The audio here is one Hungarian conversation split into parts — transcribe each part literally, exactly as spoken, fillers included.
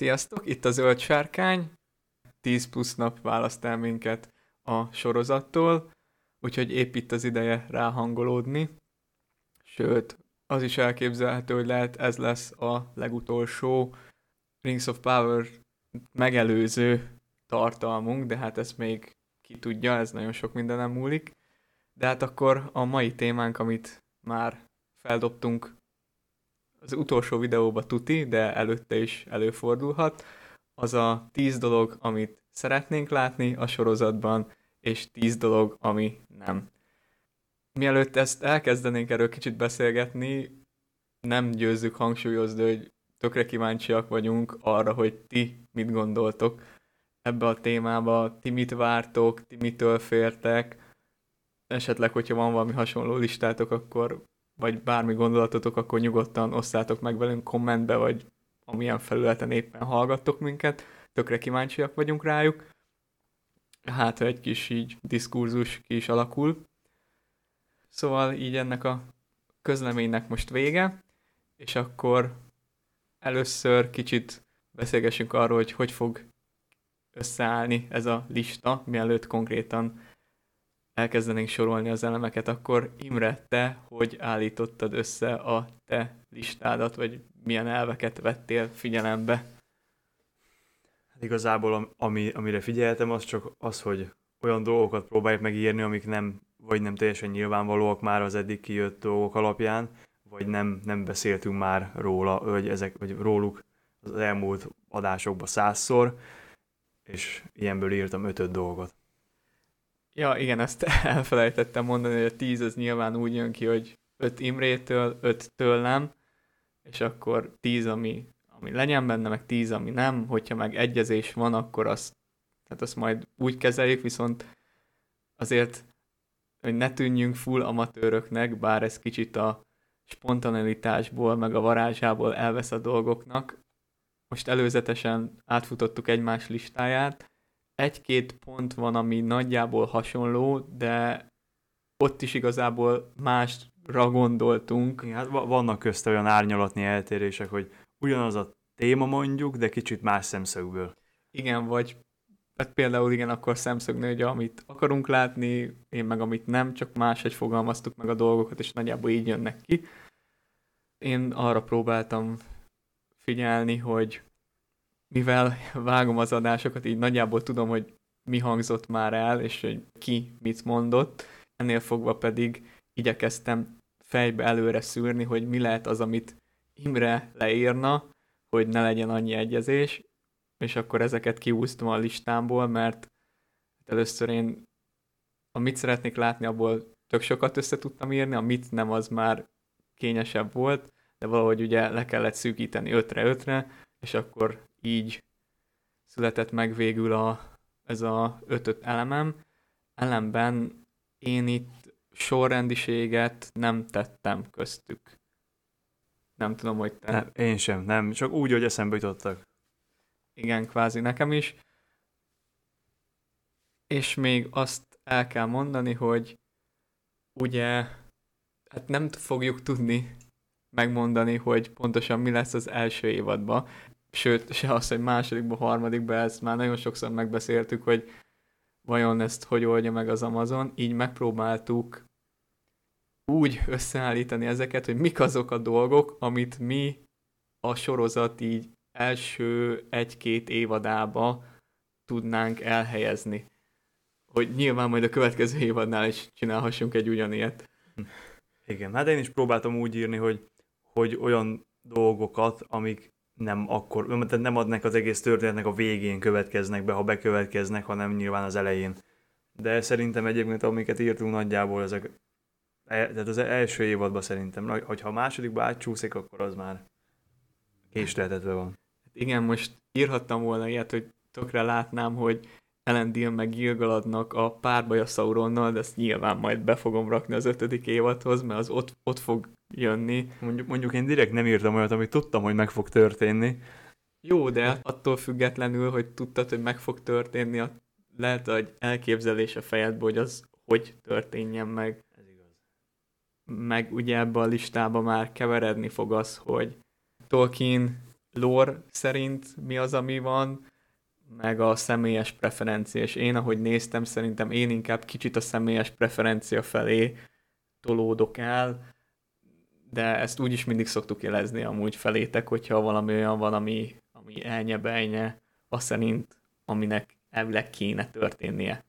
Sziasztok, itt a Zöld Sárkány. tíz plusz nap választ el minket a sorozattól, úgyhogy épp itt az ideje ráhangolódni. Sőt, az is elképzelhető, hogy lehet ez lesz a legutolsó Rings of Power megelőző tartalmunk, de hát ezt még ki tudja, ez nagyon sok mindenem múlik. De hát akkor a mai témánk, amit már feldobtunk az utolsó videóba tuti, de előtte is előfordulhat, az a tíz dolog, amit szeretnénk látni a sorozatban, és tíz dolog, ami nem. Mielőtt ezt elkezdenénk erről kicsit beszélgetni, nem győzzük hangsúlyozni, hogy tökre kíváncsiak vagyunk arra, hogy ti mit gondoltok ebbe a témába, ti mit vártok, ti mitől féltek, esetleg, hogyha van valami hasonló listátok, akkor vagy bármi gondolatotok, akkor nyugodtan osszátok meg velünk kommentbe, vagy amilyen felületen éppen hallgattok minket. Tökre kíváncsiak vagyunk rájuk. Hát, ha egy kis így diszkurzus ki is alakul. Szóval így ennek a közleménynek most vége, és akkor először kicsit beszélgessünk arról, hogy hogy fog összeállni ez a lista, mielőtt konkrétan elkezdenénk sorolni az elemeket, akkor Imre, te hogy állítottad össze a te listádat, vagy milyen elveket vettél figyelembe? Hát igazából ami, amire figyeltem, az csak az, hogy olyan dolgokat próbáljuk megírni, amik nem, vagy nem teljesen nyilvánvalóak már az eddig kijött dolgok alapján, vagy nem, nem beszéltünk már róla, vagy, ezek, vagy róluk az elmúlt adásokban százszor, és ilyenből írtam ötöt dolgot. Ja, igen, ezt elfelejtettem mondani, hogy a tíz az nyilván úgy jön ki, hogy öt Imrétől, öt tőlem, és akkor tíz, ami, ami legyen benne, meg tíz, ami nem. Hogyha meg egyezés van, akkor azt, tehát azt majd úgy kezeljük, viszont azért, hogy ne tűnjünk full amatőröknek, bár ez kicsit a spontanitásból, meg a varázsából elvesz a dolgoknak. Most előzetesen átfutottuk egymás listáját, egy-két pont van, ami nagyjából hasonló, de ott is igazából másra gondoltunk. Igen, hát vannak közte olyan árnyalatni eltérések, hogy ugyanaz a téma mondjuk, de kicsit más szemszögből. Igen, vagy hát például igen, akkor szemszögnő, hogy amit akarunk látni, én meg amit nem, csak máshogy fogalmaztuk meg a dolgokat, és nagyjából így jönnek ki. Én arra próbáltam figyelni, hogy mivel vágom az adásokat, így nagyjából tudom, hogy mi hangzott már el, és hogy ki mit mondott. Ennél fogva pedig igyekeztem fejbe előre szűrni, hogy mi lehet az, amit Imre leírna, hogy ne legyen annyi egyezés, és akkor ezeket kiúztam a listámból, mert először én a mit szeretnék látni, abból tök sokat össze tudtam írni, a mit nem, az már kényesebb volt, de valahogy ugye le kellett szűkíteni ötre ötre, és akkor így született meg végül a, ez a ötöt elemem. Elemben én itt sorrendiséget nem tettem köztük. Nem tudom, hogy te... Nem, én sem, nem. Csak úgy, hogy eszembe jutottak. Igen, kvázi nekem is. És még azt el kell mondani, hogy ugye hát nem fogjuk tudni megmondani, hogy pontosan mi lesz az első évadban. Sőt, se az, hogy másodikban, harmadikban, ezt már nagyon sokszor megbeszéltük, hogy vajon ezt hogy oldja meg az Amazon. Így megpróbáltuk úgy összeállítani ezeket, hogy mik azok a dolgok, amit mi a sorozat így első egy-két évadába tudnánk elhelyezni. Hogy nyilván majd a következő évadnál is csinálhassunk egy ugyanilyet. Igen, hát én is próbáltam úgy írni, hogy, hogy olyan dolgokat, amik nem akkor, tehát nem adnak az egész történetnek a végén következnek be, ha bekövetkeznek, hanem nyilván az elején. De szerintem egyébként, amiket írtunk nagyjából, ezek, tehát az első évadban szerintem, hogyha a másodikba átcsúszik, akkor az már késleltetve van. Igen, most írhattam volna ilyet, hogy tökre látnám, hogy Elendil meg Gil-galadnak a párbaj a Sauronnal, de ezt nyilván majd be fogom rakni az ötödik évadhoz, mert az ott, ott fog jönni. Mondjuk, mondjuk én direkt nem írtam olyat, amit tudtam, hogy meg fog történni. Jó, de attól függetlenül, hogy tudtad, hogy meg fog történni, lehet, hogy elképzelés a fejedből, hogy az hogy történjen meg. Ez igaz. Meg ugye ebbe a listába már keveredni fog az, hogy Tolkien lore szerint mi az, ami van, meg a személyes preferencia. És én, ahogy néztem, szerintem én inkább kicsit a személyes preferencia felé tolódok el, de ezt úgy is mindig szoktuk jelezni amúgy felétek, hogyha valami olyan van, ami, ami elnye-bejnye, azt szerint, aminek elvileg kéne történnie.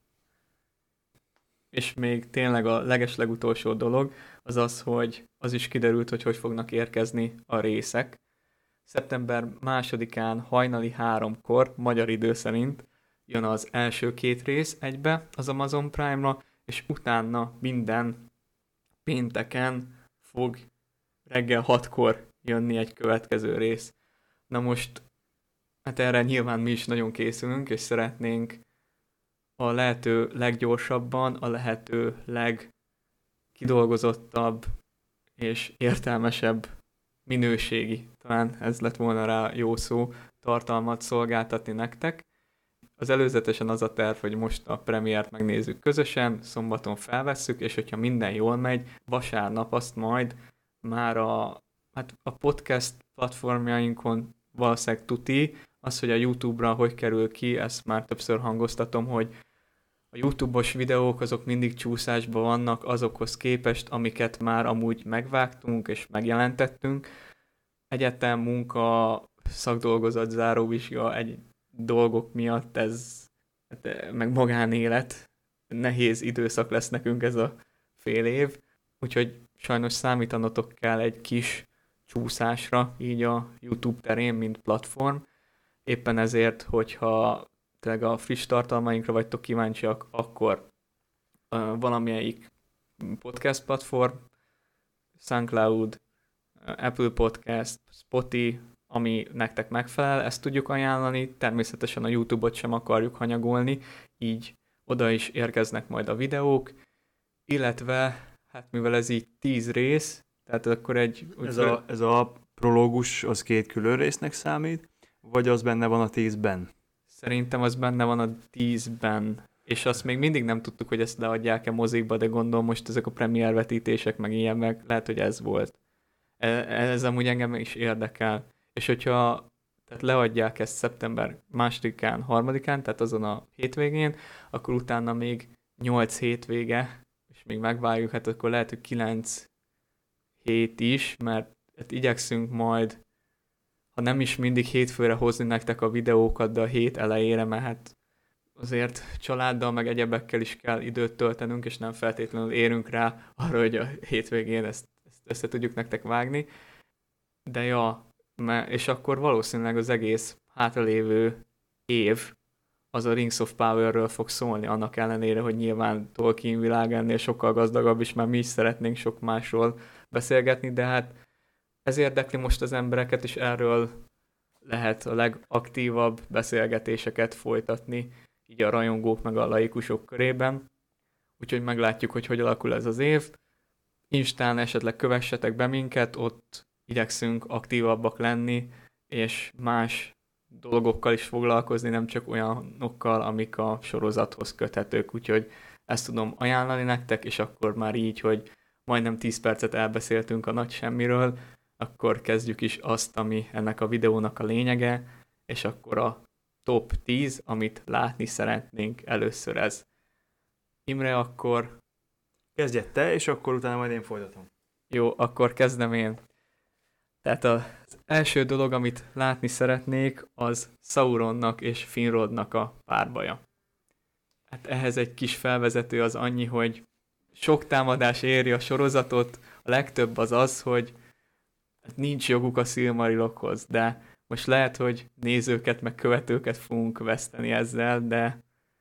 És még tényleg a legeslegutolsó dolog az az, hogy az is kiderült, hogy hogy fognak érkezni a részek. szeptember másodikán hajnali háromkor, magyar idő szerint jön az első két rész egybe az Amazon Prime-ra, és utána minden pénteken fog reggel hatkor jönni egy következő rész. Na most, hát erre nyilván mi is nagyon készülünk, és szeretnénk a lehető leggyorsabban, a lehető legkidolgozottabb és értelmesebb minőségi, talán ez lett volna rá jó szó, tartalmat szolgáltatni nektek. Az előzetesen az a terv, hogy most a premiért megnézzük közösen, szombaton felvesszük, és hogyha minden jól megy, vasárnap azt majd már a, hát a podcast platformjainkon valószínűleg tuti, az, hogy a YouTube-ra hogy kerül ki, ezt már többször hangoztatom, hogy a YouTube-os videók azok mindig csúszásban vannak azokhoz képest, amiket már amúgy megvágtunk és megjelentettünk. Egyetem, munka, szakdolgozat, záróvizsga, egy dolgok miatt ez, meg magánélet, nehéz időszak lesz nekünk ez a fél év, úgyhogy sajnos számítanotok kell egy kis csúszásra így a YouTube terén, mint platform. Éppen ezért, hogyha tényleg a friss tartalmainkra vagytok kíváncsiak, akkor uh, valamelyik podcast platform, SoundCloud, uh, Apple Podcast, Spotify, ami nektek megfelel, ezt tudjuk ajánlani. Természetesen a YouTube-ot sem akarjuk hanyagolni, így oda is érkeznek majd a videók, illetve, hát mivel ez így tíz rész, tehát akkor egy... Ez a, ez a prológus az két külön résznek számít, vagy az benne van a tízben? Szerintem az benne van a tízben, és azt még mindig nem tudtuk, hogy ezt leadják-e mozikba, de gondolom most ezek a premier vetítések, meg ilyen, meg lehet, hogy ez volt. Ez amúgy engem is érdekel. És hogyha tehát leadják ezt szeptember másodikán, harmadikán, tehát azon a hétvégén, akkor utána még nyolc hétvége, és még megvárjuk, hát akkor lehet, hogy kilenc hét is, mert hát igyekszünk majd, ha nem is mindig hétfőre hozni nektek a videókat, de a hét elejére, mert hát azért családdal meg egyebekkel is kell időt töltenünk, és nem feltétlenül érünk rá arra, hogy a hétvégén ezt, ezt össze tudjuk nektek vágni. De ja, és akkor valószínűleg az egész hátralévő év az a Rings of Power-ről fog szólni, annak ellenére, hogy nyilván Tolkien világ ennél sokkal gazdagabb, és már mi is szeretnénk sok másról beszélgetni, de hát ez érdekli most az embereket, és erről lehet a legaktívabb beszélgetéseket folytatni, így a rajongók meg a laikusok körében. Úgyhogy meglátjuk, hogy hogy alakul ez az év. Instán esetleg kövessetek be minket, ott igyekszünk aktívabbak lenni, és más dolgokkal is foglalkozni, nem csak olyanokkal, amik a sorozathoz köthetők. Úgyhogy ezt tudom ajánlani nektek, és akkor már így, hogy majdnem tíz percet elbeszéltünk a nagy semmiről, akkor kezdjük is azt, ami ennek a videónak a lényege, és akkor a top tíz, amit látni szeretnénk először ez. Imre, akkor... Kezdjed te, és akkor utána majd én folytatom. Jó, akkor kezdem én. Tehát az első dolog, amit látni szeretnék, az Sauronnak és Finrodnak a párbaja. Hát ehhez egy kis felvezető az annyi, hogy sok támadás éri a sorozatot, a legtöbb az az, hogy nincs joguk a Silmarilokhoz, de most lehet, hogy nézőket meg követőket fogunk veszteni ezzel, de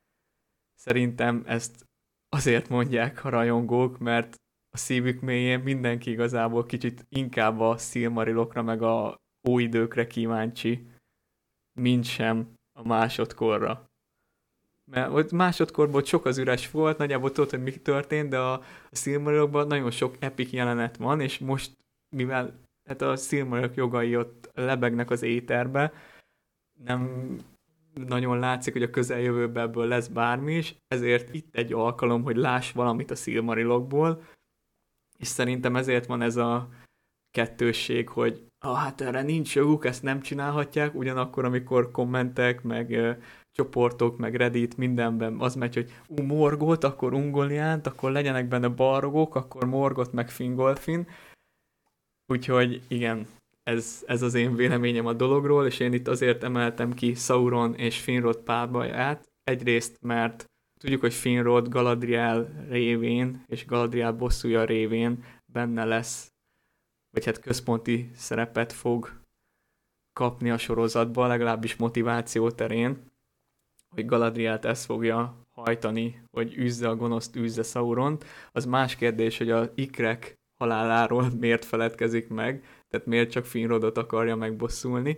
szerintem ezt azért mondják a rajongók, mert a szívük mélyén mindenki igazából kicsit inkább a Silmarilokra meg a óidőkre kíváncsi, mint sem a másodkorra. Mert ott másodkorból sok az üres volt, nagyjából tudod, hogy mi történt, de a, a Silmarilokban nagyon sok epic jelenet van, és most, mivel hát a Silmarilok jogai ott lebegnek az éterbe, nem nagyon látszik, hogy a közeljövőben ebből lesz bármi is, ezért itt egy alkalom, hogy láss valamit a Silmarilokból, és szerintem ezért van ez a kettősség, hogy ah, hát erre nincs joguk, ezt nem csinálhatják, ugyanakkor, amikor kommentek, meg ö, csoportok, meg Reddit, mindenben az megy, hogy ú, Morgot, akkor Ungoliánt, akkor legyenek benne Balrogok, akkor Morgot, meg Fingolfin. Úgyhogy igen, ez, ez az én véleményem a dologról, és én itt azért emeltem ki Sauron és Finrod párbaját. Egyrészt, mert tudjuk, hogy Finrod Galadriel révén, és Galadriel bosszúja révén benne lesz, vagy hát központi szerepet fog kapni a sorozatban, legalábbis motiváció terén, hogy Galadrielt ezt fogja hajtani, hogy üzze a gonoszt, üzze Sauront. Az más kérdés, hogy a ikrek haláláról miért feledkezik meg, tehát miért csak Finrodot akarja megbosszulni.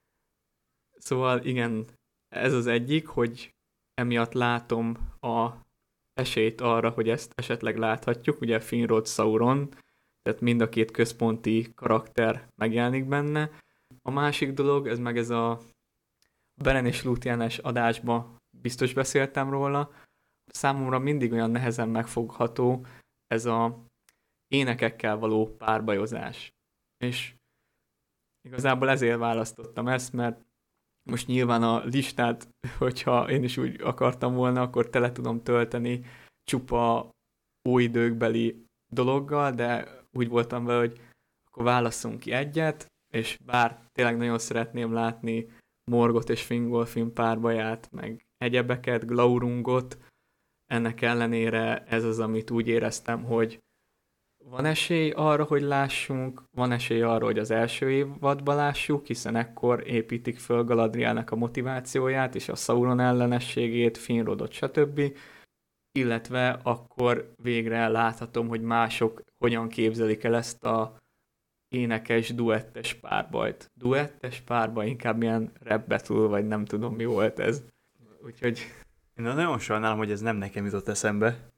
Szóval igen, ez az egyik, hogy emiatt látom a esélyt arra, hogy ezt esetleg láthatjuk, ugye Finrod, Sauron, tehát mind a két központi karakter megjelenik benne. A másik dolog, ez meg ez a Beren és Lúthienes adásban biztos beszéltem róla, számomra mindig olyan nehezen megfogható ez a énekekkel való párbajozás. És igazából ezért választottam ezt, mert most nyilván a listát, hogyha én is úgy akartam volna, akkor tele tudom tölteni csupa óidőkbeli dologgal, de úgy voltam vele, hogy akkor válasszunk ki egyet, és bár tényleg nagyon szeretném látni Morgot és Fingolfin párbaját, meg egyebeket, Glaurungot, ennek ellenére ez az, amit úgy éreztem, hogy van esély arra, hogy lássunk, van esély arra, hogy az első évadban lássuk, hiszen ekkor építik föl Galadrielnek a motivációját, és a Sauron ellenességét, Finrodot, stb. Illetve akkor végre láthatom, hogy mások hogyan képzelik el ezt a énekes, duettes párbajt. Duettes párbaj, inkább ilyen rap battle, vagy nem tudom mi volt ez. Úgyhogy... Én nagyon sajnálom, hogy ez nem nekem jutott eszembe.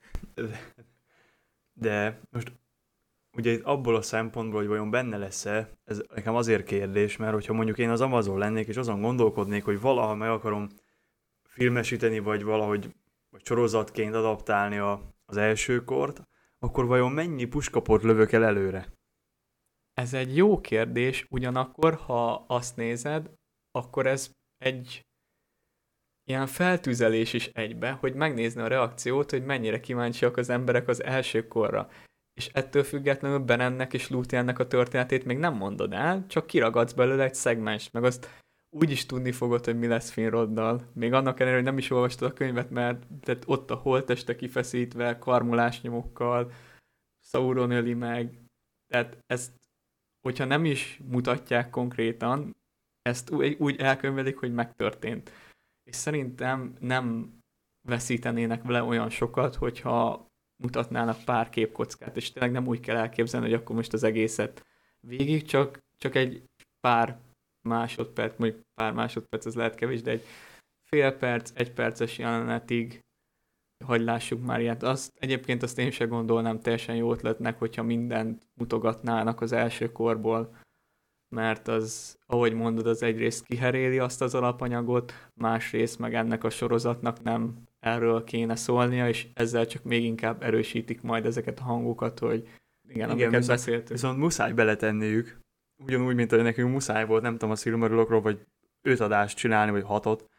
De most ugye itt abból a szempontból, hogy vajon benne lesz-e, ez nekem azért kérdés, mert hogyha mondjuk én az Amazon lennék, és azon gondolkodnék, hogy valaha meg akarom filmesíteni, vagy valahogy vagy sorozatként adaptálni a, az első kort, akkor vajon mennyi puskaport lövök el előre? Ez egy jó kérdés, ugyanakkor, ha azt nézed, akkor ez egy ilyen feltűzelés is egybe, hogy megnézni a reakciót, hogy mennyire kíváncsiak az emberek az első korra. És ettől függetlenül Berennek és Lúthiennek a történetét még nem mondod el, csak kiragadsz belőle egy szegmens, meg azt úgy is tudni fogod, hogy mi lesz Finroddal. Még annak ellenére, hogy nem is olvastad a könyvet, mert tehát ott a holtteste kifeszítve, karmolásnyomokkal, Sauron öli meg. Tehát ezt, hogyha nem is mutatják konkrétan, ezt úgy, úgy elkönyvelik, hogy megtörtént. És szerintem nem veszítenének vele olyan sokat, hogyha mutatnának pár képkockát, és tényleg nem úgy kell elképzelni, hogy akkor most az egészet végig, csak, csak egy pár másodperc, mondjuk pár másodperc, az lehet kevés, de egy fél perc, egy perces jelenetig, hogy lássuk már ilyet. Azt, egyébként azt én sem gondolnám teljesen jó ötletnek, hogyha mindent mutogatnának az első korból, mert az, ahogy mondod, az egyrészt kiheréli azt az alapanyagot, másrészt meg ennek a sorozatnak nem erről kéne szólnia, és ezzel csak még inkább erősítik majd ezeket a hangokat, hogy igen, igen amiket viszont, beszéltünk. Viszont muszáj beletenniük, ugyanúgy, mint hogy nekünk muszáj volt, nem tudom, a Silmarillokról, vagy öt adást csinálni, vagy hatot,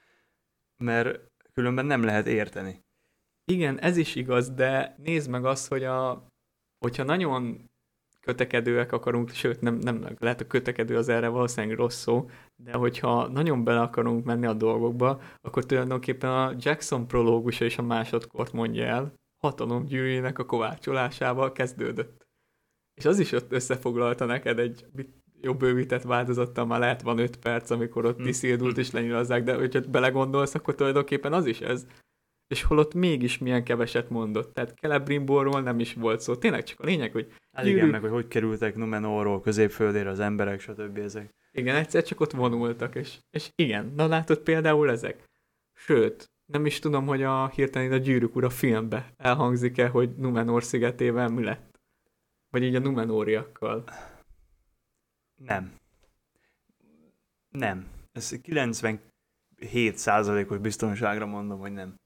mert különben nem lehet érteni. Igen, ez is igaz, de nézd meg azt, hogy a, hogyha nagyon kötekedőek akarunk, sőt, nem, nem lehet a kötekedő az erre valószínűleg rossz szó, de hogyha nagyon bele akarunk menni a dolgokba, akkor tulajdonképpen a Jackson prológusa és a másodkort mondja el, hatalom gyűrűjének a kovácsolásával kezdődött. És az is ott összefoglalta neked egy jobb bővített változattal, már lehet van öt perc, amikor ott Isildurt is lenyilazzák, de hogyha belegondolsz, akkor tulajdonképpen az is ez. És holott mégis milyen keveset mondott. Tehát Celebrimborról nem is volt szó. Tényleg csak a lényeg, hogy... Hát gyűrű... igen, meg hogy hogy kerültek Numenorról középföldére az emberek, stb. Ezek. Igen, egyszer csak ott vonultak, és, és igen, na látod például ezek. Sőt, nem is tudom, hogy a hirtelen a Gyűrűk Ura filmbe elhangzik-e, hogy Numenor szigetével mi lett. Vagy így a Numenóriakkal. Nem. Nem. Ez kilencvenhét százalékos biztonságra mondom, hogy nem.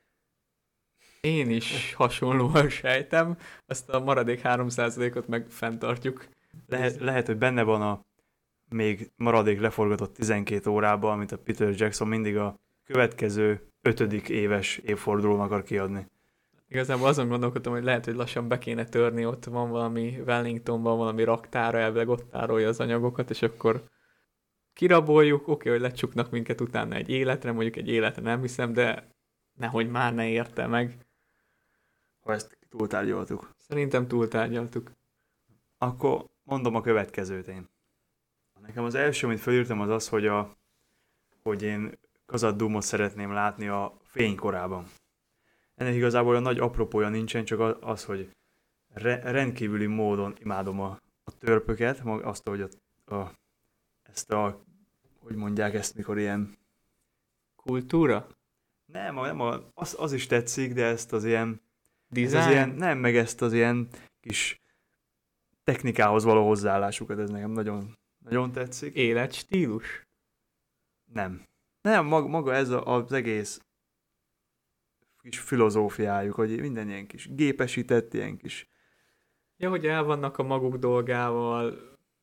Én is hasonlóan sejtem, azt a maradék három százalékot meg fenntartjuk. Lehet, lehet, hogy benne van a még maradék leforgatott tizenkét órában, amit a Peter Jackson mindig a következő ötödik éves évfordulón akar kiadni. Igazából azon gondolkodtam, hogy lehet, hogy lassan be kéne törni, ott van valami Wellingtonban, valami raktára, elvileg ott tárolja az anyagokat, és akkor kiraboljuk, oké, hogy lecsuknak minket utána egy életre, mondjuk egy életre nem hiszem, de nehogy már ne érte meg. Ha ezt túltárgyaltuk. Szerintem túltárgyaltuk. Akkor mondom a következőt én. Nekem az első, amit felírtam, az az, hogy, a, hogy én Khazad-dûmot szeretném látni a fénykorában. Ennek igazából olyan nagy apropója nincsen, csak az, hogy re, rendkívüli módon imádom a, a törpöket, azt, hogy a, a, ezt a, hogy mondják ezt, mikor ilyen... Kultúra? Nem, nem az, az is tetszik, de ezt az ilyen... Design? Ez az ilyen, nem, meg ezt az ilyen kis technikához való hozzáállásukat, ez nekem nagyon, nagyon tetszik. Életstílus? Nem. Nem, maga, maga ez a, az egész kis filozófiájuk, hogy minden ilyen kis gépesített, ilyen kis... Ja, hogy el vannak a maguk dolgával.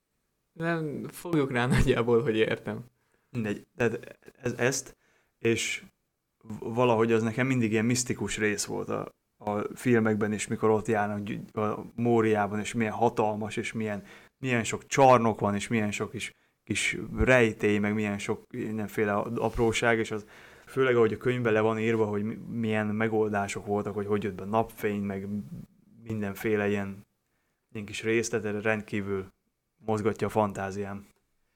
Nem, fogjuk rá nagyjából, hogy értem. Mindegy, de ez, ezt, és valahogy az nekem mindig ilyen misztikus rész volt a, a filmekben is, mikor ott járnak a Móriában, és milyen hatalmas, és milyen, milyen sok csarnok van, és milyen sok is, kis rejtély, meg milyen sok mindenféle apróság, és az főleg, ahogy a könyvben le van írva, hogy milyen megoldások voltak, hogy hogy jött be napfény, meg mindenféle ilyen, ilyen kis részlet, erre rendkívül mozgatja a fantáziám.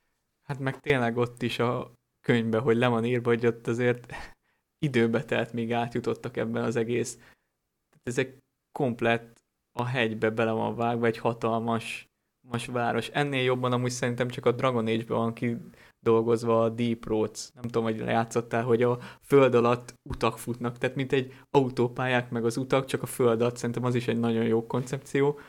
Hát meg tényleg ott is a könyvben, hogy le van írva, hogy ott azért időbe telt, míg átjutottak ebben az egész. Tehát ezek komplett a hegybe bele van vágva, egy hatalmas most város. Ennél jobban amúgy szerintem csak a Dragon Age-ben van kidolgozva a Deep Roads. Nem tudom, hogy játszottál, hogy a föld alatt utak futnak. Tehát mint egy autópályák meg az utak, csak a föld alatt. Szerintem az is egy nagyon jó koncepció.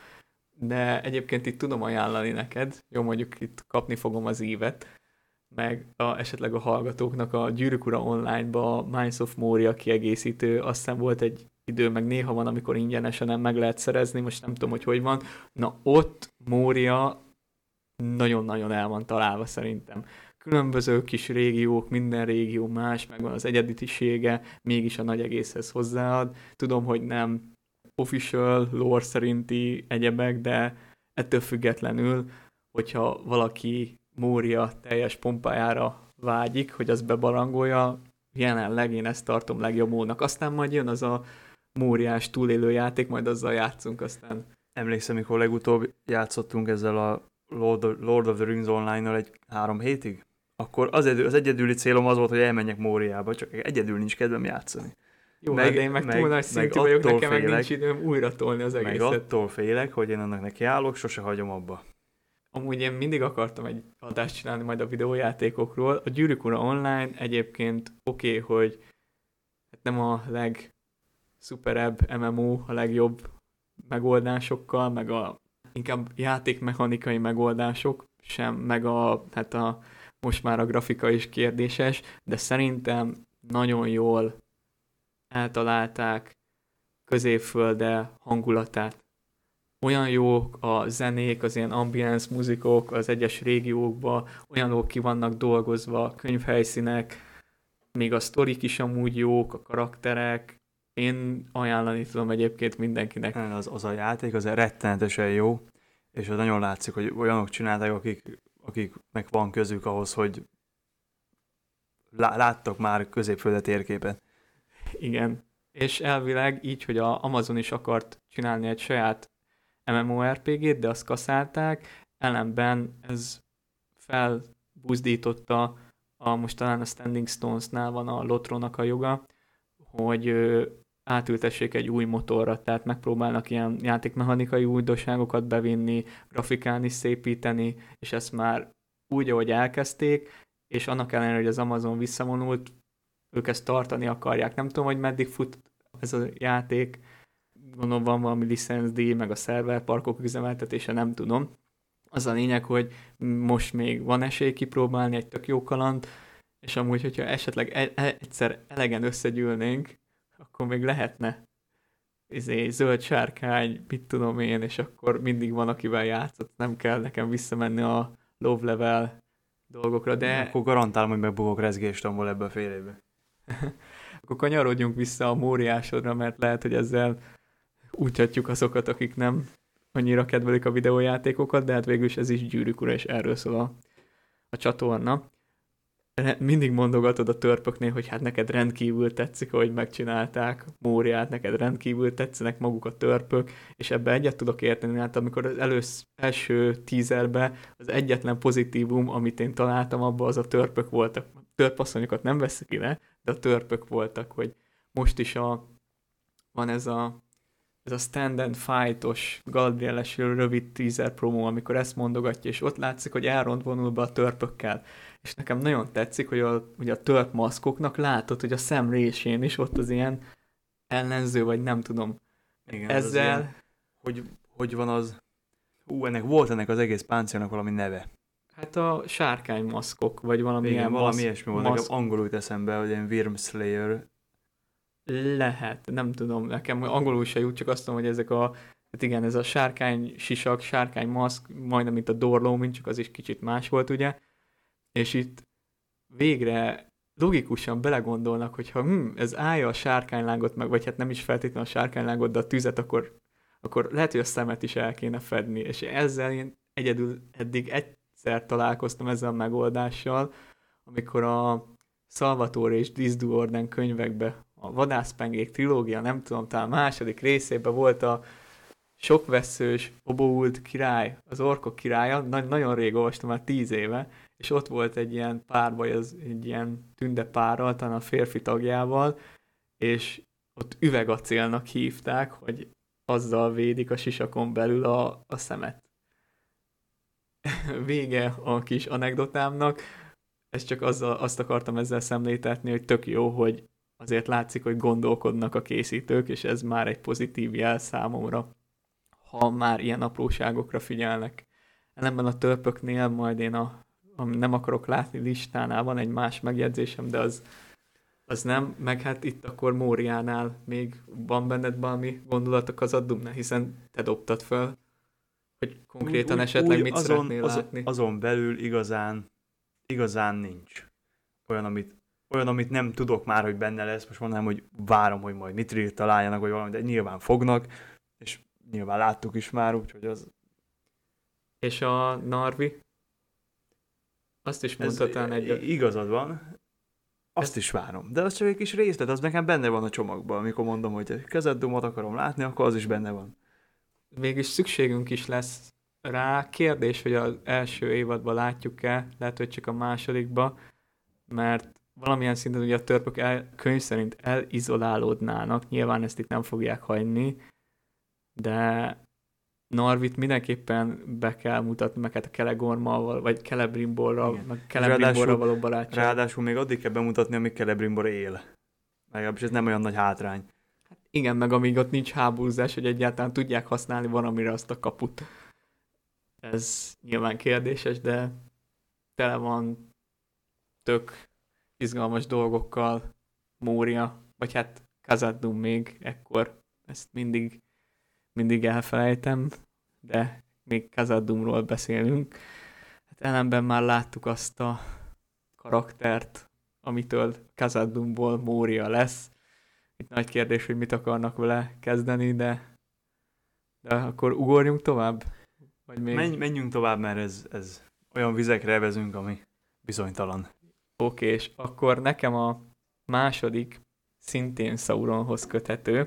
De egyébként itt tudom ajánlani neked. Jó, mondjuk itt kapni fogom az ívet. Meg a, esetleg a hallgatóknak a Gyűrűk Ura Online-ba a Mines of Moria kiegészítő. Aztán volt egy idő, meg néha van, amikor ingyenesen meg lehet szerezni, most nem tudom, hogy hogy van. Na ott Mória nagyon-nagyon el van találva szerintem. Különböző kis régiók, minden régió más, megvan az egyeditisége, mégis a nagy egészhez hozzáad. Tudom, hogy nem official, lore szerinti egyebek, de ettől függetlenül, hogyha valaki Mória teljes pompájára vágyik, hogy az bebarangolja, jelenleg én ezt tartom legjobb módnak. Aztán majd jön az a Móriás túlélő játék, majd azzal játszunk aztán. Emlékszem, mikor legutóbb játszottunk ezzel a Lord of, Lord of the Rings online-nal egy három hétig? Akkor az, az egyedüli célom az volt, hogy elmenjek Móriába, csak egyedül nincs kedvem játszani. Jó, meg, de én meg, meg túl nagy szintű vagyok, nekem félek, meg nincs időm újra tolni az egészet. Meg attól félek, hogy én annak nekiállok, sose hagyom abba. Amúgy én mindig akartam egy adást csinálni majd a videójátékokról. A Gyűrűk Ura Online egyébként oké, okay, hogy hát nem a legszuperebb em em o, a legjobb megoldásokkal, meg a inkább játékmechanikai megoldások sem, meg a, hát a most már a grafika is kérdéses, de szerintem nagyon jól eltalálták Középfölde hangulatát. Olyan jók a zenék, az ilyen ambience muzikok az egyes régiókban, olyan jók ki vannak dolgozva, könyvhelyszínek, még a sztorik is amúgy jók, a karakterek. Én ajánlani tudom egyébként mindenkinek. Az, az a játék, az rettenetesen jó, és az nagyon látszik, hogy olyanok csinálták, akik, akiknek van közük ahhoz, hogy láttak már Középföldet térképet. Igen, és elvileg így, hogy a Amazon is akart csinálni egy saját MMORPG-t, de azt kaszálták, ellenben ez felbuzdította, a, most talán a Standing Stones-nál van a Lotrónak a joga, hogy ö, átültessék egy új motorra, tehát megpróbálnak ilyen játékmechanikai újdonságokat bevinni, grafikán is szépíteni, és ezt már úgy, ahogy elkezdték, és annak ellenére, hogy az Amazon visszavonult, ők ezt tartani akarják. Nem tudom, hogy meddig fut ez a játék, gondolom van valami licenszdíj, meg a szerverparkok üzemeltetése, nem tudom. Az a lényeg, hogy most még van esély kipróbálni, egy tök jó kaland, és amúgy, hogyha esetleg e- e- egyszer elegen összegyűlnénk, akkor még lehetne izé, zöld sárkány, mit tudom én, és akkor mindig van, akivel játszott. Nem kell nekem visszamenni a low level dolgokra, de... Akkor garantálom, hogy megbukok rezgéstomból ebbe a fél évbe. Akkor kanyarodjunk vissza a Móriásodra, mert lehet, hogy ezzel útjatjuk azokat, akik nem annyira kedvelik a videójátékokat, de hát végül is ez is Gyűrűk ura, és erről szól a, a csatorna. Mindig mondogatod a törpöknél, hogy hát neked rendkívül tetszik, ahogy megcsinálták Móriát, neked rendkívül tetszenek maguk a törpök, és ebbe egyet tudok érteni, hát amikor az elősz, első tízerbe az egyetlen pozitívum, amit én találtam abban, az a törpök voltak. Törpasszonyokat nem veszek ide, de a törpök voltak, hogy most is a, van ez a, ez a Stand and Fight-os Galadriel-es rövid teaser promó, amikor ezt mondogatja, és ott látszik, hogy Elrond vonul be a törpökkel. És nekem nagyon tetszik, hogy a, hogy a törp maszkoknak látod, hogy a szem résén is ott az ilyen ellenző, vagy nem tudom. Igen, ezzel... Ilyen, hogy, hogy van az... Ú, ennek volt ennek az egész páncélnak valami neve. Hát a sárkány maszkok, vagy valami Igen, ilyen valami maszk, ilyesmi volt. Nekem angolul jut eszembe, hogy ilyen Worm Slayer. Lehet, nem tudom, nekem angolul se jut, csak azt tudom, hogy ezek a, hát igen, ez a sárkány sisak, sárkány maszk, majdnem mint a Dorló, mint csak az is kicsit más volt, ugye? És itt végre logikusan belegondolnak, hogyha hm, ez állja a sárkánylángot meg, vagy hát nem is feltétlenül a sárkánylángot, de a tüzet, akkor, akkor lehet, hogy a szemet is el kéne fedni. És ezzel én egyedül eddig egyszer találkoztam ezzel a megoldással, amikor a Salvatore és Disduorden könyvekbe, a Vadászpengék trilógia, nem tudom, talán második részében volt a sokvesszős Obould király, az orkok királya, na- nagyon rég olvastam, már tíz éve, és ott volt egy ilyen párbaj, az egy ilyen tündepárral, talán a férfi tagjával, és ott üvegacélnak hívták, hogy azzal védik a sisakon belül a, a szemet. Vége a kis anekdotámnak, ezt csak azzal, azt akartam ezzel szemléltetni, hogy tök jó, hogy azért látszik, hogy gondolkodnak a készítők, és ez már egy pozitív jel számomra, ha már ilyen apróságokra figyelnek. Ellenben a törpöknél majd én a, a nem akarok látni listánál van egy más megjegyzésem, de az, az nem, meg hát itt akkor Móriánál még van benned valami gondolat a Khazad-dûmnál, hiszen te dobtad föl, hogy konkrétan úgy, esetleg úgy, mit azon, szeretnél azon, látni. Azon belül igazán, igazán nincs olyan, amit, olyan, amit nem tudok már, hogy benne lesz. Most mondanám, hogy várom, hogy majd Mithril találjanak, vagy valami, de nyilván fognak, és nyilván láttuk is már, úgyhogy az... És a Narvi? Azt is mondhatán egy... Igazad van. Azt is várom. De az csak egy kis részlet, az nekem benne van a csomagban. Amikor mondom, hogy Khazad-dûmot akarom látni, akkor az is benne van. Mégis szükségünk is lesz rá. Kérdés, hogy az első évadban látjuk-e, lehet, hogy csak a másodikban, mert valamilyen szinten ugye a törpök el, könyv szerint elizolálódnának. Nyilván ezt itt nem fogják hagyni, de Narvit mindenképpen be kell mutatni, meg hát a Celegormal, vagy Celebrimborral, meg Celebrimborral való barátság. Ráadásul még addig kell bemutatni, amíg Celebrimbor él. Legalábbis ez nem olyan nagy hátrány. Hát igen, meg amíg ott nincs háborúzás, hogy egyáltalán tudják használni valamire azt a kaput. Ez nyilván kérdéses, de tele van tök izgalmas dolgokkal Mória, vagy hát Khazad-dûm még ekkor. Ezt mindig mindig elfelejtem, de még Khazad-dûmról beszélünk. Hát ellenben már láttuk azt a karaktert, amitől Khazad-dûmból Mória lesz. Itt nagy kérdés, hogy mit akarnak vele kezdeni, de, de akkor ugorjunk tovább? Vagy még... Menj, menjünk tovább, mert ez, ez olyan vizekre evezünk, ami bizonytalan. Oké, és akkor nekem a második szintén Sauronhoz köthető.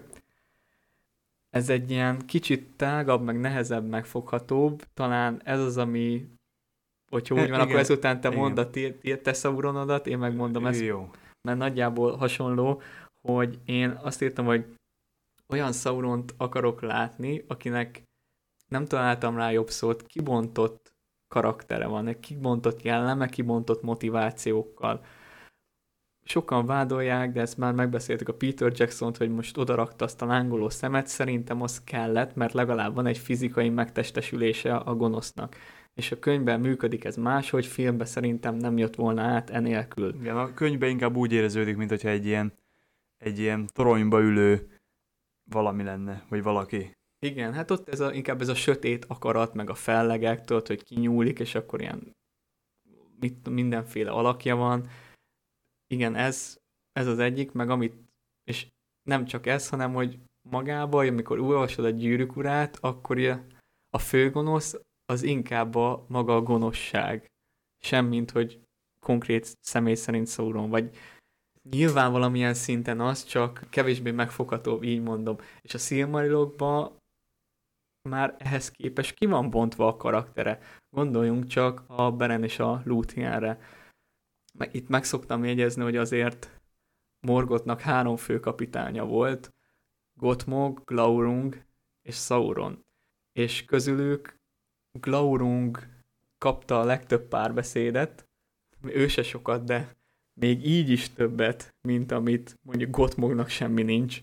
Ez egy ilyen kicsit tágabb, meg nehezebb, megfoghatóbb. Talán ez az, ami, hogyha úgy van, igen, akkor ezután te mondd a te Sauronodat, én megmondom ezt, jó. Mert nagyjából hasonló, hogy én azt írtam, hogy olyan Sauront akarok látni, akinek nem találtam rá jobb szót, kibontott karaktere van, egy kibontott jelleme, kibontott motivációkkal. Sokan vádolják, de ezt már megbeszéltük a Peter Jackson-t, hogy most odarakta azt a lángoló szemet, szerintem az kellett, mert legalább van egy fizikai megtestesülése a gonosznak. És a könyvben működik ez máshogy, filmben szerintem nem jött volna át enélkül. Igen, a könyvben inkább úgy éreződik, mint hogyha egy ilyen, egy ilyen toronyba ülő valami lenne, vagy valaki. Igen, hát ott ez a, inkább ez a sötét akarat, meg a fellegek, tudod, hogy kinyúlik, és akkor ilyen mit, mindenféle alakja van. Igen, ez, ez az egyik, meg amit, és nem csak ez, hanem hogy magában, amikor olvasod a Gyűrűk urát, akkor a főgonosz az inkább a maga a gonoszság. Semmint, hogy konkrét személy szerint Sauron, vagy nyilván valamilyen szinten az, csak kevésbé megfogható, így mondom. És a Silmarillokban már ehhez képest ki van bontva a karaktere. Gondoljunk csak a Beren és a Lúthienre. Itt meg szoktam jegyezni, hogy azért Morgothnak három főkapitánya volt, Gottmog, Glaurung és Sauron. És közülük Glaurung kapta a legtöbb párbeszédet, ő se sokat, de még így is többet, mint amit mondjuk Gottmognak semmi nincs.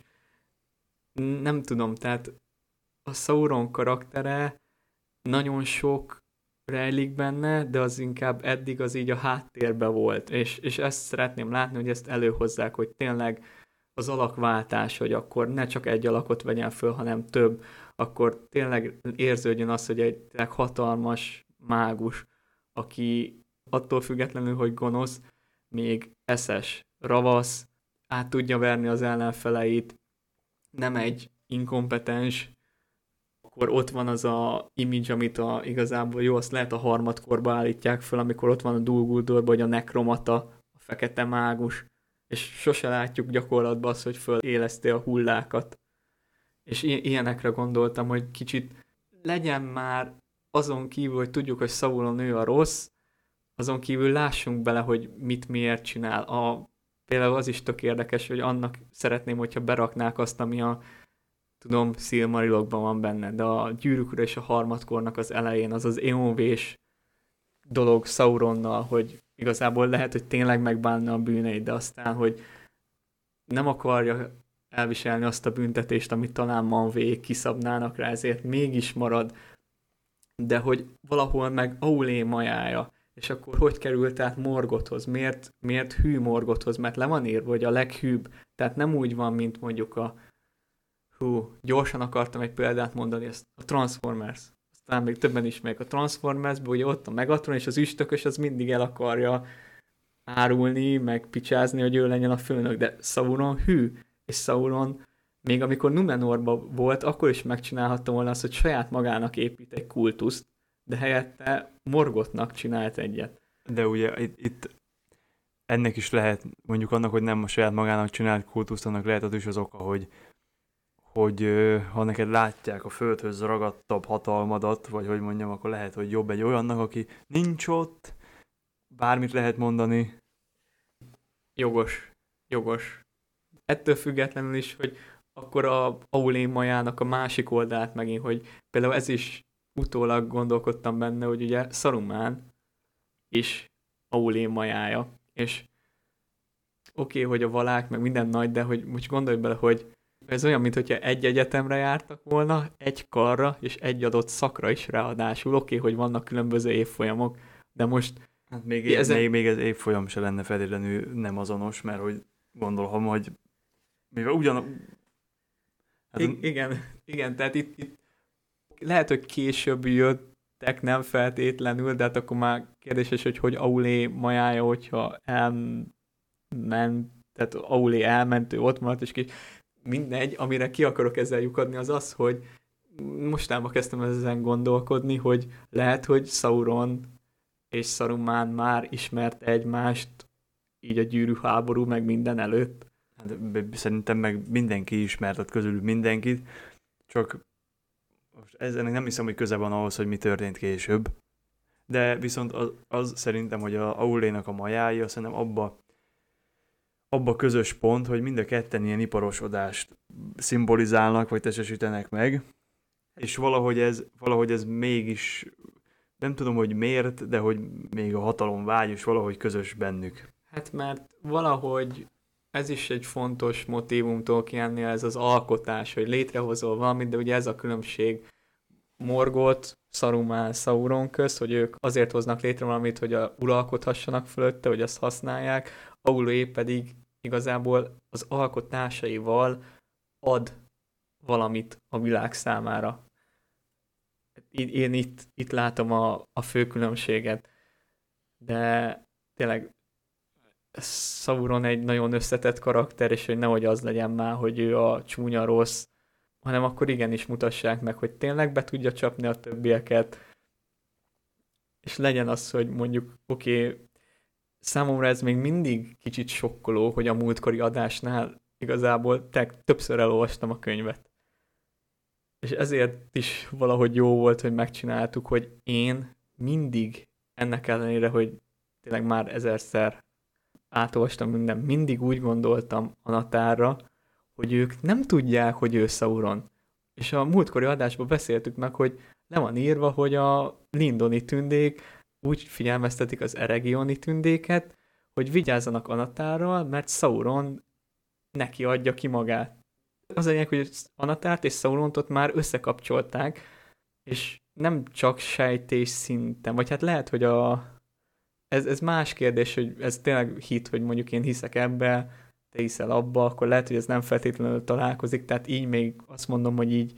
Nem tudom, tehát a Sauron karaktere nagyon sok rejlik benne, de az inkább eddig az így a háttérben volt, és, és ezt szeretném látni, hogy ezt előhozzák, hogy tényleg az alakváltás, hogy akkor ne csak egy alakot vegyen föl, hanem több, akkor tényleg érződjön az, hogy egy tényleg hatalmas mágus, aki attól függetlenül, hogy gonosz, még eszes, ravasz, át tudja verni az ellenfeleit, nem egy inkompetens, akkor ott van az a image, amit a, igazából jó, azt lehet a harmadkorba állítják föl, amikor ott van a Dol Guldur, vagy a nekromata, a fekete mágus, és sose látjuk gyakorlatban azt, hogy föléleszti a hullákat. És i- ilyenekre gondoltam, hogy kicsit legyen már azon kívül, hogy tudjuk, hogy Sauron ő a rossz, azon kívül lássunk bele, hogy mit miért csinál. A, például az is tök érdekes, hogy annak szeretném, hogyha beraknák azt, ami a tudom, Silmarillokban van benne, de a Gyűrűk ura és a harmadkornak az elején az az éonvés dolog Sauronnal, hogy igazából lehet, hogy tényleg megbánna a bűneit, de aztán, hogy nem akarja elviselni azt a büntetést, amit talán Manvék kiszabnának rá, ezért mégis marad, de hogy valahol meg Aulé majája, és akkor hogy került át Morgothhoz? Miért, miért hű Morgothhoz? Mert le van írva, hogy a leghűbb, tehát nem úgy van, mint mondjuk a hú, gyorsan akartam egy példát mondani, ezt a Transformers. Aztán még többen ismerik a Transformersből, ugye ott a Megatron és az üstökös, az mindig el akarja árulni, meg picsázni, hogy ő legyen a főnök, de Sauron hű, és Sauron még amikor Numenorban volt, akkor is megcsinálhatta volna azt, hogy saját magának épít egy kultuszt, de helyette Morgothnak csinált egyet. De ugye itt, itt ennek is lehet, mondjuk annak, hogy nem a saját magának csinált kultuszt, annak lehet az is az oka, hogy hogy ha neked látják a földhöz ragadtabb hatalmadat, vagy hogy mondjam, akkor lehet, hogy jobb egy olyannak, aki nincs ott, bármit lehet mondani. Jogos, jogos. Ettől függetlenül is, hogy akkor a Aulé majának a másik oldalát megint, hogy például ez is utólag gondolkodtam benne, hogy ugye Saruman is Aulé majája, és oké, okay, hogy a valák, meg minden nagy, de hogy most gondolj bele, hogy ez olyan, mintha egy egyetemre jártak volna, egy karra és egy adott szakra is ráadásul. Oké, okay, hogy vannak különböző évfolyamok, de most... Hát még, ezen... még, még ez évfolyam se lenne feltétlenül nem azonos, mert hogy gondolom, hogy mivel ugyan... Hát... I- igen, igen, tehát itt, itt lehet, hogy később jöttek, nem feltétlenül, de hát akkor már kérdéses, hogy hogy Aulé majája, hogyha elment, tehát Aulé elment, ő ott maradt, és kis... mindegy, amire ki akarok ezzel lyukadni, az az, hogy mostában kezdtem ezen gondolkodni, hogy lehet, hogy Sauron és Saruman már ismert egymást így a gyűrűháború meg minden előtt. Hát, szerintem meg mindenki ismertet közülük mindenkit, csak most ezzel nem hiszem, hogy köze van ahhoz, hogy mi történt később. De viszont az, az szerintem, hogy a Aulénak a majája, szerintem abba abba közös pont, hogy mind a ketten ilyen iparosodást szimbolizálnak, vagy testesítenek meg, és valahogy ez, valahogy ez mégis, nem tudom, hogy miért, de hogy még a hatalomvágy is valahogy közös bennük. Hát mert valahogy ez is egy fontos motívum Tolkiennél, ez az alkotás, hogy létrehozol valamit, de ugye ez a különbség Morgoth, Saruman, Sauron közt, hogy ők azért hoznak létre valamit, hogy a, uralkodhassanak fölötte, hogy azt használják, Aulé pedig igazából az alkotásaival ad valamit a világ számára. Én itt, itt látom a, a fő különbséget. de tényleg Sauron egy nagyon összetett karakter, és hogy nehogy az legyen már, hogy ő a csúnya rossz, hanem akkor igenis mutassák meg, hogy tényleg be tudja csapni a többieket, és legyen az, hogy mondjuk, oké, okay, számomra ez még mindig kicsit sokkoló, hogy a múltkori adásnál igazából te, többször elolvastam a könyvet. És ezért is valahogy jó volt, hogy megcsináltuk, hogy én mindig, ennek ellenére, hogy tényleg már ezerszer átolvastam minden, mindig úgy gondoltam Anatárra, hogy ők nem tudják, hogy ő Sauron. És a múltkori adásban beszéltük meg, hogy le van írva, hogy a lindoni tündék úgy figyelmeztetik az eregioni tündéket, hogy vigyázzanak Anatárral, mert Sauron neki adja ki magát. Az a lényeg, hogy Anatárt és Sauront ott már összekapcsolták, és nem csak sejtés szinten, vagy hát lehet, hogy a... Ez, ez más kérdés, hogy ez tényleg hit, hogy mondjuk én hiszek ebbe, te hiszel abba, akkor lehet, hogy ez nem feltétlenül találkozik, tehát így még azt mondom, hogy így,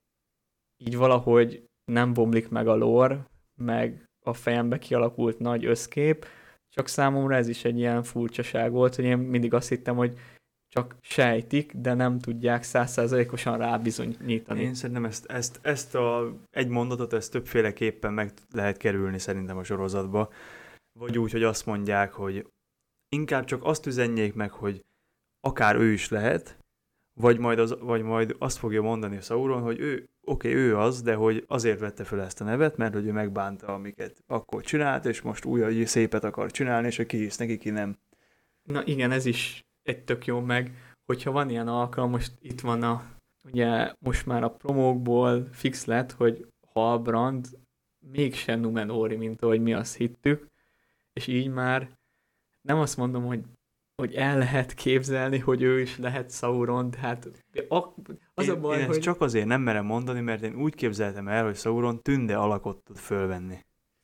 így valahogy nem bomlik meg a lore, meg a fejembe kialakult nagy összkép, csak számomra ez is egy ilyen furcsaság volt, hogy én mindig azt hittem, hogy csak sejtik, de nem tudják százszázalékosan rábizonyítani. Én szerintem ezt, ezt, ezt a egy mondatot, ezt többféleképpen meg lehet kerülni szerintem a sorozatba. Vagy úgy, hogy azt mondják, hogy inkább csak azt üzenjék meg, hogy akár ő is lehet, vagy majd, az, vagy majd azt fogja mondani a Sauron, hogy ő, oké, ő az, de hogy azért vette fel ezt a nevet, mert hogy ő megbánta, amiket akkor csinált, és most újra szépet akar csinálni, és hogy ki hisz neki, ki nem. Na igen, ez is egy tök jó meg, hogyha van ilyen alkalom, most itt van a, ugye most már a promókból fix lett, hogy Halbrand mégsem Numenóri, mint ahogy mi azt hittük, és így már nem azt mondom, hogy, hogy el lehet képzelni, hogy ő is lehet Sauron, tehát az én, a baj, én ezt hogy... csak azért nem merem mondani, mert én úgy képzeltem el, hogy Sauron tünde alakot tud fölvenni.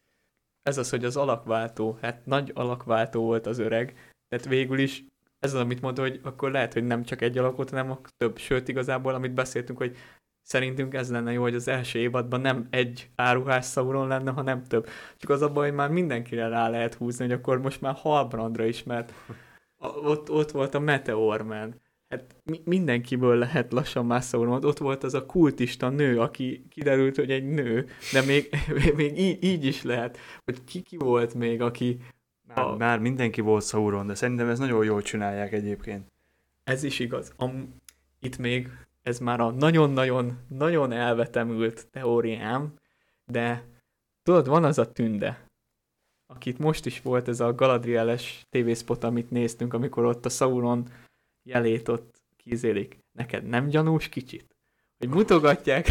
Ez az, hogy az alakváltó, hát nagy alakváltó volt az öreg, tehát végül is ez az, amit mondta, hogy akkor lehet, hogy nem csak egy alakot, hanem több. Sőt, igazából, amit beszéltünk, hogy szerintünk ez lenne jó, hogy az első évadban nem egy áruhás Sauron lenne, hanem több. Csak az a baj, hogy már mindenkire rá lehet húzni, hogy akkor most már Halbrandra is, mert a, ott, ott volt a Meteorman. Hát mi, mindenkiből lehet lassan már Sauron. Ott volt az a kultista nő, aki kiderült, hogy egy nő, de még, még így, így is lehet. Hogy ki, ki volt még, aki... Már, a... már mindenki volt Sauron, de szerintem ez nagyon jól csinálják egyébként. Ez is igaz. Am, itt még ez már a nagyon-nagyon nagyon elvetemült teóriám, de tudod, van az a tünde, akit most is volt ez a Galadriel-es tévészpot, amit néztünk, amikor ott a Sauron jelét ott kízélik. Neked nem gyanús kicsit? Hogy mutogatják...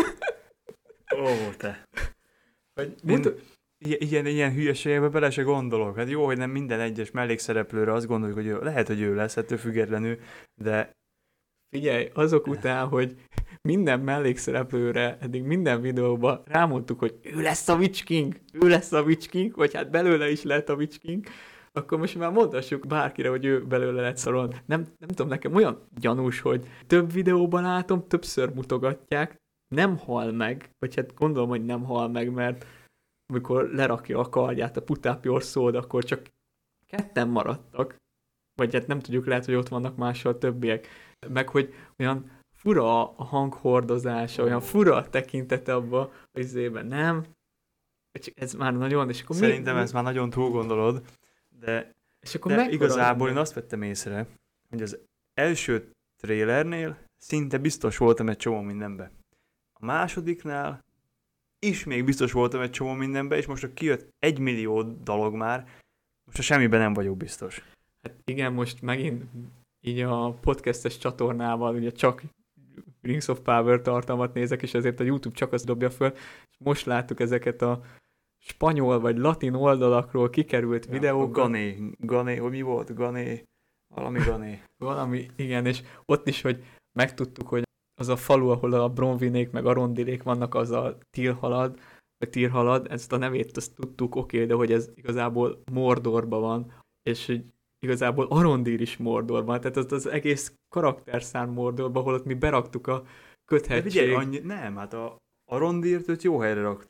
Ó, te... Hogy muto- I- ilyen, ilyen hülyeségekbe bele se gondolok. Hát jó, hogy nem minden egyes mellékszereplőre azt gondoljuk, hogy ő, lehet, hogy ő lesz, ettől függetlenül, de... Figyelj, azok után, hogy minden mellékszereplőre, eddig minden videóban rámondtuk, hogy ő lesz a Witch King, ő lesz a Witch King, vagy hát belőle is lehet a Witch King, akkor most már mondhassuk bárkire, hogy ő belőle lett Sauron. Nem, nem tudom, nekem olyan gyanús, hogy több videóban látom, többször mutogatják, nem hal meg, vagy hát gondolom, hogy nem hal meg, mert amikor lerakja a kardját a Put Up Your Sword, akkor csak ketten maradtak, vagy hát nem tudjuk, lehet, hogy ott vannak mással többiek, meg hogy olyan fura a hanghordozása, olyan fura a tekintete abba az izében, nem? Ez már nagyon, és akkor Szerintem mi, ezt már nagyon túl gondolod, de, és akkor de igazából lenne? én azt vettem észre, hogy az első trailernél szinte biztos voltam egy csomó mindenbe. A másodiknál is még biztos voltam egy csomó mindenbe, és most a kijött egy millió dolog már, most a semmiben nem vagyok biztos. Hát igen, most megint így a podcastes csatornával ugye csak Rings of Power tartalmat nézek, és ezért a YouTube csak azt dobja föl, és most láttuk ezeket a spanyol vagy latin oldalakról kikerült ja, videókat. Gané, Gané, hogy mi volt? Gané, valami Gané. Valami, igen, és ott is, hogy megtudtuk, hogy az a falu, ahol a Bronwinék meg Arondilék vannak, az a Tirhalad, vagy Tirhalad, ezt a nevét azt tudtuk, oké, okay, de hogy ez igazából Mordorban van, és hogy igazából Arondir is Mordorban, tehát az, az egész karakterszám Mordorban, ahol ott mi beraktuk a köthetség. De figyelj, annyi, nem, hát a Arondirt őt jó helyre raktuk.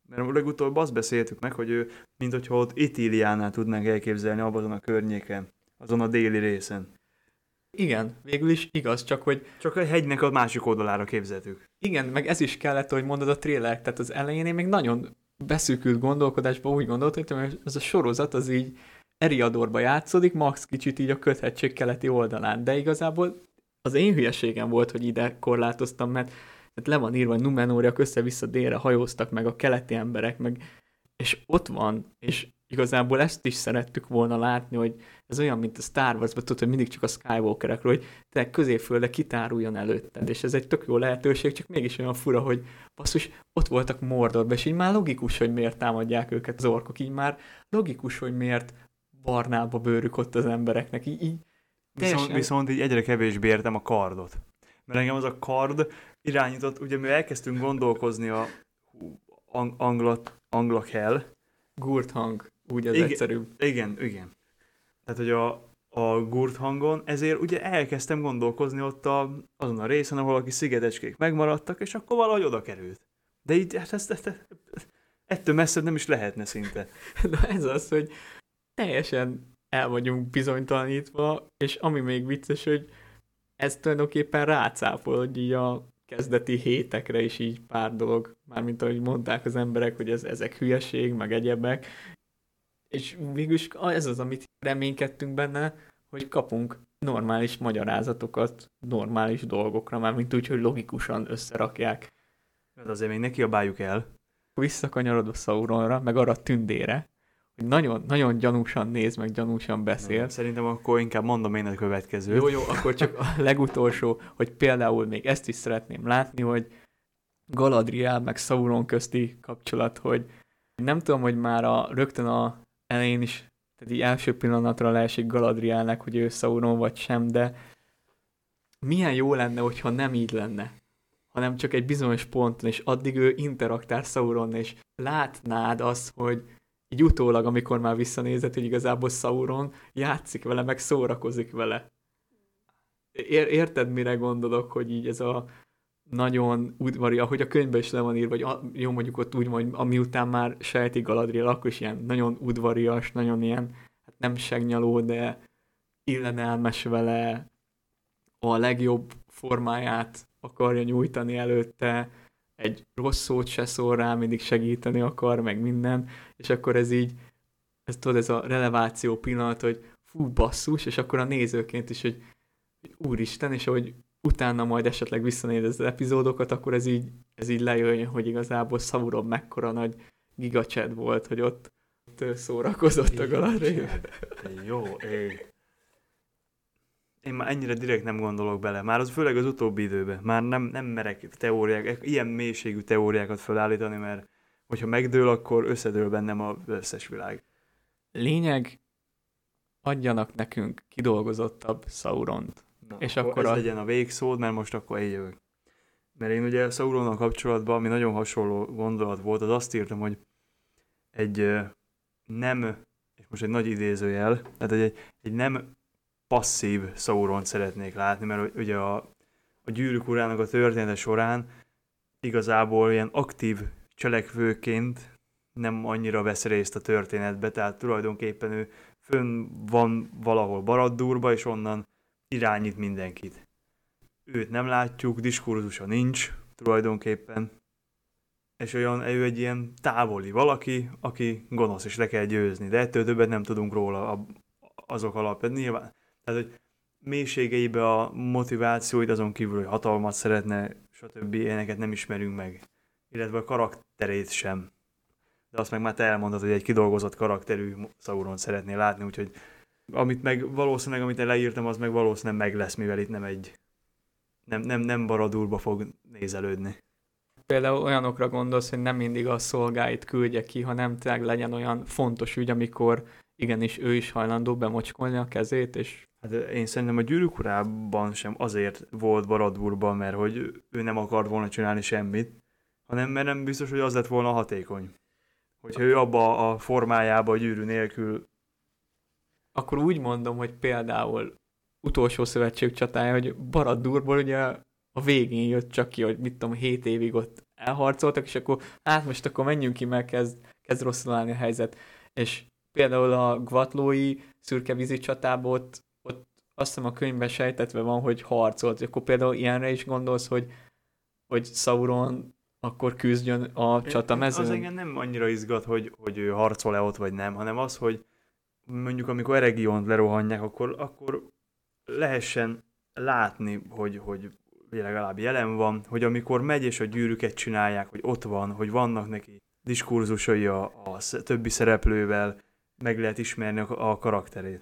Mert legutóbb azt beszéltük meg, hogy ő, mint hogyha ott Itíliánál tudnánk elképzelni abban a környéken, azon a déli részen. Igen, végül is igaz, csak hogy... Csak a hegynek a másik oldalára képzeltük. Igen, meg ez is kellett, hogy mondod a trailer, tehát az elején én még nagyon beszűkült gondolkodásban úgy gondoltam, hogy ez a sorozat az így Eriadorba játszódik, max kicsit így a köthetség keleti oldalán, de igazából az én hülyeségem volt, hogy ide korlátoztam, mert le van írva, hogy Numenóriak össze-vissza délre hajóztak meg a keleti emberek, meg, és ott van, és igazából ezt is szerettük volna látni, hogy ez olyan, mint a Star Wars-ban, tudod, hogy mindig csak a Skywalkerekről, hogy te középfölde kitáruljon előtted, és ez egy tök jó lehetőség, csak mégis olyan fura, hogy basszus, ott voltak Mordorban, és így már logikus, hogy miért támadják őket az orkok, így már logikus, hogy miért barnába bőrük ott az embereknek, így, így teljesen... viszont, viszont így egyre kevésbé értem a kardot. Mert engem az a kard irányított, ugye mi elkezdtünk gondolkozni a anglat, anglak-hell. Gurthang, úgy az igen, egyszerűbb. Igen, igen. Tehát, hogy a, a Gurthangon, ezért ugye elkezdtem gondolkozni ott a, azon a részen, ahol a kis szigetecskék megmaradtak, és akkor valahogy oda került. De így, hát ezt, ezt, ezt, ettől messzebb nem is lehetne szinte. Na ez az, hogy teljesen el vagyunk bizonytalanítva, és ami még vicces, hogy ez tulajdonképpen rácápol, hogy így a kezdeti hétekre is így pár dolog, mármint ahogy mondták az emberek, hogy ez, ezek hülyeség, meg egyebek, és végülis ez az, amit reménykedtünk benne, hogy kapunk normális magyarázatokat normális dolgokra, mármint úgy, hogy logikusan összerakják. De azért még ne kiabáljuk el. Visszakanyarodva Sauronra, meg arra a tündére, hogy nagyon, nagyon gyanúsan néz, meg gyanúsan beszél. Na, szerintem akkor inkább mondom én a következőt. Jó, jó, akkor csak a legutolsó, hogy például még ezt is szeretném látni, hogy Galadriel meg Sauron közti kapcsolat, hogy nem tudom, hogy már a, rögtön a elején is, tehát így első pillanatra leesik Galadrielnek, hogy ő Sauron vagy sem, de milyen jó lenne, hogyha nem így lenne, hanem csak egy bizonyos ponton, és addig ő interaktál Sauron, és látnád azt, hogy így utólag, amikor már visszanézett, hogy igazából Sauron játszik vele, meg szórakozik vele. Ér- érted, mire gondolok, hogy így ez a nagyon udvari, ahogy a könyvben is le van írva, vagy a, jó mondjuk ott úgy mondjuk, ami után már sejti Galadriel, akkor is ilyen nagyon udvarias, nagyon ilyen, hát nem segnyaló, de illenelmes vele, a legjobb formáját akarja nyújtani előtte, egy rossz szót se szól rá, mindig segíteni akar, meg minden, és akkor ez így, ez tudod, ez a releváció pillanat, hogy fú, basszus, és akkor a nézőként is, hogy úristen, és ahogy utána majd esetleg visszanéz az epizódokat, akkor ez így, ez így lejöjjön, hogy igazából Sauron mekkora nagy gigacsed volt, hogy ott, ott szórakozott a Galadriel. Jó, ég. Én már ennyire direkt nem gondolok bele. Már az főleg az utóbbi időben. Már nem, nem merek teóriák, ilyen mélységű teóriákat felállítani, mert hogyha megdől, akkor összedől bennem az összes világ. Lényeg, adjanak nekünk kidolgozottabb Sauront. Na, és akkor, akkor ez a... legyen a végszód, mert most akkor én jövök. Mert én ugye Sauronnal kapcsolatban, ami nagyon hasonló gondolat volt, az azt írtam, hogy egy nem, és most egy nagy idézőjel, tehát egy, egy nem passzív Sauront szeretnék látni, mert ugye a, a Gyűrűk urának a története során igazából ilyen aktív cselekvőként nem annyira vesz részt a történetbe, tehát tulajdonképpen ő fönn van valahol Barad-dûrba, és onnan irányít mindenkit. Őt nem látjuk, diskurzusa nincs tulajdonképpen, és olyan, ő egy ilyen távoli valaki, aki gonosz, és le kell győzni, de ettől többet nem tudunk róla azok alapján. Nyilván, tehát, hogy mélységeibe a motivációid azon kívül, hogy hatalmat szeretne, stb. Ilyeneket nem ismerünk meg, illetve a karakterét sem. De azt meg már te elmondod, hogy egy kidolgozott karakterű Sauron szeretnél látni, úgyhogy amit meg valószínűleg, amit én leírtam, az meg valószínűleg meg lesz, mivel itt nem egy nem, nem, nem Barad-dûrba fog nézelődni. Például olyanokra gondolsz, hogy nem mindig a szolgáit küldje ki, hanem tényleg legyen olyan fontos ügy, amikor igenis ő is hajlandó bemocskolni a kezét, és... Hát én szerintem a Gyűrűk urában sem azért volt Barad-dûrban, mert hogy ő nem akart volna csinálni semmit, hanem mert nem biztos, hogy az lett volna hatékony. Hogyha ő abba a formájába a gyűrű nélkül... Akkor úgy mondom, hogy például utolsó szövetség csatája, hogy Barad-dûrból ugye a végén jött csak ki, hogy mit tudom, hét évig ott elharcoltak, és akkor hát most akkor menjünk ki, mert kezd, kezd rosszul állni a helyzet. És például a gvatlói szürkevízi csatából ott, ott azt hiszem a könyvben sejtetve van, hogy harcolt. Akkor például ilyenre is gondolsz, hogy, hogy Sauron akkor küzdjön a csatamezőn? Az engem nem annyira izgat, hogy, hogy ő harcol-e ott vagy nem, hanem az, hogy mondjuk amikor Eregiont lerohanják, akkor, akkor lehessen látni, hogy, hogy legalább jelen van, hogy amikor megy és a gyűrűket csinálják, hogy ott van, hogy vannak neki diskurzusai a, a többi szereplővel, meg lehet ismerni a, a karakterét.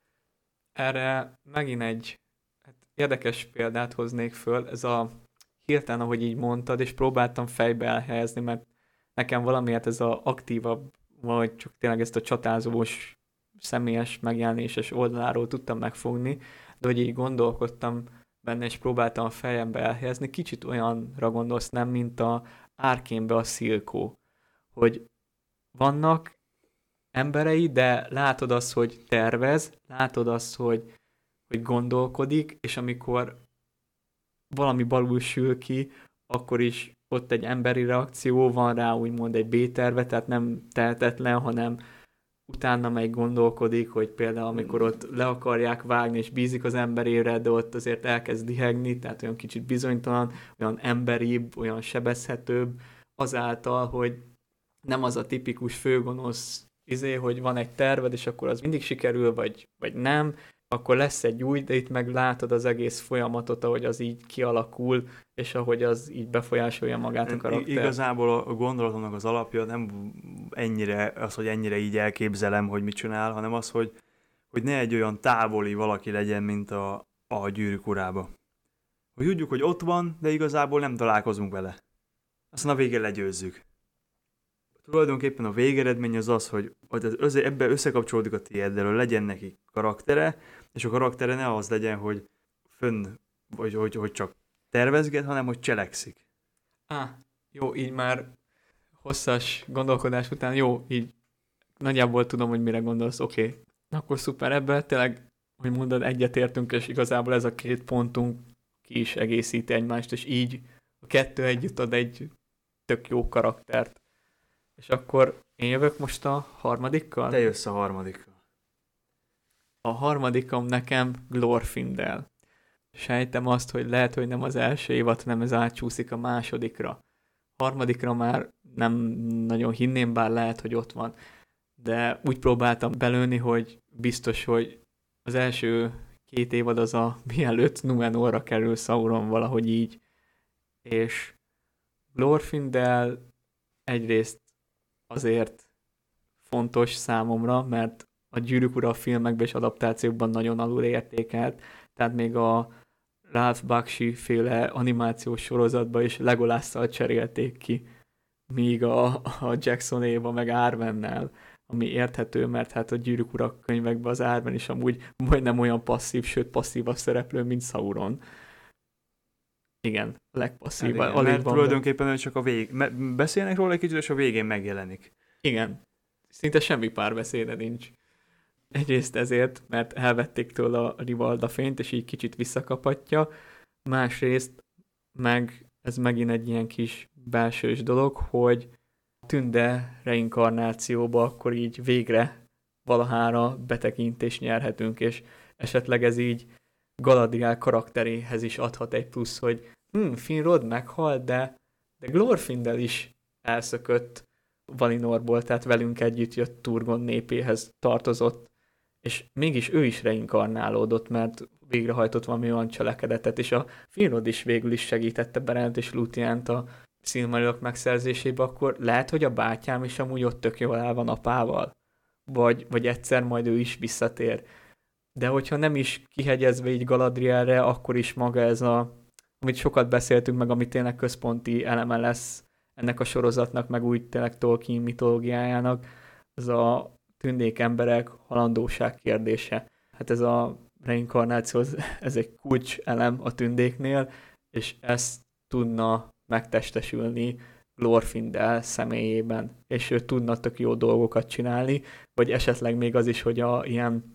Erre megint egy hát érdekes példát hoznék föl, ez a hirtelen, ahogy így mondtad, és próbáltam fejbe elhelyezni, mert nekem valamiért ez az aktívabb, vagy csak tényleg ezt a csatázós, személyes megjelenéses oldaláról tudtam megfogni, de hogy így gondolkodtam benne, és próbáltam a fejembe elhelyezni, kicsit olyanra gondolsz, nem, mint a Arkénbe a Szilkó, hogy vannak emberei, de látod azt, hogy tervez, látod azt, hogy, hogy gondolkodik, és amikor valami balul sül ki, akkor is ott egy emberi reakció, van rá úgymond egy B-terve, tehát nem tehetetlen, hanem utána meg gondolkodik, hogy például amikor ott le akarják vágni, és bízik az emberére, de ott azért elkezd dihegni, tehát olyan kicsit bizonytalan, olyan emberibb, olyan sebezhetőbb, azáltal, hogy nem az a tipikus főgonosz izé, hogy van egy terved, és akkor az mindig sikerül, vagy, vagy nem, akkor lesz egy új, de itt meg látod az egész folyamatot, ahogy az így kialakul, és ahogy az így befolyásolja magát a karakter. Igazából a gondolatomnak az alapja nem ennyire az, hogy ennyire így elképzelem, hogy mit csinál, hanem az, hogy, hogy ne egy olyan távoli valaki legyen, mint a, a Gyűrűk urába. Hogy tudjuk, hogy ott van, de igazából nem találkozunk vele. Aztán a végén legyőzzük. Tulajdonképpen a végeredmény az az, hogy ebbe összekapcsolódik a tiéddel, hogy legyen neki karaktere, és a karaktere ne az legyen, hogy fönn, vagy hogy, hogy csak tervezget, hanem hogy cselekszik. Á, jó, így már hosszas gondolkodás után, jó, így nagyjából tudom, hogy mire gondolsz, oké. Okay. Akkor szuper, ebben tényleg, hogy mondod, egyetértünk, és igazából ez a két pontunk ki is egészíti egymást, és így a kettő együtt ad egy tök jó karaktert. És akkor én jövök most a harmadikkal? Te jössz a harmadikkal. A harmadikom nekem Glorfindel. Sejtem azt, hogy lehet, hogy nem az első évad, hanem ez átcsúszik a másodikra. Harmadikra már nem nagyon hinném, bár lehet, hogy ott van. De úgy próbáltam belőni, hogy biztos, hogy az első két évad az a mielőtt Númenorra kerül Sauron valahogy így. És Glorfindel egyrészt azért fontos számomra, mert a Gyűrűk ura a filmekben és adaptációkban nagyon alul értékelt, tehát még a Ralph Bakshi féle animációs sorozatban is Legolásszal cserélték ki, míg a, a Jacksonéba meg Arwennel, ami érthető, mert hát a Gyűrűk ura könyvekben az Arwen is amúgy majdnem olyan passzív, sőt passzívabb szereplő, mint Sauron. Igen, a legpasszívabb. Hát igen, mert tulajdonképpen ő csak a vég... beszélnek róla egy kicsit, és a végén megjelenik. Igen. Szinte semmi párbeszéde nincs. Egyrészt ezért, mert elvették tőle a Rivalda fényt, és így kicsit visszakapatja. Másrészt meg ez megint egy ilyen kis belsős dolog, hogy Tünde reinkarnációba akkor így végre valahára betekintést nyerhetünk, és esetleg ez így Galadriel karakteréhez is adhat egy plusz, hogy hm, Finrod meghalt, de, de Glorfindel is elszökött Valinorból, tehát velünk együtt jött Turgon népéhez tartozott, és mégis ő is reinkarnálódott, mert végrehajtott valami olyan cselekedetet, és a Finrod is végül is segítette Berent és Lúthiánt a Silmarillok megszerzésébe, akkor lehet, hogy a bátyám is amúgy ott tök jól el van apával, vagy, vagy egyszer majd ő is visszatér. De hogyha nem is kihegyezve így Galadrielre, akkor is maga ez a, amit sokat beszéltünk meg, ami tényleg központi eleme lesz ennek a sorozatnak, meg úgy tényleg Tolkien mitológiájának, az a tündék emberek halandóság kérdése. Hát ez a reinkarnáció, ez egy kulcs elem a tündéknél, és ezt tudna megtestesülni Glorfindel személyében, és ő tudna tök jó dolgokat csinálni, vagy esetleg még az is, hogy a ilyen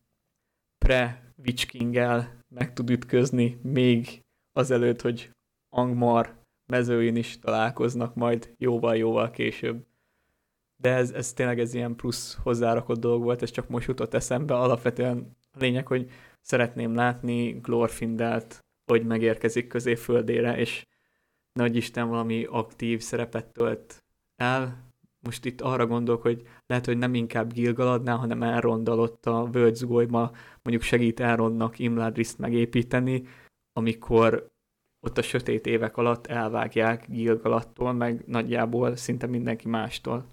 pre-Witch King-el meg tud ütközni még azelőtt, hogy Angmar mezőin is találkoznak majd jóval-jóval később. De ez, ez tényleg ez ilyen plusz hozzárakott dolog volt, ez csak most jutott eszembe. Alapvetően a lényeg, hogy szeretném látni Glorfindelt, hogy megérkezik Középföldére, és nagy Isten valami aktív szerepet tölt el. Most itt arra gondolok, hogy lehet, hogy nem inkább Gil-galadnál, hanem Elrondal ott a völgyzugolyba mondjuk segít Elrondnak Imladriszt megépíteni, amikor ott a sötét évek alatt elvágják Gil-galadtól, meg nagyjából szinte mindenki mástól.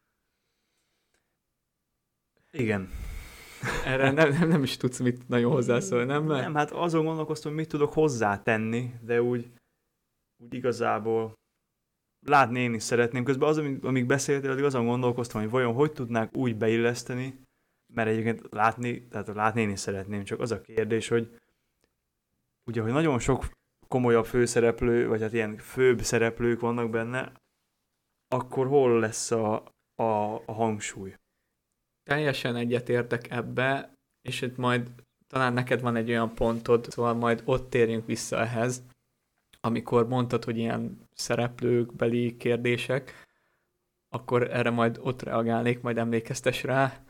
Igen. Erre nem, nem, nem is tudsz mit nagyon hozzászólni, nem? Mert... Nem, hát azon gondolkoztam, hogy mit tudok hozzátenni, de úgy, úgy igazából látni én is szeretném. Közben az, amíg, amíg beszéltél, addig azon gondolkoztam, hogy vajon hogy tudnák úgy beilleszteni, mert egyébként látni, tehát látni én is szeretném, csak az a kérdés, hogy ugye, hogy nagyon sok komolyabb főszereplő, vagy hát ilyen főbb szereplők vannak benne, akkor hol lesz a, a, a hangsúly? Teljesen egyetértek ebbe, és itt majd talán neked van egy olyan pontod, szóval majd ott térjünk vissza ehhez, amikor mondtad, hogy ilyen szereplőkbeli kérdések, akkor erre majd ott reagálnék, majd emlékeztes rá.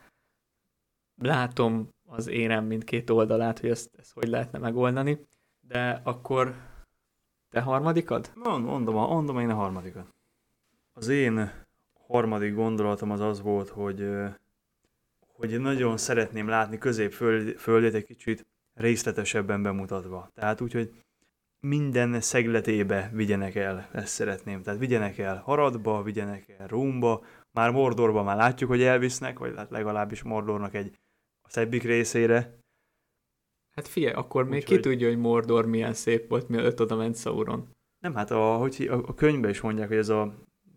Látom az érem mindkét oldalát, hogy ezt, ezt hogy lehetne megoldani, de akkor te harmadikad? Mond, mondom, mondom én a harmadikat. Az én harmadik gondolatom az az volt, hogy, hogy nagyon szeretném látni Középföldét egy kicsit részletesebben bemutatva. Tehát úgy, hogy minden szegletébe vigyenek el, ezt szeretném. Tehát vigyenek el Haradba, vigyenek el Rúmba, már Mordorba már látjuk, hogy elvisznek, vagy legalábbis Mordornak egy a szebbik részére. Hát figyelj, akkor még Úgy, ki hogy... tudja, hogy Mordor milyen szép volt, mielőtt oda ment Sauron. Nem, hát a, hogy, a, a könyvben is mondják, hogy ez a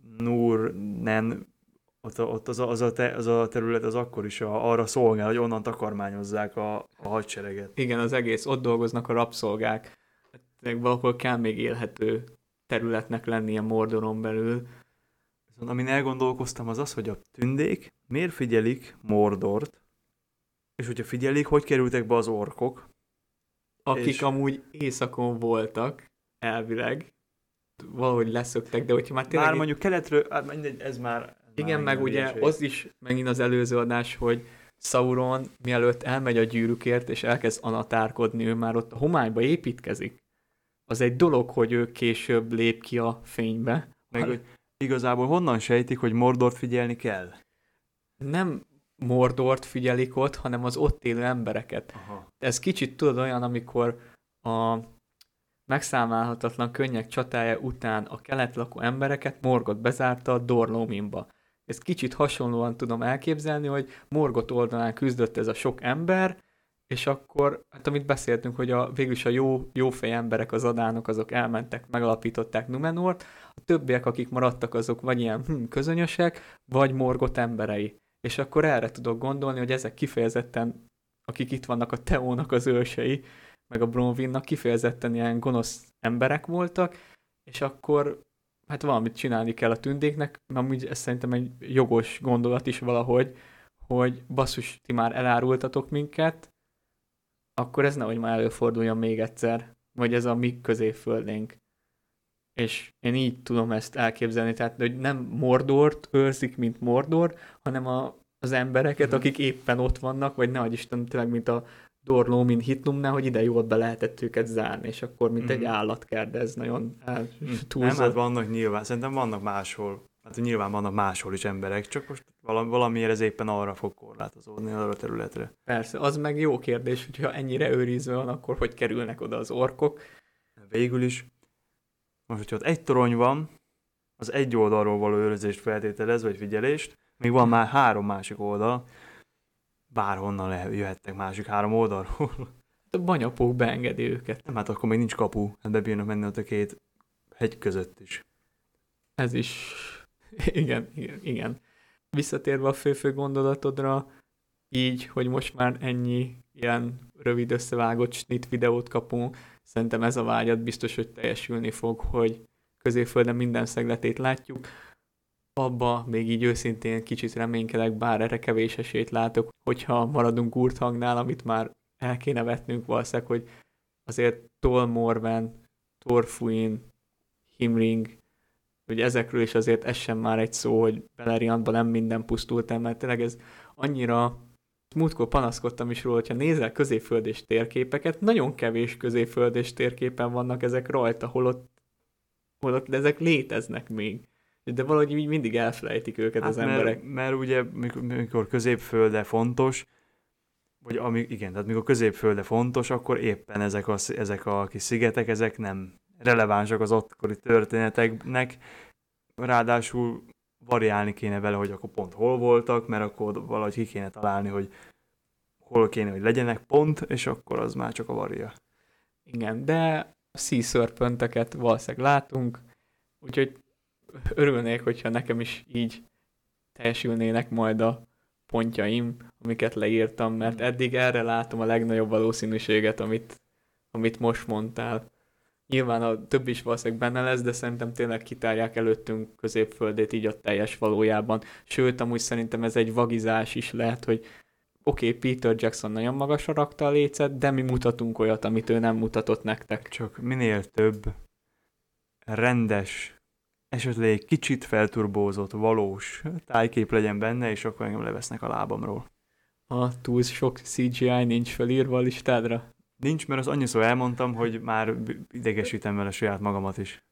Núr-nen, ott, a, ott az, a, az, a te, az a terület az akkor is a, arra szolgál, hogy onnan takarmányozzák a, a hadsereget. Igen, az egész, ott dolgoznak a rabszolgák. Hát, valahol kell még élhető területnek lennie Mordoron belül. Viszont amin elgondolkoztam az az, hogy a tündék miért figyelik Mordort, és hogyha figyelik, hogy kerültek be az orkok. Akik és... amúgy északon voltak, elvileg, valahogy leszöktek, de hogyha már tényleg... Már mondjuk keletről, hát mindegy, ez már... Ez igen, már meg ugye hülyeség. az is megint az előző adás, hogy Sauron mielőtt elmegy a gyűrűkért, és elkezd anatárkodni, ő már ott a homályba építkezik. Az egy dolog, hogy ő később lép ki a fénybe. Meg, hogy igazából honnan sejtik, hogy Mordort figyelni kell? Nem Mordort figyelik ott, hanem az ott élő embereket. Aha. Ez kicsit tudod olyan, amikor a megszámálhatatlan könnyek csatája után a kelet lakó embereket Morgoth bezárta a Dor-lóminba. Ezt kicsit hasonlóan tudom elképzelni, hogy Morgoth oldalán küzdött ez a sok ember, és akkor, hát amit beszéltünk, hogy a, végülis a jó, jó fej emberek, az adánok, azok elmentek, megalapították Numenort, a többiek, akik maradtak, azok vagy ilyen hm, közönösek, vagy Morgoth emberei. És akkor erre tudok gondolni, hogy ezek kifejezetten, akik itt vannak, a Teónak az ősei, meg a Bronwynnak kifejezetten ilyen gonosz emberek voltak, és akkor hát valamit csinálni kell a tündéknek, mert amúgy ez szerintem egy jogos gondolat is valahogy, hogy basszus, ti már elárultatok minket, akkor ez nehogy már előforduljon még egyszer, vagy ez a mi Középföldénk. És én így tudom ezt elképzelni, tehát hogy nem Mordort őrzik, mint Mordor, hanem a, az embereket, mm-hmm. akik éppen ott vannak, vagy nehogy Isten, tényleg, mint a Dor-lómin Hitnumnál, hogy ide jól be lehetett őket zárni, és akkor mint mm-hmm. egy állatkert, ez nagyon túlzott. Nem, hát vannak nyilván, szerintem vannak máshol, hát nyilván vannak máshol is emberek, csak most valami, valamiért ez éppen arra fog korlátozódni, arra a területre. Persze, az meg jó kérdés, hogyha ennyire őrizve van, akkor hogy kerülnek oda az orkok? Végül is, most, hogyha ott egy torony van, az egy oldalról való őrzést feltételez, vagy figyelést, még van már három másik oldal, bárhonnan le, jöhettek másik három oldalról. A banyapók beengedi őket. Nem, hát akkor még nincs kapu, hát bebírnak menni ott a két hegy között is. Ez is, igen, igen, igen. Visszatérve a fő-fő gondolatodra, így, hogy most már ennyi ilyen rövid összevágott snit videót kapunk, szerintem ez a vágyat biztos, hogy teljesülni fog, hogy Középföldön minden szegletét látjuk. Abba még így őszintén kicsit reménykedek, bár erre kevés esélyt látok, hogyha maradunk Urthangnál, amit már el kéne vetnünk valószínűleg, hogy azért Tol Morven, Thorfuin, Himring, ugye ezekről is azért ez sem már egy szó, hogy Beleriandban nem minden pusztult el, mert tényleg ez annyira, múltkor panaszkodtam is róla, hogyha nézel középföldés térképeket, nagyon kevés középföldés térképen vannak ezek rajta, holott, holott de ezek léteznek még. De valahogy így mindig elfelejtik őket hát az mert, emberek. Mert ugye, mikor, mikor középfölde fontos, vagy ami, igen, tehát mikor középfölde fontos, akkor éppen ezek a, ezek a kis szigetek, ezek nem relevánsak az akkori történeteknek, ráadásul variálni kéne vele, hogy akkor pont hol voltak, mert akkor valahogy ki kéne találni, hogy hol kéne, hogy legyenek pont, és akkor az már csak a varia. Igen, de Sea Serpenteket valószínűleg látunk, úgyhogy örülnék, hogyha nekem is így teljesülnének majd a pontjaim, amiket leírtam, mert eddig erre látom a legnagyobb valószínűséget, amit, amit most mondtál. Nyilván a többi is valószínűleg benne lesz, de szerintem tényleg kitárják előttünk középföldét így a teljes valójában. Sőt, amúgy szerintem ez egy vagizás is lehet, hogy oké, okay, Peter Jackson nagyon magasra rakta a lécet, de mi mutatunk olyat, amit ő nem mutatott nektek. Csak minél több rendes, esetleg egy kicsit felturbózott, valós tájkép legyen benne, és akkor engem levesznek a lábamról. A túl sok cé gé í nincs felírva a listádra? Nincs, mert azt annyiszor elmondtam, hogy már idegesítem vele saját magamat is.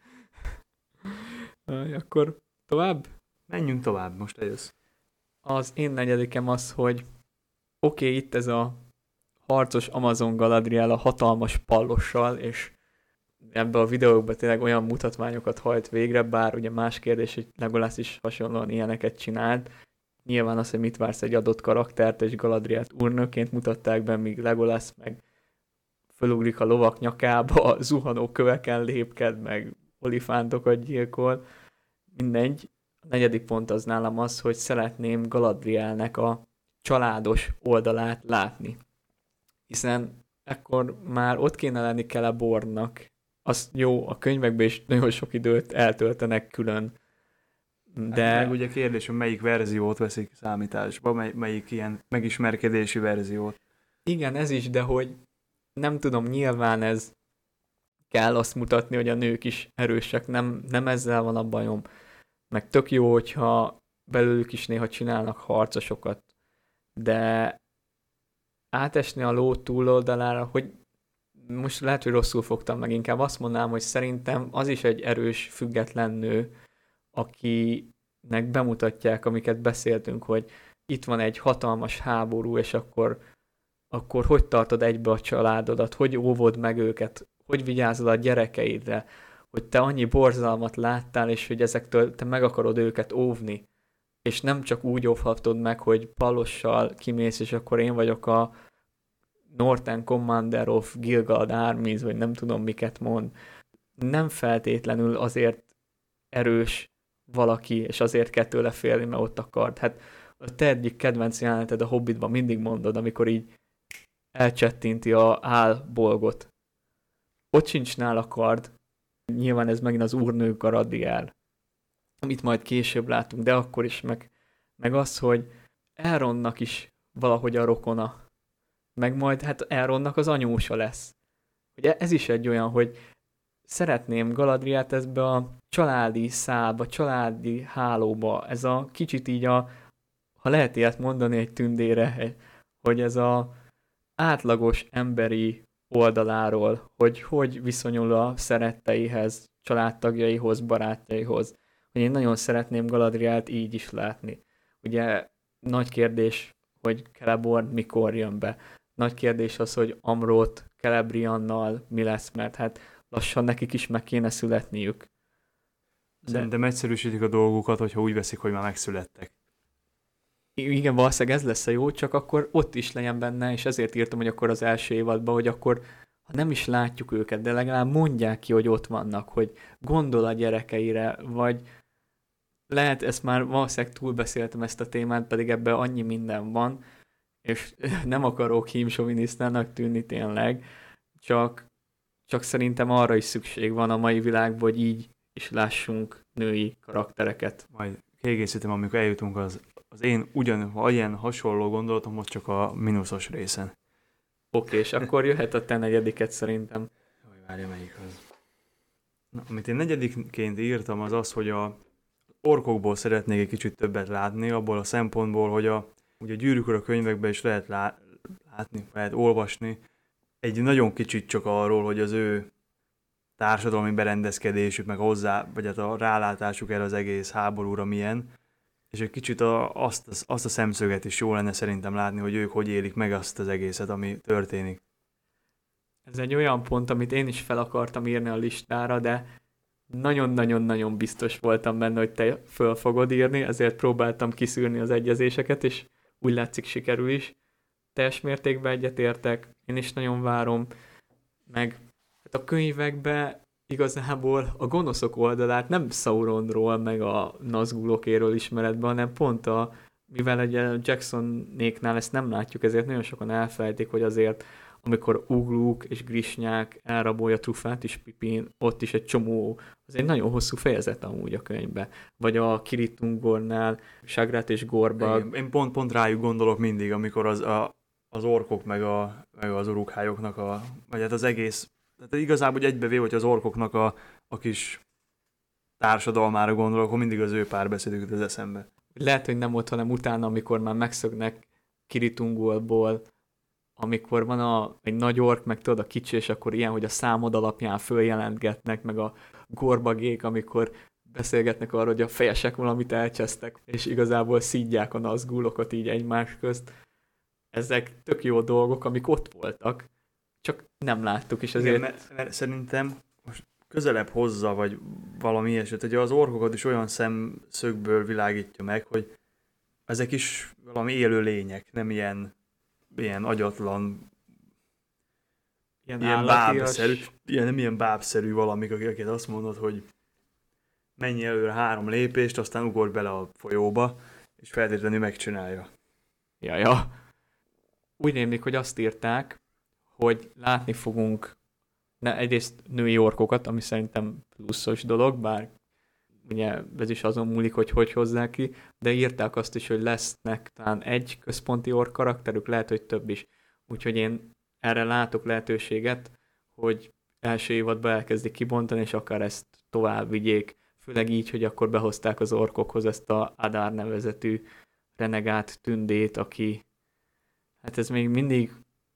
Akkor tovább? Menjünk tovább, most eljössz. Az én negyedikem az, hogy oké, okay, itt ez a harcos Amazon Galadriel a hatalmas pallossal, és ebben a videókban tényleg olyan mutatványokat hajt végre, bár ugye más kérdés, hogy Legolas is hasonlóan ilyeneket csinált. Nyilván az, hogy mit vársz egy adott karaktert, és Galadrielt úrnőként mutatták be, míg Legolas meg fölugrik a lovak nyakába, zuhanó köveken lépked, meg olifántokat gyilkol. Mindegy. A negyedik pont az nálam az, hogy szeretném Galadrielnek a családos oldalát látni. Hiszen ekkor már ott kéne lenni Celebornnak. Az jó, a könyvekben is nagyon sok időt eltöltenek külön. De... Hát meg ugye kérdés, hogy melyik verziót veszik számításba, mely, melyik ilyen megismerkedési verziót. Igen, ez is, de hogy nem tudom, nyilván ez kell azt mutatni, hogy a nők is erősek, nem, nem ezzel van a bajom. Meg tök jó, hogyha belőlük is néha csinálnak harcosokat, de átesni a ló túloldalára, hogy most lehet, hogy rosszul fogtam meg, inkább azt mondanám, hogy szerintem az is egy erős, független nő, akinek bemutatják, amiket beszéltünk, hogy itt van egy hatalmas háború, és akkor, akkor hogy tartod egybe a családodat, hogy óvod meg őket, hogy vigyázol a gyerekeidre, hogy te annyi borzalmat láttál, és hogy ezektől te meg akarod őket óvni, és nem csak úgy óvhatod meg, hogy palossal kimész, és akkor én vagyok a Northern Commander of Gilgalad Armies, vagy nem tudom miket mond. Nem feltétlenül azért erős valaki, és azért kell tőle félni, mert ott akart. Hát a te egyik kedvenc jeleneted a Hobbitban mindig mondod, amikor így elcsettinti a álbolgot. Ott sincs nála kard. Nyilván ez megint az úrnő Galadriel, amit majd később látunk, de akkor is meg, meg az, hogy Elrondnak is valahogy a rokona, meg majd hát Elrondnak az anyósa lesz. Ugye ez is egy olyan, hogy szeretném Galadrielt ezbe a családi szálba, családi hálóba, ez a kicsit így a, ha lehet ilyet mondani egy tündére, hogy ez a átlagos emberi oldaláról, hogy hogy viszonyul a szeretteihez, családtagjaihoz, barátjaihoz. Hogy én nagyon szeretném Galadrielt így is látni. Ugye nagy kérdés, hogy Celeborn mikor jön be. Nagy kérdés az, hogy Amrót Celebriannal mi lesz, mert hát lassan nekik is meg kéne születniük. De... Szerintem egyszerűsítik a dolgokat, hogyha úgy veszik, hogy már megszülettek. Igen, valószínűleg ez lesz a jó, csak akkor ott is legyen benne, és ezért írtam, hogy akkor az első évadban, hogy akkor, ha nem is látjuk őket, de legalább mondják ki, hogy ott vannak, hogy gondol a gyerekeire, vagy lehet, ezt már valószínűleg túlbeszéltem ezt a témát, pedig ebben annyi minden van, és nem akarok hímsovinisztának tűnni tényleg, csak, csak szerintem arra is szükség van a mai világban, hogy így is lássunk női karaktereket. Majd kiegészítem, amikor eljutunk az, az én ugyan ilyen hasonló gondolatomhoz, csak a mínuszos részen. Oké, és akkor jöhet a te negyediket szerintem. Hogy várja, melyik az. Na, amit én negyedikként írtam, az az, hogy a orkokból szeretnék egy kicsit többet látni, abból a szempontból, hogy a, ugye a Gyűrűk Ura könyvekben is lehet lá, látni, lehet olvasni, egy nagyon kicsit csak arról, hogy az ő társadalmi berendezkedésük, meg hozzá, vagy hát a rálátásuk erre az egész háborúra milyen, és egy kicsit a, azt, azt a szemszöget is jó lenne szerintem látni, hogy ők hogy élik meg azt az egészet, ami történik. Ez egy olyan pont, amit én is fel akartam írni a listára, de nagyon-nagyon-nagyon biztos voltam benne, hogy te föl fogod írni, ezért próbáltam kiszűrni az egyezéseket, és úgy látszik sikerül is. Teljes mértékben egyetértek, én is nagyon várom, meg hát a könyvekben igazából a gonoszok oldalát nem Sauronról, meg a Nazgulokéről ismered be, hanem pont a, mivel egy Jacksonéknál ezt nem látjuk, ezért nagyon sokan elfelejtik, hogy azért amikor Ugluk és Grisnyák elrabolja Trufát és Pipin, ott is egy csomó, az egy nagyon hosszú fejezet amúgy a könyvbe. Vagy a Kiritungornál Sagrát és Gorbag. Igen, én pont, pont rájuk gondolok mindig, amikor az, a, az orkok meg, a, meg az urukhályoknak, a, vagy hát az egész, tehát igazából hogy egybevéve, hogy az orkoknak a, a kis társadalmára gondolok, akkor mindig az ő párbeszédük jut az eszembe. Lehet, hogy nem ott, hanem utána, amikor már megszöknek Kiritungolból, amikor van a, egy nagy ork, meg tudod a kicsi, és akkor ilyen, hogy a számod alapján följelentgetnek, meg a gorbagék, amikor beszélgetnek arról, hogy a fejesek valamit elcsesztek, és igazából szídják a nazgulokat így egymás közt. Ezek tök jó dolgok, amik ott voltak, csak nem láttuk, és ezért... Igen, mert, mert szerintem most közelebb hozza, vagy valami ilyesmit, hogy az orkokat is olyan szemszögből világítja meg, hogy ezek is valami élő lények, nem ilyen ilyen agyatlan, ilyen, ilyen bábszerű, ilyen, nem ilyen bábszerű valamik, akiket azt mondod, hogy menj előre három lépést, aztán ugorj bele a folyóba, és feltétlenül megcsinálja. Ja, ja. Úgy rémlik, hogy azt írták, hogy látni fogunk ne, egyrészt női orkokat, ami szerintem pluszos dolog, bár ugye ez is azon múlik, hogy hogy hozzák ki, de írták azt is, hogy lesznek talán egy központi ork karakterük, lehet, hogy több is. Úgyhogy én erre látok lehetőséget, hogy első évadban elkezdik kibontani, és akár ezt tovább vigyék. Főleg így, hogy akkor behozták az orkokhoz ezt a Adar nevezetű renegát tündét, aki, hát ez még mindig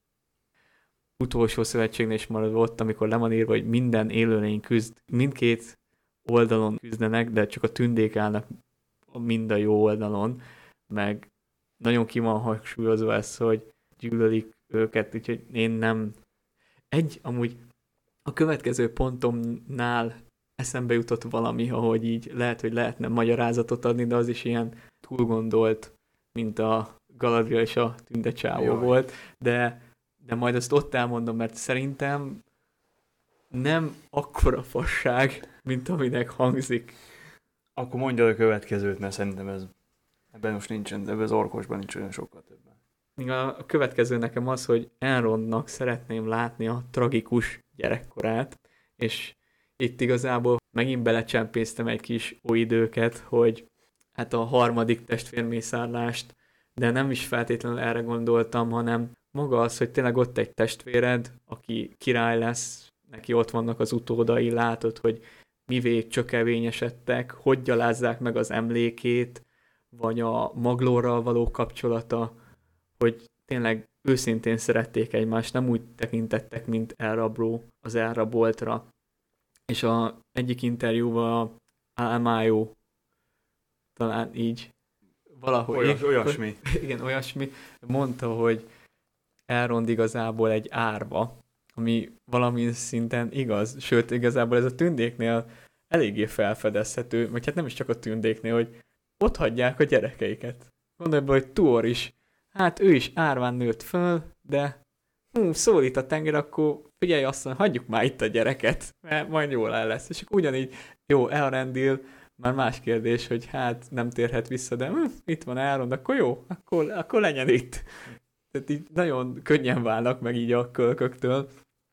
utolsó szövetségnél is maradva ott, amikor le van írva, hogy minden élőlény küzd, mindkét oldalon küzdenek, de csak a tündék állnak mind a jó oldalon, meg nagyon ki van hangsúlyozva ez, hogy gyűlölik őket, úgyhogy én nem... Egy, amúgy a következő pontomnál eszembe jutott valami, ahogy így lehet, hogy lehetne magyarázatot adni, de az is ilyen túlgondolt, mint a Galadriel és a tündecsávó volt, de, de majd azt ott elmondom, mert szerintem nem akkora fasság, mint aminek hangzik. Akkor mondja a következőt, mert szerintem ez ebben most nincsen, de ebben az orkosban nincs olyan sokkal többen. A következő nekem az, hogy Elrondnak szeretném látni a tragikus gyerekkorát, és itt igazából megint belecsempésztem egy kis új időket, hogy hát a harmadik testvérmészárlást, de nem is feltétlenül erre gondoltam, hanem maga az, hogy tényleg ott egy testvéred, aki király lesz, neki ott vannak az utódai, látod, hogy mivé csökevényesedtek, hogy gyalázzák meg az emlékét, vagy a Maglorral való kapcsolata, hogy tényleg őszintén szerették egymást, nem úgy tekintettek, mint elrabló az elraboltra. És a egyik interjúval Almájó, talán így valahogy... Olyas, olyasmi. Igen, olyasmi. Mondta, hogy Elrond igazából egy árva, ami valami szinten igaz, sőt, igazából ez a tündéknél eléggé felfedezhető, vagy hát nem is csak a tündéknél, hogy ott hagyják a gyerekeiket. Gondolj be, hogy Tuor is, hát ő is árván nőtt föl, de hú, szólít a tenger, akkor figyelj, azt mondja, hagyjuk már itt a gyereket, mert majd jól el lesz. És ugyanígy, jó, Elrondil, már más kérdés, hogy hát nem térhet vissza, de hm, itt van Elrond, akkor jó, akkor, akkor legyen itt. Tehát így nagyon könnyen válnak meg így a kölköktől,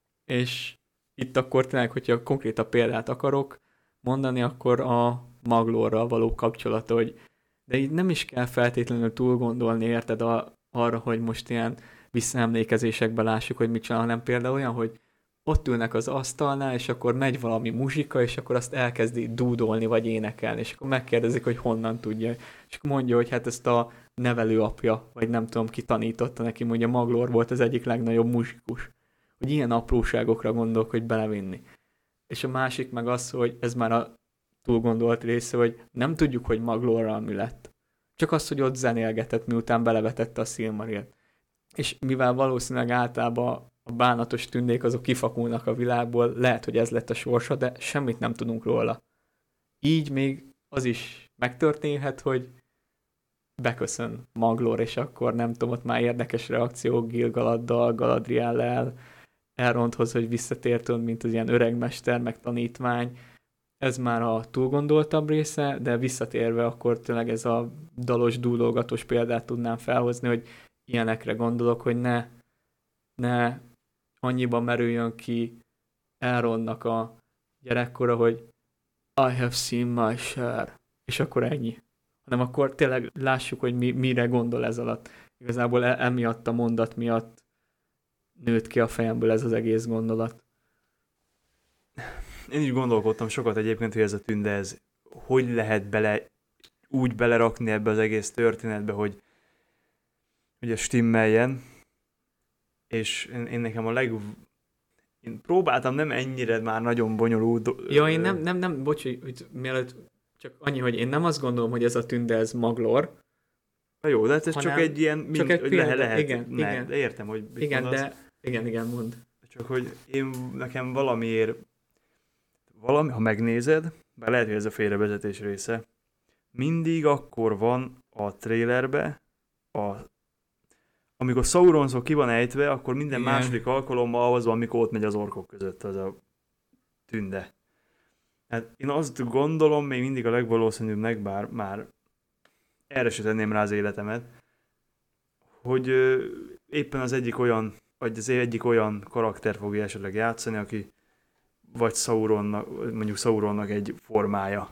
és itt akkor tényleg, hogyha konkrét a példát akarok mondani, akkor a Maglorral való kapcsolata, hogy de így nem is kell feltétlenül túl gondolni, érted, a, arra, hogy most ilyen visszaemlékezésekben lássuk, hogy mit csinál, hanem például olyan, hogy ott ülnek az asztalnál, és akkor megy valami muzsika, és akkor azt elkezdi dúdolni, vagy énekelni, és akkor megkérdezik, hogy honnan tudja. És akkor mondja, hogy hát ezt a nevelőapja, vagy nem tudom ki tanította neki, mondja, Maglor volt az egyik legnagyobb muzsikus. Hogy ilyen apróságokra gondolok, hogy belevinni. És a másik meg az, hogy ez már a túlgondolt része, hogy nem tudjuk, hogy Maglorral mi lett. Csak az, hogy ott zenélgetett, miután belevetette a Silmarilt. És mivel valószínűleg általában a bánatos tündék azok kifakulnak a világból, lehet, hogy ez lett a sorsa, de semmit nem tudunk róla. Így még az is megtörténhet, hogy beköszön Maglor, és akkor nem tudom, ott már érdekes reakciók Gil-galaddal, Galadriellel, Elrondhoz, hogy visszatért, mint az ilyen öregmester, meg tanítvány. Ez már a túlgondoltabb része, de visszatérve akkor tényleg ez a dalos, dúdolgatós példát tudnám felhozni, hogy ilyenekre gondolok, hogy ne, ne annyiban merüljön ki Elrondnak a gyerekkora, hogy I have seen my share, és akkor ennyi. Hanem akkor tényleg lássuk, hogy mi, mire gondol ez alatt. Igazából e- emiatt a mondat miatt nőtt ki a fejemből ez az egész gondolat. Én is gondolkodtam sokat egyébként, hogy ez a tünde, ez hogy lehet bele, úgy belerakni ebbe az egész történetbe, hogy, hogy ez stimmeljen. És én, én nekem a leg... Én próbáltam nem ennyire már nagyon bonyolult... Ja, én nem, nem, nem, bocs, hogy mielőtt csak annyi, hogy én nem azt gondolom, hogy ez a tünde, ez Maglor. Na jó, de ez csak egy ilyen... Mind, csak egy hogy pillanat, lehet, igen, ne, igen. De értem, hogy... Igen, mondasz. de... Igen, igen, mond. Csak hogy én nekem valamiért... Valami, ha megnézed, bár lehet, hogy ez a félrevezetés része, mindig akkor van a trailerbe, a, amikor Sauron szó ki van ejtve, akkor minden Igen. második alkalommal az van, amikor ott megy az orkok között az a tünde. Hát én azt gondolom, még mindig a legvalószínűbbnek, bár már erre se tenném rá az életemet, hogy ö, éppen az egyik olyan, vagy az egyik olyan karakter fogja esetleg játszani, aki vagy Sauronnak, mondjuk Sauronnak egy formája.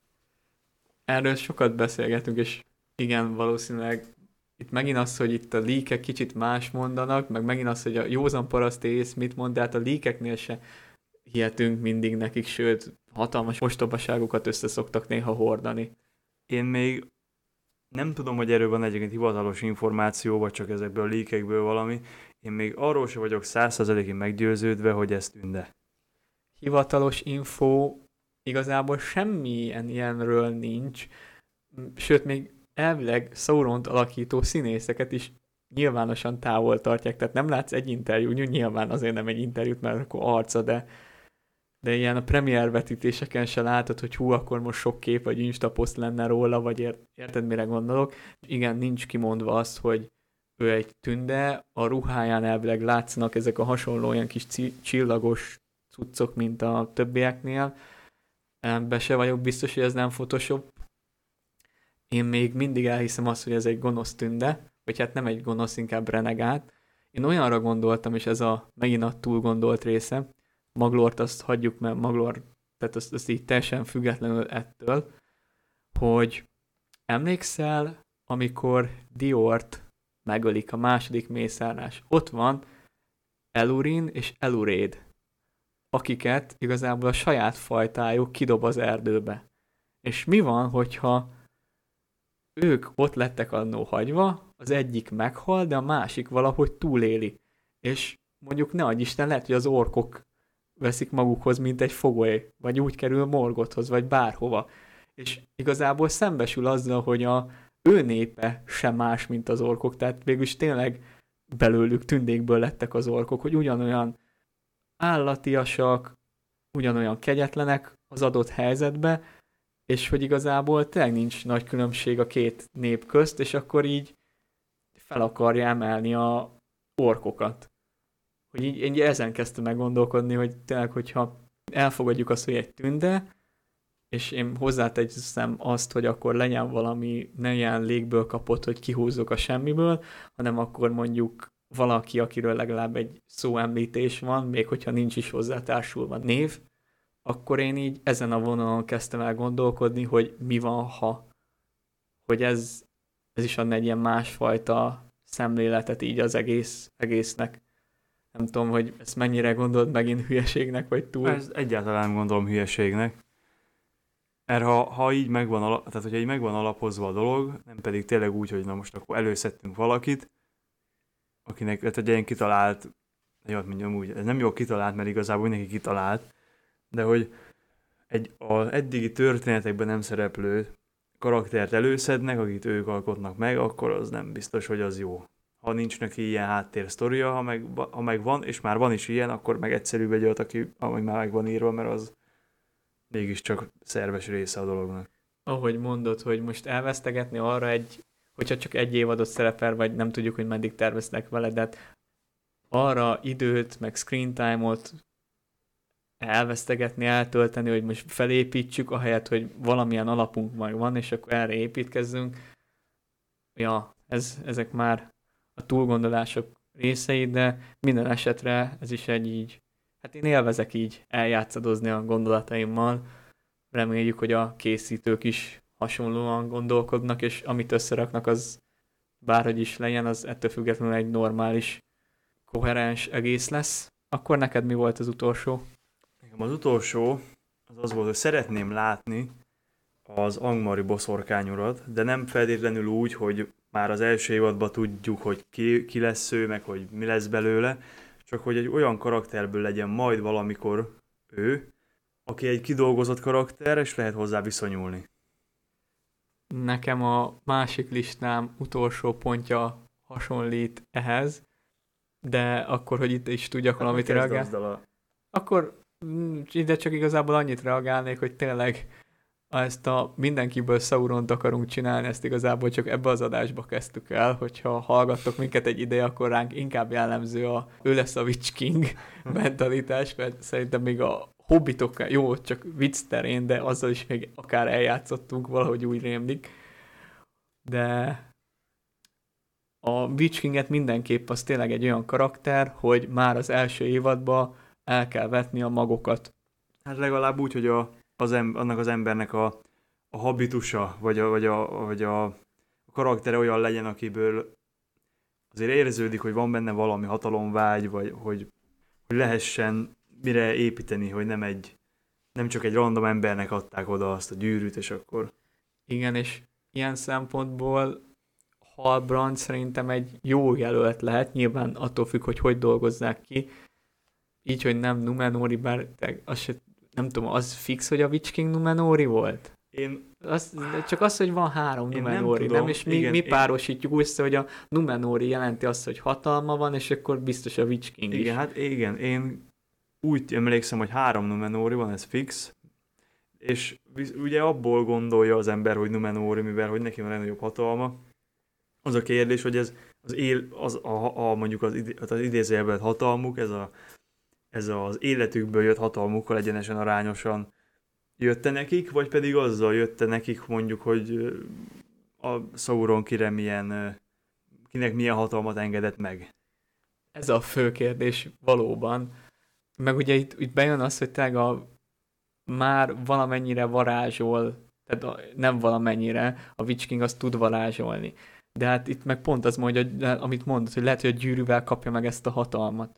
Erről sokat beszélgetünk, és igen, valószínűleg itt megint az, hogy itt a leakek kicsit más mondanak, meg megint az, hogy a józan paraszti ész mit mond, de hát a leakeknél se hihetünk mindig nekik, sőt, hatalmas ostobaságokat össze szoktak néha hordani. Én még nem tudom, hogy erről van egyébként hivatalos információ, vagy csak ezekből a leakekből valami. Én még arról sem vagyok száz százalékig meggyőződve, hogy ez tünde. Hivatalos info igazából semmilyen ilyenről nincs, sőt, még elvileg Sauront alakító színészeket is nyilvánosan távol tartják, tehát nem látsz egy interjú, nyilván azért nem egy interjút, mert akkor arca, de, de ilyen a premier vetítéseken se látod, hogy hú, akkor most sok kép vagy instaposzt lenne róla, vagy ért, érted, mire gondolok. Igen, nincs kimondva azt, hogy ő egy tünde, a ruháján elvileg látszanak ezek a hasonló ilyen kis ci- csillagos cuccok, mint a többieknél. Be se vagyok biztos, hogy ez nem Photoshop. Én még mindig elhiszem azt, hogy ez egy gonosz tünde, vagy hát nem egy gonosz, inkább renegát. Én olyanra gondoltam, és ez a megint a túl gondolt része, Maglort azt hagyjuk, mert Maglor, tehát azt, azt így teljesen függetlenül ettől, hogy emlékszel, amikor Diort megölik a második mészárlás. Ott van Elurin és Eluréd, akiket igazából a saját fajtájuk kidob az erdőbe. És mi van, hogyha ők ott lettek annó hagyva, az egyik meghal, de a másik valahogy túléli. És mondjuk ne adj Isten, lehet, hogy az orkok veszik magukhoz, mint egy fogoly, vagy úgy kerül Morgothhoz, vagy bárhova. És igazából szembesül azzal, hogy a ő népe sem más, mint az orkok, tehát végülis tényleg belőlük tündékből lettek az orkok, hogy ugyanolyan állatiasak, ugyanolyan kegyetlenek az adott helyzetbe, és hogy igazából tényleg nincs nagy különbség a két nép közt, és akkor így fel akarja emelni a orkokat. Hogy így, így ezen kezdtem meg gondolkodni, hogy tényleg, hogyha elfogadjuk azt, hogy egy tünde, és én hozzátegyszem azt, hogy akkor legyen valami, ne ilyen légből kapott, hogy kihúzzuk a semmiből, hanem akkor mondjuk valaki, akiről legalább egy szóemlítés van, még hogyha nincs is hozzá társulva név, akkor én így ezen a vonalon kezdtem el gondolkodni, hogy mi van, ha, hogy ez, ez is adna egy ilyen másfajta szemléletet így az egész, egésznek. Nem tudom, hogy ezt mennyire gondolod megint hülyeségnek, vagy túl. Ez egyáltalán nem gondolom hülyeségnek. Mert ha, ha így megvan, ala- tehát hogyha így megvan alapozva a dolog, nem pedig tényleg úgy, hogy na most akkor előszedtünk valakit, akinek tehát egy ilyen kitalált, jó, mondjam úgy, ez nem jó kitalált, mert igazából mindenki kitalált, de hogy egy az eddigi történetekben nem szereplő karaktert előszednek, akit ők alkotnak meg, akkor az nem biztos, hogy az jó. Ha nincs neki ilyen háttérsztoria, ha meg, ha meg van, és már van is ilyen, akkor meg egyszerűbb egy olyat, aki, ami már meg van írva, mert az mégiscsak szerves része a dolognak. Ahogy mondod, hogy most elvesztegetni arra egy, hogyha csak egy évadot szerepel, vagy nem tudjuk, hogy meddig terveznek vele, de hát arra időt, meg screen time-ot elvesztegetni, eltölteni, hogy most felépítsük, ahelyett, hogy valamilyen alapunk majd van, és akkor erre építkezzünk. Ja, ez, ezek már a túlgondolások részei, de minden esetre ez is egy így, hát én élvezek így eljátszadozni a gondolataimmal. Reméljük, hogy a készítők is hasonlóan gondolkodnak, és amit összeraknak, az bárhogy is legyen, az ettől függetlenül egy normális, koherens egész lesz. Akkor neked mi volt az utolsó? Az utolsó az az volt, hogy szeretném látni az Angmari boszorkányurat, de nem feltétlenül úgy, hogy már az első évadban tudjuk, hogy ki, ki lesz ő, meg hogy mi lesz belőle, csak hogy egy olyan karakterből legyen majd valamikor ő, aki egy kidolgozott karakter, és lehet hozzá viszonyulni. Nekem a másik listám utolsó pontja hasonlít ehhez, de akkor, hogy itt is tudjak hát valamit reagálni. A... Akkor ide csak igazából annyit reagálnék, hogy tényleg ezt a mindenkiből Sauront akarunk csinálni, ezt igazából csak ebbe az adásba kezdtük el, hogyha hallgattok minket egy ideje, akkor ránk inkább jellemző a ő lesz a Witch King mentalitás, mert szerintem még a Hobbitokkal, jó, csak vicc terén, de azzal is még akár eljátszottunk, valahogy úgy rémlik. De a Witch Kinget mindenképp az tényleg egy olyan karakter, hogy már az első évadban el kell vetni a magokat. Hát legalább úgy, hogy a, az em, annak az embernek a, a habitusa, vagy a, vagy, a, vagy a, a karaktere olyan legyen, akiből azért érződik, hogy van benne valami hatalomvágy, vagy hogy, hogy lehessen mire építeni, hogy nem egy nem csak egy random embernek adták oda azt a gyűrűt, és akkor... Igen, és ilyen szempontból Halbrand szerintem egy jó jelölt lehet, nyilván attól függ, hogy hogy dolgozzák ki. Így, hogy nem Numenóri, bár az se, nem tudom, az fix, hogy a Witch King Numenóri volt? Én... Az, csak az, hogy van három Én Numenóri, nem, nem, nem? És mi, igen, mi én... párosítjuk össze, hogy a Numenóri jelenti azt, hogy hatalma van, és akkor biztos a Witch King igen, is. Hát igen, én úgy emlékszem, hogy három Numenóri van, ez fix, és ugye abból gondolja az ember, hogy Numenóri, mivel hogy neki van a legnagyobb hatalma. Az a kérdés, hogy ez az él, az, a, a, mondjuk az, id, az idézőjelben hatalmuk, ez, a, ez az életükből jött hatalmukkal egyenesen arányosan jötte nekik, vagy pedig azzal jötte nekik mondjuk, hogy a Sauron kire milyen, kinek milyen hatalmat engedett meg. Ez a fő kérdés valóban. Meg ugye itt, itt bejön az, hogy tényleg a, már valamennyire varázsol, tehát a, nem valamennyire, a Witch King azt tud varázsolni. De hát itt meg pont az mondja, hogy, amit mondod, hogy lehet, hogy a gyűrűvel kapja meg ezt a hatalmat.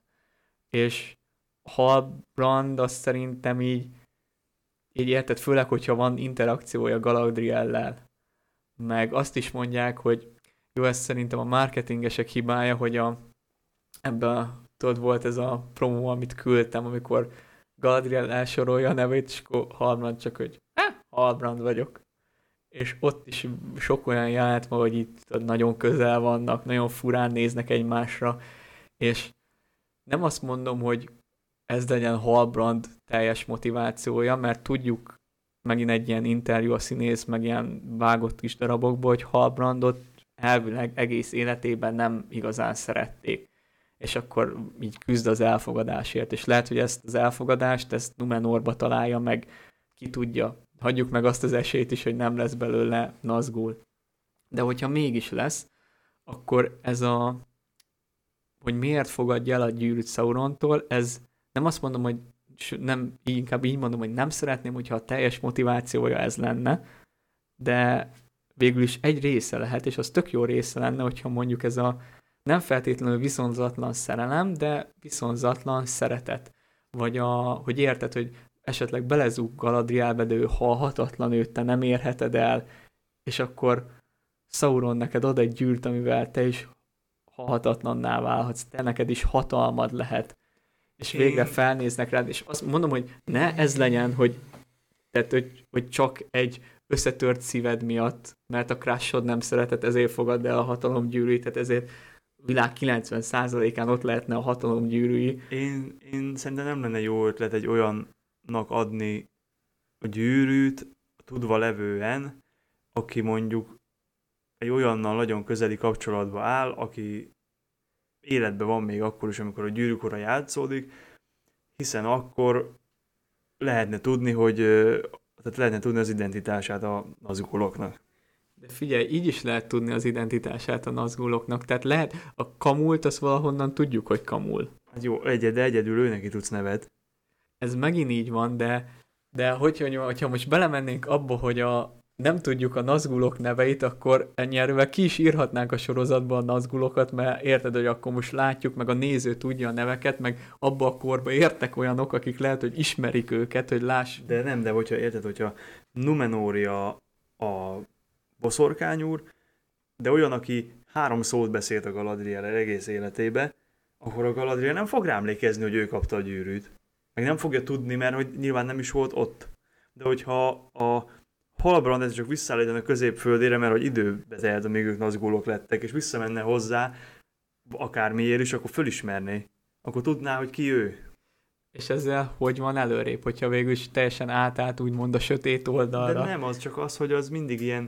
És Halbrand azt szerintem így, így érted, főleg, hogyha van interakciója Galadriellel. Meg azt is mondják, hogy jó, ez szerintem a marketingesek hibája, hogy a, ebben tudod, volt ez a promó, amit küldtem, amikor Galadriel elsorolja a nevét, és akkor Halbrand csak, hogy eh, Halbrand vagyok. És ott is sok olyan jelenet van, hogy itt nagyon közel vannak, nagyon furán néznek egymásra, és nem azt mondom, hogy ez legyen Halbrand teljes motivációja, mert tudjuk, megint egy ilyen interjú a színész, meg ilyen vágott kis darabokból, hogy Halbrandot elvileg egész életében nem igazán szerették. És akkor így küzd az elfogadásért, és lehet, hogy ezt az elfogadást, ezt Numenorba találja meg, ki tudja. Hagyjuk meg azt az esélyt is, hogy nem lesz belőle Nazgul. De hogyha mégis lesz, akkor ez a, hogy miért fogadja el a gyűrűt Saurontól, ez nem azt mondom, hogy nem, inkább így mondom, hogy nem szeretném, hogyha a teljes motivációja ez lenne, de végül is egy része lehet, és az tök jó része lenne, hogyha mondjuk ez a nem feltétlenül viszonzatlan szerelem, de viszonzatlan szeretet. Vagy a, hogy érted, hogy esetleg belezúg Galadrielbe, de ő halhatatlan, őt te nem érheted el, és akkor Sauron neked ad egy gyűrűt, amivel te is halhatatlanná válhatsz, te neked is hatalmad lehet, és végre felnéznek rád, és azt mondom, hogy ne ez legyen, hogy, tehát, hogy, hogy csak egy összetört szíved miatt, mert a crushod nem szeretett, ezért fogad el a hatalomgyűrűt, tehát ezért világ kilencven százalékán ott lehetne a hatalomgyűrűi. Én, én szerintem nem lenne jó ötlet egy olyannak adni a gyűrűt, tudva levően, aki mondjuk egy olyannal nagyon közeli kapcsolatba áll, aki életben van még akkor is, amikor a gyűrűk ura játszódik, hiszen akkor lehetne tudni, hogy tehát lehetne tudni az identitását a nazguloknak. De figyelj, így is lehet tudni az identitását a nazguloknak, tehát lehet, a kamult, azt valahonnan tudjuk, hogy kamul. Hát jó, egyed, de egyedül ő neki tudsz nevet. Ez megint így van, de, de hogyha, hogyha most belemennénk abba, hogy a, nem tudjuk a nazgulok neveit, akkor ennyi erővel ki is írhatnánk a sorozatban a nazgulokat, mert érted, hogy akkor most látjuk, meg a néző tudja a neveket, meg abba a korba értek olyanok, akik lehet, hogy ismerik őket, hogy láss. De nem, de hogyha érted, hogyha Numenória a boszorkány úr, de olyan, aki három szót beszélt a Galadriel egész életébe, akkor a Galadriel nem fog rá emlékezni, hogy ő kapta a gyűrűt. Meg nem fogja tudni, mert hogy nyilván nem is volt ott. De hogyha a Halbrand ez csak visszaállítani a középföldére, mert hogy időbe telt, amíg ők nazgulok lettek, és visszamenne hozzá, akármiért is, akkor fölismerné. Akkor tudná, hogy ki ő. És ezzel hogy van előrébb, hogyha végül is teljesen átállt úgymond a sötét oldalra? De nem, az csak az, hogy az mindig ilyen,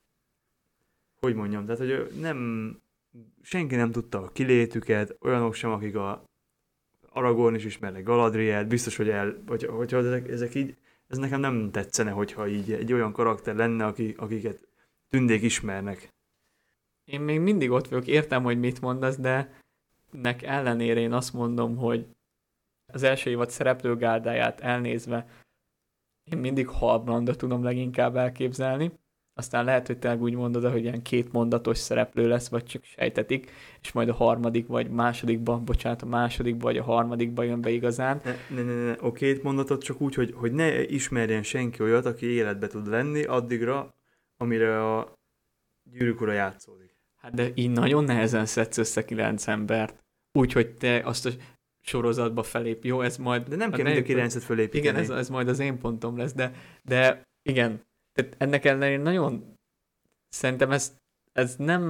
hogy mondjam, tehát hogy nem, senki nem tudta a kilétüket, olyanok sem, akik a Aragorn is ismernek Galadrielt, biztos, hogy el, hogy, hogyha ezek, ezek így, ez nekem nem tetszene, hogyha így egy olyan karakter lenne, aki, akiket tündék ismernek. Én még mindig ott vagyok, értem, hogy mit mondasz, de nek ellenére én azt mondom, hogy az első évad szereplőgárdáját elnézve én mindig Halbrandot tudom leginkább elképzelni. Aztán lehet, hogy te úgy mondod, hogy ilyen két mondatos szereplő lesz, vagy csak sejtetik, és majd a harmadik, vagy másodikban, bocsánat, a másodikban, vagy a harmadikban jön be igazán. Ne, ne, ne, ne. A két mondatot csak úgy, hogy, hogy ne ismerjen senki olyat, aki életbe tud lenni addigra, amire a Gyűrűk ura játszódik. Hát de így nagyon nehezen szedsz össze kilenc embert. Úgyhogy te azt a sorozatba felép. Jó, ez majd... De nem kell mind a kilencet felépíteni. Igen, ez, ez majd az én pontom lesz, de, de igen, tehát ennek ellenére nagyon szerintem ez, ez nem...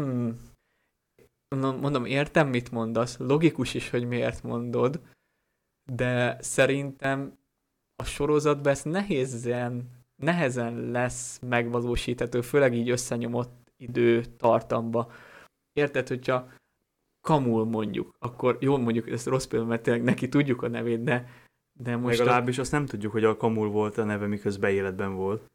Mondom, értem, mit mondasz, logikus is, hogy miért mondod, de szerintem a sorozatban ez nehézen, nehezen lesz megvalósítható, főleg így összenyomott időtartamba. Érted, hogyha Kamul mondjuk, akkor jó, mondjuk ez rossz például, mert tényleg neki tudjuk a nevét, de, de most... Legalábbis a... azt nem tudjuk, hogy a Kamul volt a neve, miközben életben volt.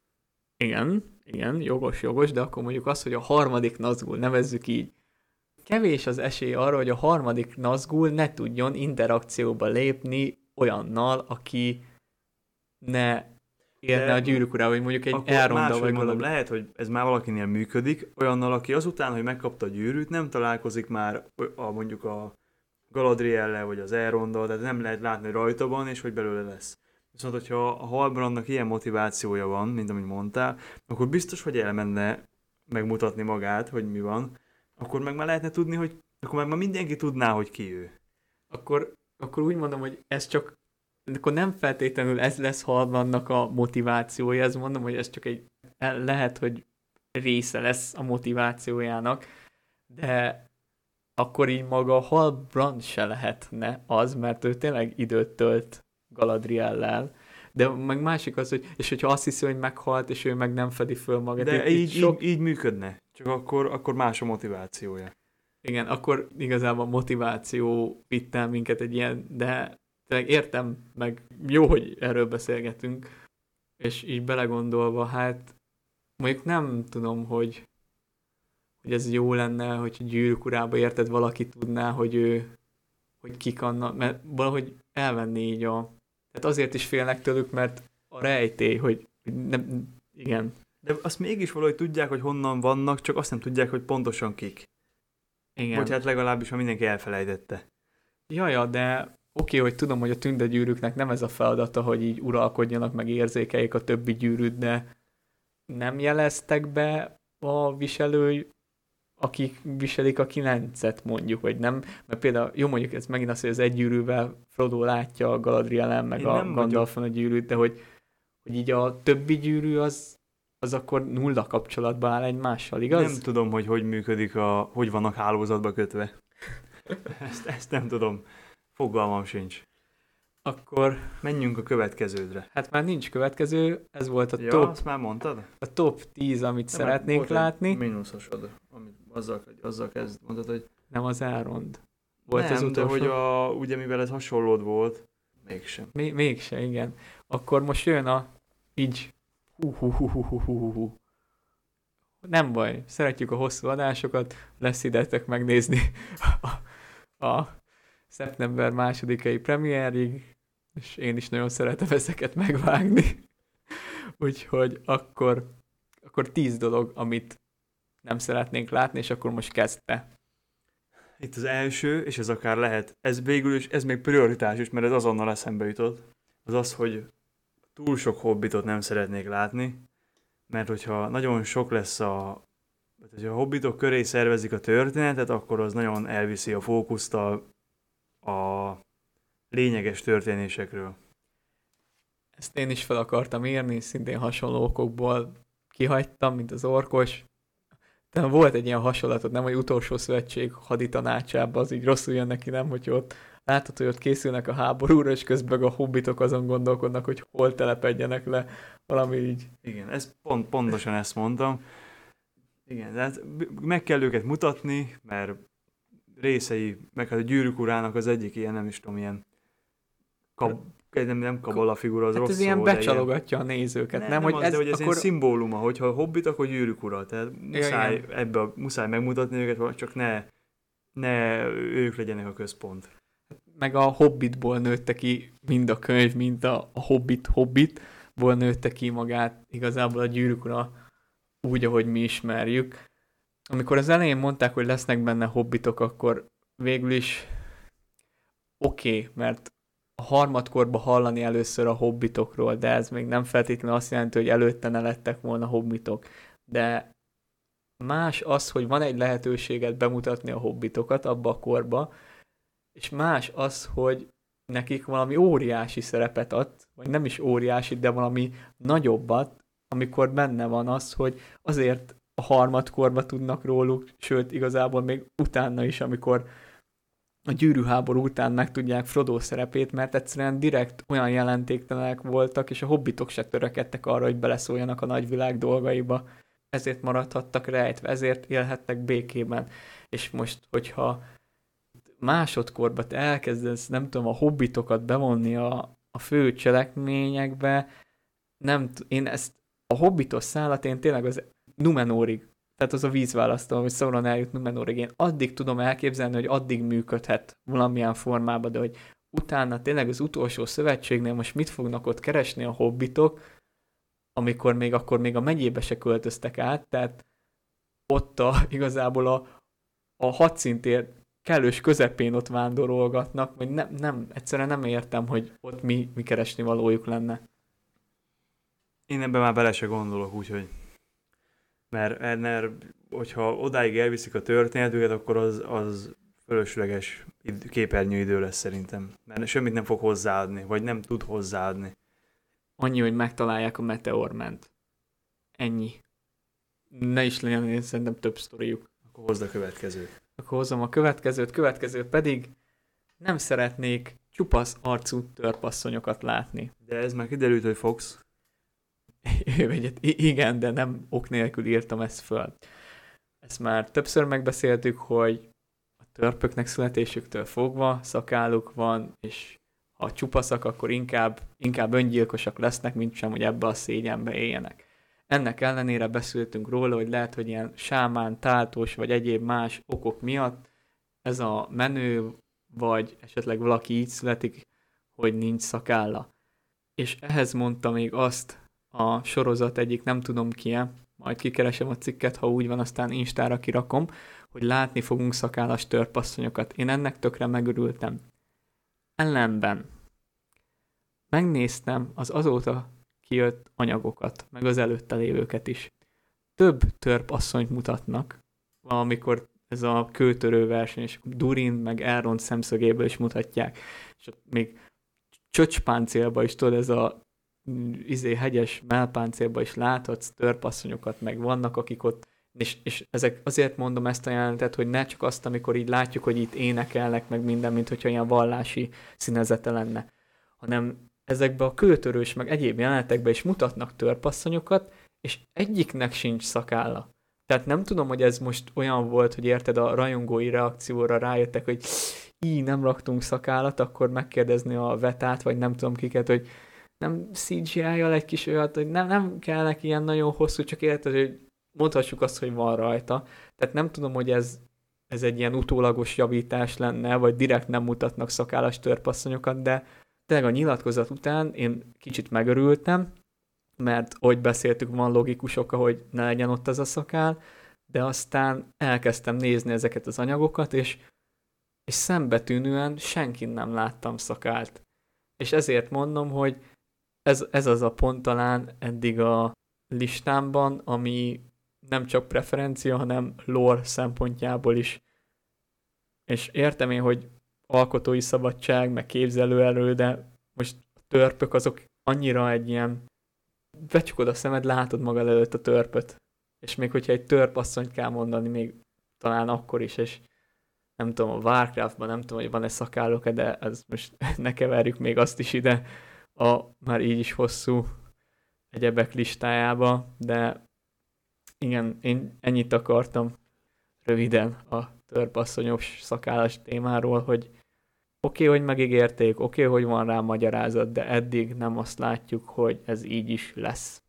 Igen, igen, jogos, jogos, de akkor mondjuk azt, hogy a harmadik Nazgul, nevezzük így. Kevés az esély arra, hogy a harmadik Nazgul ne tudjon interakcióba lépni olyannal, aki ne érne de a Gyűrűk urával, vagy mondjuk egy Elronda vagy mondom, lehet, hogy ez már valakinél működik, olyannal, aki azután, hogy megkapta a gyűrűt, nem találkozik már a, mondjuk a Galadriellel, vagy az Elronddal, tehát nem lehet látni, hogy rajta van, és hogy belőle lesz. Viszont, hogyha a Halbrandnak ilyen motivációja van, mint amit mondtál, akkor biztos, hogy elmenne megmutatni magát, hogy mi van, akkor meg már lehetne tudni, hogy akkor meg már mindenki tudná, hogy ki ő. Akkor, akkor úgy mondom, hogy ez csak akkor nem feltétlenül ez lesz Halbrandnak a motivációja, ez mondom, hogy ez csak egy, lehet, hogy része lesz a motivációjának, de akkor így maga Halbrand se lehetne az, mert ő tényleg időt tölt Galadriellel. De meg másik az, hogy és hogyha azt hiszi, hogy meghalt, és ő meg nem fedi föl magát. De így, sok... így, így működne, csak akkor, akkor más a motivációja. Igen, akkor igazából a motiváció vitt el minket egy ilyen, de tényleg értem, meg jó, hogy erről beszélgetünk, és így belegondolva, hát mondjuk nem tudom, hogy, hogy ez jó lenne, hogy Gyűrűk urába érted, valaki tudná, hogy ő, hogy kik annak, mert valahogy elvenni így a... Tehát azért is félnek tőlük, mert a rejtély, hogy nem, igen. De azt mégis valahogy tudják, hogy honnan vannak, csak azt nem tudják, hogy pontosan kik. Igen. Vagy hát legalábbis, ha mindenki elfelejtette. Jaja, de oké, okay, hogy tudom, hogy a tündegyűrűknek nem ez a feladata, hogy így uralkodjanak, meg érzékeljék a többi gyűrűt, de nem jeleztek be a viselő, akik viselik a kilencet mondjuk, vagy nem, mert például, jó mondjuk ez megint az, hogy az egy gyűrűvel Frodo látja a Galadrielen, meg Én a nem Gandalfon a gyűrűt, de hogy, hogy így a többi gyűrű az, az akkor nulla kapcsolatban áll egymással, igaz? Nem tudom, hogy hogy működik, a, hogy vannak hálózatba kötve. ezt, ezt nem tudom. Fogalmam sincs. Akkor... Menjünk a következődre. Hát már nincs következő, ez volt a Ja, top, azt már mondtad? a top tíz, amit Nem, szeretnénk volt egy látni. mínuszosod, amit azzal, azzal kezd, mondtad, hogy... Nem az Elrond. Volt nem, az utolsó. de hogy a, ugye mivel ez hasonlód volt, mégsem. Még, mégse, igen. Akkor most jön a... Így... Hú, hú, hú, hú, hú, hú, hú. Nem baj, szeretjük a hosszú adásokat, lesz idetek megnézni a, a szeptember másodikai premierig, és én is nagyon szeretem ezeket megvágni. Úgyhogy akkor, akkor tíz dolog, amit nem szeretnénk látni, és akkor most kezdte. Itt az első, és ez akár lehet, ez végül is, ez még prioritás is, mert ez azonnal eszembe jutott, az az, hogy túl sok hobbitot nem szeretnék látni, mert hogyha nagyon sok lesz a, hogyha a hobbitok köré szervezik a történetet, akkor az nagyon elviszi a fókuszt a, a lényeges történésekről. Ezt én is fel akartam írni, szintén hasonló okokból kihagytam, mint az orkos. De volt egy ilyen hasonlatot, nem, hogy utolsó szövetség haditanácsában, az így rosszul jön neki, nem, hogy ott látod, hogy ott készülnek a háborúra, és közben a hobbitok azon gondolkodnak, hogy hol telepedjenek le, valami így. Igen, ez pont, pontosan ezt mondtam. Igen, de hát meg kell őket mutatni, mert részei, meg hát a Gyűrűk urának az egyik ilyen, nem is tudom, ilyen kab, nem, nem kabala figura, az Hát rossz ez ilyen szó, de becsalogatja a nézőket, nem, nem, nem hogy az, ez de hogy ez akkor... ilyen szimbóluma, hogyha a hobbit, akkor Gyűrűk ura, tehát muszáj, igen. ebbe a, muszáj megmutatni őket, csak ne, ne ők legyenek a központ. Meg a Hobbitból nőtte ki mind a könyv, mind a, a Hobbit Hobbitból nőtte ki magát igazából a Gyűrűk ura úgy, ahogy mi ismerjük. Amikor az elején mondták, hogy lesznek benne hobbitok, akkor végül is oké, okay, mert a harmadkorban hallani először a hobbitokról, de ez még nem feltétlenül azt jelenti, hogy előtte ne lettek volna hobbitok. De más az, hogy van egy lehetőséget bemutatni a hobbitokat abba a korba, és más az, hogy nekik valami óriási szerepet ad, vagy nem is óriási, de valami nagyobbat, amikor benne van az, hogy azért a harmadkorba tudnak róluk, sőt, igazából még utána is, amikor a gyűrűháború után megtudják Frodo szerepét, mert egyszerűen direkt olyan jelentéktelenek voltak, és a hobbitok se törekedtek arra, hogy beleszóljanak a nagyvilág dolgaiba. Ezért maradhattak rejtve, ezért élhettek békében. És most, hogyha másodkorban te elkezdesz, nem tudom, a hobbitokat bevonni a, a fő cselekményekbe, nem t- én ezt a hobbitos szállat én tényleg az Numenorig, tehát az a vízválasztó, hogy Sauron eljut Numenorig, én addig tudom elképzelni, hogy addig működhet valamilyen formában, de hogy utána tényleg az utolsó szövetségnél most mit fognak ott keresni a hobbitok, amikor még akkor még a megyébe se költöztek át, tehát ott a, igazából a, a hadszintér kellős közepén ott vándorolgatnak, vagy nem, nem, egyszerűen nem értem, hogy ott mi, mi keresni valójuk lenne. Én ebben már bele se gondolok, úgyhogy mert, mert hogyha odáig elviszik a történetüket, akkor az, az fölösleges id- képernyőidő lesz szerintem. Mert semmit nem fog hozzáadni, vagy nem tud hozzáadni. Annyi, hogy megtalálják a Meteorment. Ennyi. Ne is legyen, én szerintem több sztoriuk. Akkor hozd a következőt. Akkor hozom a következőt, következő pedig nem szeretnék csupasz arcú törpasszonyokat látni. De ez már kiderült, hogy fogsz. Egyet, igen, de nem ok nélkül írtam ezt föl. Ezt már többször megbeszéltük, hogy a törpöknek születésüktől fogva szakáluk van, és ha csupaszak, akkor inkább, inkább öngyilkosak lesznek, mint sem, hogy ebbe a szégyenbe éljenek. Ennek ellenére beszéltünk róla, hogy lehet, hogy ilyen sámán, táltos, vagy egyéb más okok miatt ez a menő, vagy esetleg valaki így születik, hogy nincs szakálla. És ehhez mondta még azt a sorozat egyik, nem tudom ki-e, majd kikeresem a cikket, ha úgy van, aztán Instára kirakom, hogy látni fogunk szakállas törpasszonyokat. Én ennek tökre megörültem. Ellenben megnéztem az azóta kijött anyagokat, meg az előtte lévőket is. Több törpasszonyt mutatnak, valamikor ez a kőtörő verseny, és Durin meg Elrond szemszögéből is mutatják. És még csöcspáncélba is, tudod, ez a izé, hegyes mellpáncélba is láthatsz törpasszonyokat, meg vannak, akik ott, és, és ezek azért mondom ezt a jelenetet, hogy ne csak azt, amikor így látjuk, hogy itt énekelnek, meg minden, mint hogyha ilyen vallási színezete lenne, hanem ezekbe a kőtörős, meg egyéb jelenetekben is mutatnak törpasszonyokat, és egyiknek sincs szakálla. Tehát nem tudom, hogy ez most olyan volt, hogy érted, a rajongói reakcióra rájöttek, hogy így nem raktunk szakállat, akkor megkérdezni a Vetát, vagy nem tudom kiket, hogy nem cé gé í-jal egy kis olyat, hogy nem, nem kellnek ilyen nagyon hosszú, csak érted, hogy mondhassuk azt, hogy van rajta. Tehát nem tudom, hogy ez, ez egy ilyen utólagos javítás lenne, vagy direkt nem mutatnak szakállas törpasszonyokat, de tényleg a nyilatkozat után én kicsit megörültem, mert ahogy beszéltük, van logikus oka, hogy ne legyen ott az a szakál, de aztán elkezdtem nézni ezeket az anyagokat, és, és szembetűnően senkin nem láttam szakált. És ezért mondom, hogy ez, ez az a pont talán eddig a listámban, ami nem csak preferencia, hanem lore szempontjából is. És értem én, hogy alkotói szabadság, meg képzelőerő, de most a törpök azok annyira egy ilyen, becsukod a szemed, látod magad előtt a törpöt. És még hogyha egy törpasszonyt kell mondani, még talán akkor is, és nem tudom, a Warcraftban nem tudom, hogy van-e szakállok, de ez most ne keverjük még azt is ide a már így is hosszú egyebek listájába, de igen, én ennyit akartam röviden a törpasszonyos szakállas témáról, hogy oké, okay, hogy megígérték, oké, okay, hogy van rá magyarázat, de eddig nem azt látjuk, hogy ez így is lesz.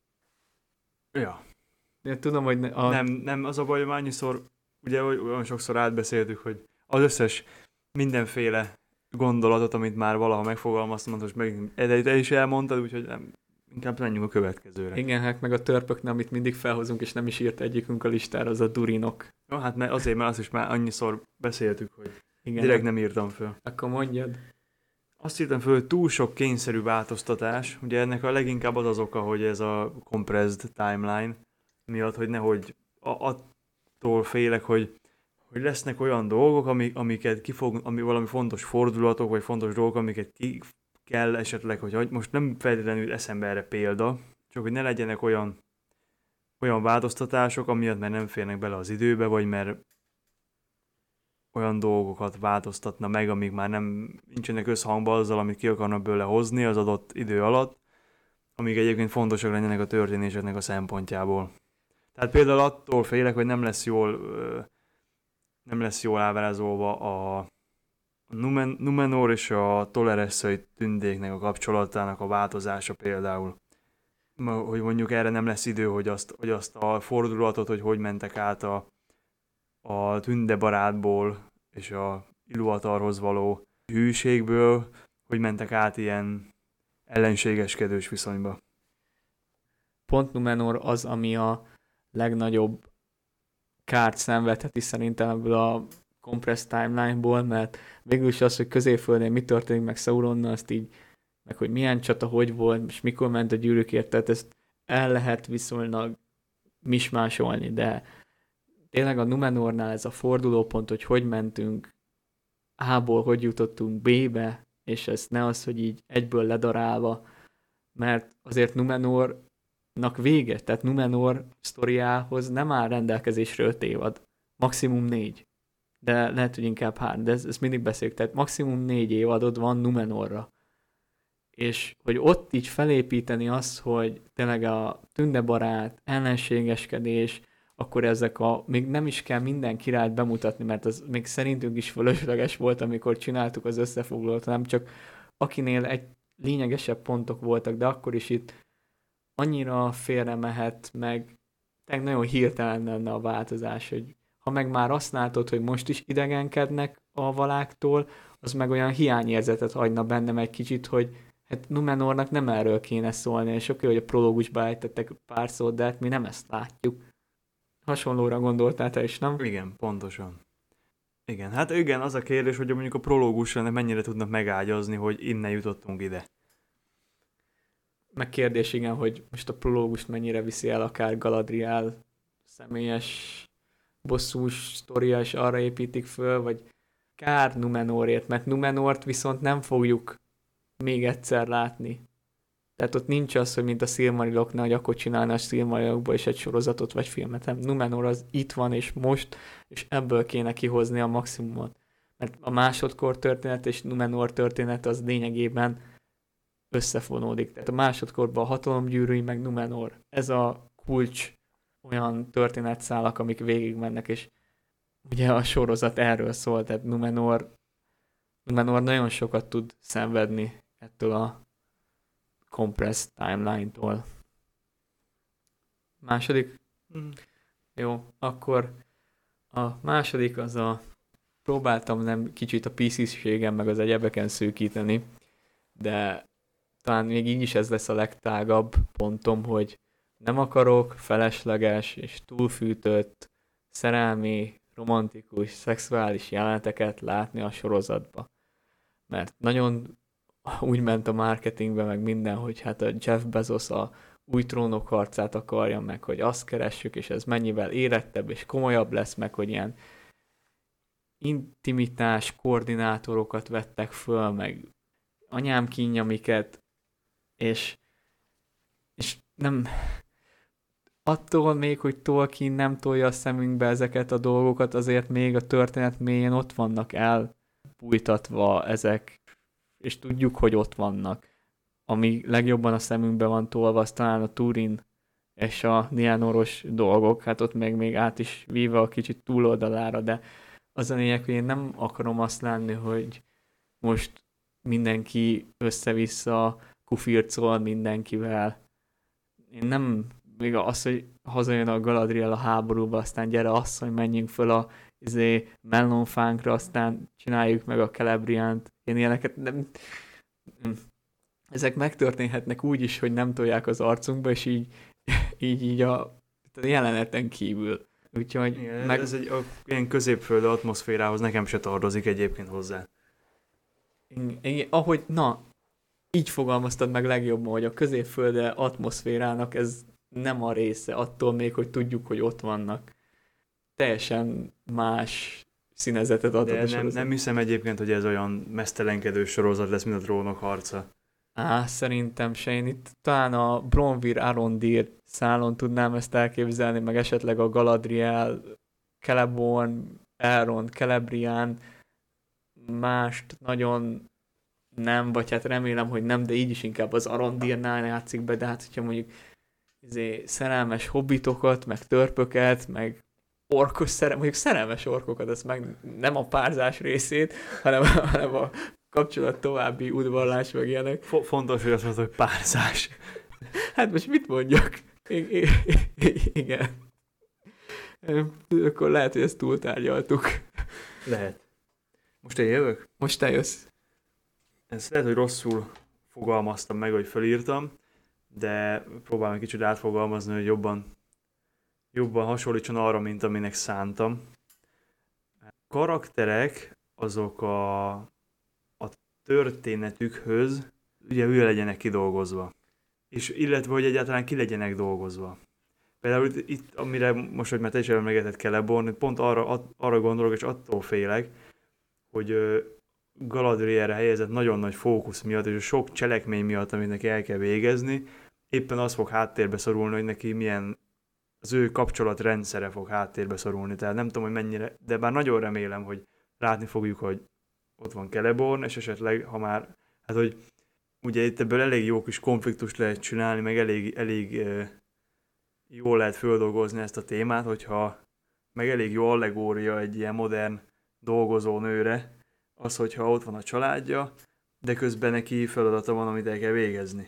Ja. Én tudom, hogy... Ne, a... Nem, nem, az a baj, hogy annyiszor, ugye olyan sokszor átbeszéltük, hogy az összes mindenféle gondolatot, amit már valaha megfogalmaztam, most meg te is elmondtad, úgyhogy nem, inkább menjünk a következőre. Igen, hát meg a törpöknél, amit mindig felhozunk, és nem is írt egyikünk a listára, az a Durinok. Jó, hát mert azért, mert azt is már annyiszor beszéltük, hogy igen, direkt nem írtam föl. Akkor mondjad. Azt írtam föl, hogy túl sok kényszerű változtatás. Ugye ennek a leginkább az az oka, hogy ez a compressed timeline miatt, hogy nehogy a, attól félek, hogy, hogy lesznek olyan dolgok, amik, amiket kifog, ami valami fontos fordulatok, vagy fontos dolgok, amiket ki kell esetleg, hogy most nem feltétlenül eszembe erre példa, csak hogy ne legyenek olyan, olyan változtatások, amiatt mert nem férnek bele az időbe, vagy mert olyan dolgokat változtatna meg, amik már nem nincsenek összhangban azzal, amit ki akarnak belőle hozni az adott idő alatt, amik egyébként fontosak lennének a történéseknek a szempontjából. Tehát például attól félek, hogy nem lesz jól, nem lesz jól ábrázolva a Numen, Numenor és a tolereszai tündéknek a kapcsolatának a változása például. Hogy mondjuk erre nem lesz idő, hogy azt, hogy azt a fordulatot, hogy hogy mentek át a, a tündebarátból és a Ilúvatarhoz való hűségből, hogy mentek át ilyen ellenségeskedős viszonyba. Pont Numenor az, ami a legnagyobb kárt szenvedheti szerintem ebből a compressed timeline-ból, mert végül is az, hogy Középföldön mi történik meg Sauronnal, azt így, meg hogy milyen csata, hogy volt, és mikor ment a gyűrűkért, tehát ezt el lehet viszonylag mismásolni, de tényleg a Numenornál ez a fordulópont, hogy hogy mentünk A-ból, hogy jutottunk B-be, és ez ne az, hogy így egyből ledarálva, mert azért Numenornak vége, tehát Numenor sztoriához nem áll rendelkezésre öt évad, maximum négy, de lehet, hogy inkább három, de ezt, ezt mindig beszéljük, tehát maximum négy évadod van Numenorra. És hogy ott így felépíteni azt, hogy tényleg a tündebarát, ellenségeskedés, akkor ezek a, még nem is kell minden királyt bemutatni, mert az még szerintünk is fölösleges volt, amikor csináltuk az összefoglalót, nem csak akinél egy lényegesebb pontok voltak, de akkor is itt annyira félre mehet, meg tényleg nagyon hirtelen lenne a változás, hogy ha meg már azt látod, hogy most is idegenkednek a valáktól, az meg olyan hiányérzetet hagyna bennem egy kicsit, hogy Hát Numenornak nem erről kéne szólni, és oké, hogy a prológusba ejtettek pár szót, de hát mi nem ezt látjuk. Hasonlóra gondoltál te is, nem? Igen, pontosan. Igen, hát igen, az a kérdés, hogy mondjuk a prológusra mennyire tudnak megágyazni, hogy innen jutottunk ide. Meg kérdés, igen, hogy most a prológust mennyire viszi el akár Galadriel személyes bosszús sztoria, és arra építik föl, vagy kár Numenorért, mert Numenort viszont nem fogjuk még egyszer látni. Tehát ott nincs az, hogy mint a Silmariloknál, hogy akkor csinálna a Silmarilokból is egy sorozatot vagy filmet. Nem, Numenor az itt van és most, és ebből kéne kihozni a maximumot. Mert a másodkor történet és Numenor történet az lényegében összefonódik. Tehát a másodkorban a hatalomgyűrűi, meg Numenor. Ez a kulcs olyan történetszálak, amik végigmennek, és ugye a sorozat erről szól, tehát Numenor, Numenor nagyon sokat tud szenvedni ettől a compressed timeline-tól. Második? Mm. Jó, akkor a második az a próbáltam nem kicsit a pé cé-ségem meg az egyebeken szűkíteni, de talán még így is ez lesz a legtágabb pontom, hogy nem akarok felesleges és túlfűtött szerelmi, romantikus, szexuális jeleneteket látni a sorozatba. Mert nagyon úgy ment a marketingbe, meg minden, hogy hát a Jeff Bezos a új trónok harcát akarja, meg hogy azt keressük, és ez mennyivel érettebb és komolyabb lesz, meg hogy ilyen intimitás koordinátorokat vettek föl, meg anyám kínja, amiket, és, és nem... Attól még, hogy Tolkien nem tolja a szemünkbe ezeket a dolgokat, azért még a történet mélyén ott vannak elbújtatva ezek, és tudjuk, hogy ott vannak. Ami legjobban a szemünkbe van tolva, az talán a Túrin és a Nianoros dolgok, hát ott még, még át is víve a kicsit túloldalára, de az a lényeg, hogy én nem akarom azt látni, hogy most mindenki össze-vissza kufircol mindenkivel. Én nem... Még az, hogy hazajön a Galadriel a háborúba, aztán gyere asszony, menjünk föl a izé, mellonfánkra, aztán csináljuk meg a Celebriánt. Én ilyeneket nem... Ezek megtörténhetnek úgy is, hogy nem tolják az arcunkba, és így, így, így a, a jeleneten kívül. Úgyhogy... Igen, meg... Ez egy a, ilyen középföldi atmoszférához nekem se tartozik egyébként hozzá. Igen, ahogy, na, így fogalmaztad meg legjobban, hogy a középfölde atmoszférának ez nem a része, attól még, hogy tudjuk, hogy ott vannak. Teljesen más színezetet ad. De nem, nem hiszem egyébként, hogy ez olyan mesztelenkedő sorozat lesz, mint a Trónok harca. Á, szerintem se. Én itt talán a Bronwyn Arondir szálon tudnám ezt elképzelni, meg esetleg a Galadriel, Celeborn, Elrond, Celebrián, mást nagyon nem, vagy hát remélem, hogy nem, de így is inkább az Arondirnál játszik be, de hát hogyha mondjuk izé, szerelmes hobbitokat, meg törpöket, meg orkos szerelmes, mondjuk szerelmes orkokat, ezt meg nem a párzás részét, hanem, hanem a kapcsolat további udvarlás, meg ilyenek. F- fontos, hogy azt mondod, hogy párzás. Hát most mit mondjak? I- I- I- igen. Akkor lehet, hogy ezt túltárgyaltuk. Lehet. Most én jövök? Most te jössz. Ezt lehet, hogy rosszul fogalmaztam meg, hogy felírtam, de próbálom egy kicsit átfogalmazni, hogy jobban, jobban hasonlítson arra, mint aminek szántam. Karakterek azok a, a történetükhöz ugye ő legyenek kidolgozva. És illetve, hogy egyáltalán ki legyenek dolgozva. Például itt, itt amire most, hogy már te is emlegetett Celeborn, pont arra, arra gondolok, és attól félek, hogy Galadrielre helyezett nagyon nagy fókusz miatt, és a sok cselekmény miatt, amit neki el kell végezni, éppen az fog háttérbe szorulni, hogy neki milyen, az ő kapcsolatrendszere fog háttérbe szorulni. Tehát nem tudom, hogy mennyire, de bár nagyon remélem, hogy látni fogjuk, hogy ott van Celeborn, és esetleg, ha már, hát hogy ugye itt ebből elég jó kis konfliktust lehet csinálni, meg elég, elég uh, jól lehet földolgozni ezt a témát, hogyha meg elég jó allegória egy ilyen modern dolgozó nőre, az, hogyha ott van a családja, de közben neki feladata van, amit el kell végezni.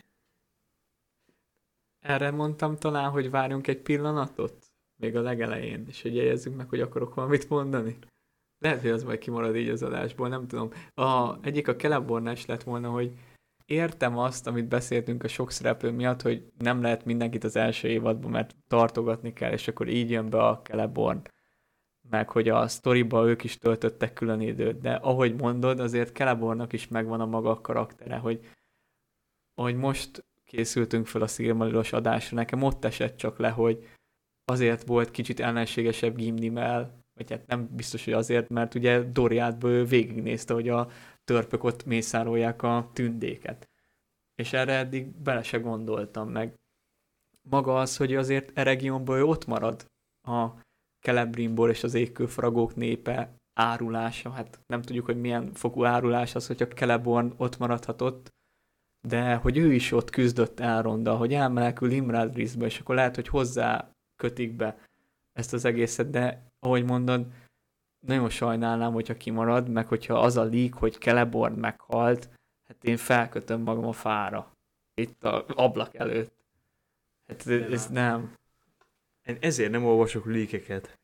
Erre mondtam talán, hogy várjunk egy pillanatot, még a legelején, és hogy jegyezzük meg, hogy akarok valamit mondani. Lehet, hogy az majd kimarad így az adásból, nem tudom. A, egyik a Celebornál is lett volna, hogy értem azt, amit beszéltünk a sok szereplő miatt, hogy nem lehet mindenkit az első évadban, mert tartogatni kell, és akkor így jön be a Celeborn, meg hogy a sztoriba ők is töltöttek külön időt, de ahogy mondod, azért Celebornnak is megvan a maga karaktere, hogy ahogy most készültünk fel a Silmarillos adásra, nekem ott esett csak le, hogy azért volt kicsit ellenségesebb Gimli-mel, vagy hát nem biztos, hogy azért, mert ugye Doriathból ő végignézte, hogy a törpök ott mészárolják a tündéket. És erre eddig bele se gondoltam meg. Maga az, hogy azért Eregionból ő ott marad a Celebrimból és az égkőfaragók népe árulása. Hát nem tudjuk, hogy milyen fokú árulás az, hogyha Celeborn ott maradhatott, de hogy ő is ott küzdött Elronddal, hogy elmenekül Imradrisba, és akkor lehet, hogy hozzá kötik be ezt az egészet, de ahogy mondod, nagyon sajnálnám, hogyha kimarad, meg hogyha az a leak, hogy Celeborn meghalt, hát én felkötöm magam a fára. Itt a ablak előtt. Hát ez, ez nem. Én ezért nem olvasok leakeket.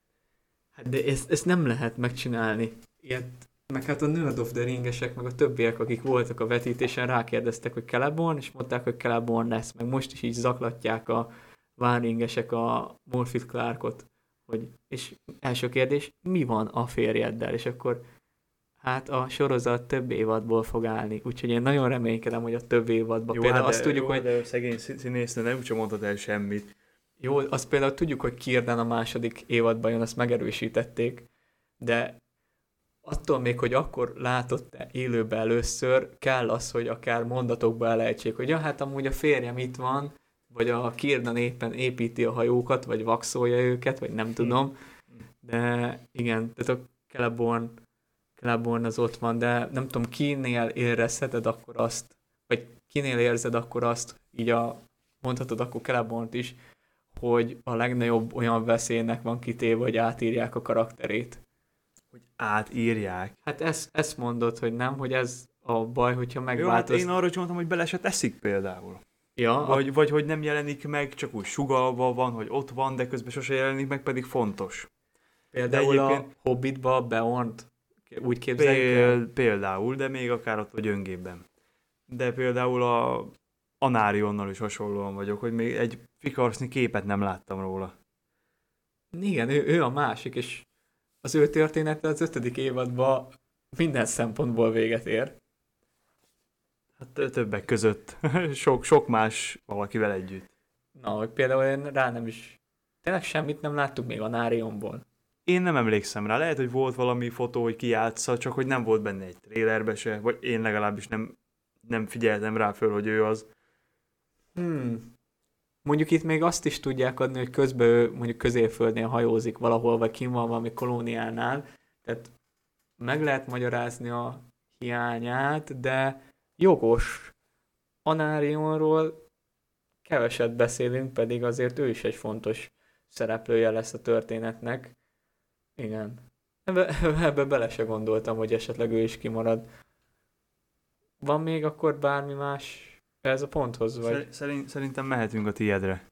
Hát de ezt, ezt nem lehet megcsinálni. Ilyet, meg hát a Nerd of the Ringesek, meg a többiek, akik voltak a vetítésen, rákérdeztek, hogy Celeborn, és mondták, hogy Celeborn lesz, meg most is így zaklatják a várringesek a Morfydd Clarkot, hogy, és első kérdés, mi van a férjeddel? És akkor hát a sorozat több évadból fog állni, úgyhogy én nagyon reménykedem, hogy a több évadban. Jó, például hát azt de, tudjuk, jó, hogy... de szegény színésznő nem úgysem mondhat el semmit. Jó, azt például tudjuk, hogy Círdan a második évadban jön, azt megerősítették, de attól még, hogy akkor látott-e élőben először, kell az, hogy akár mondatokba elejtsék, hogy ja, hát amúgy a férjem itt van, vagy a Círdan éppen építi a hajókat, vagy vaxolja őket, vagy nem tudom. De igen, tehát a Celeborn, Celeborn az ott van, de nem tudom, kinél érezheted akkor azt, vagy kinél érzed akkor azt, így a, mondhatod akkor Celebornt is, hogy a legnagyobb olyan veszélynek van kitéve, hogy átírják a karakterét. Hogy átírják? Hát ezt, ezt mondod, hogy nem, hogy ez a baj, hogyha megváltoz... Jó, hát én arra is mondtam, hogy bele se teszik például. Ja, vagy, a... vagy hogy nem jelenik meg, csak úgy sugalva van, hogy ott van, de közben sose jelenik meg, pedig fontos. Például egyébként... a Hobbitba a Beornt úgy képzeljük el? Például, de még akár ott a gyöngébben. De például a Anarionnal is hasonlóan vagyok, hogy még egy fikarsznyi képet nem láttam róla. Igen, ő, ő a másik, és az ő története az ötödik évadban minden szempontból véget ér. Hát többek között. sok, sok más valakivel együtt. Na, hogy például én rá nem is... Tényleg semmit nem láttuk még a Narionból. Én nem emlékszem rá. Lehet, hogy volt valami fotó, hogy ki játsza, csak hogy nem volt benne egy trélerbe se, vagy én legalábbis nem, nem figyeltem rá föl, hogy ő az. Hmm. Mondjuk itt még azt is tudják adni, hogy közben ő mondjuk Középföldnél hajózik valahol, vagy kim van valami kolóniánál. Tehát meg lehet magyarázni a hiányát, de jogos. Anarionról keveset beszélünk, pedig azért ő is egy fontos szereplője lesz a történetnek. Igen. Ebbe, ebbe bele se gondoltam, hogy esetleg ő is kimarad. Van még akkor bármi más ez a ponthoz? Vagy? Szerint, szerintem mehetünk a tiédre.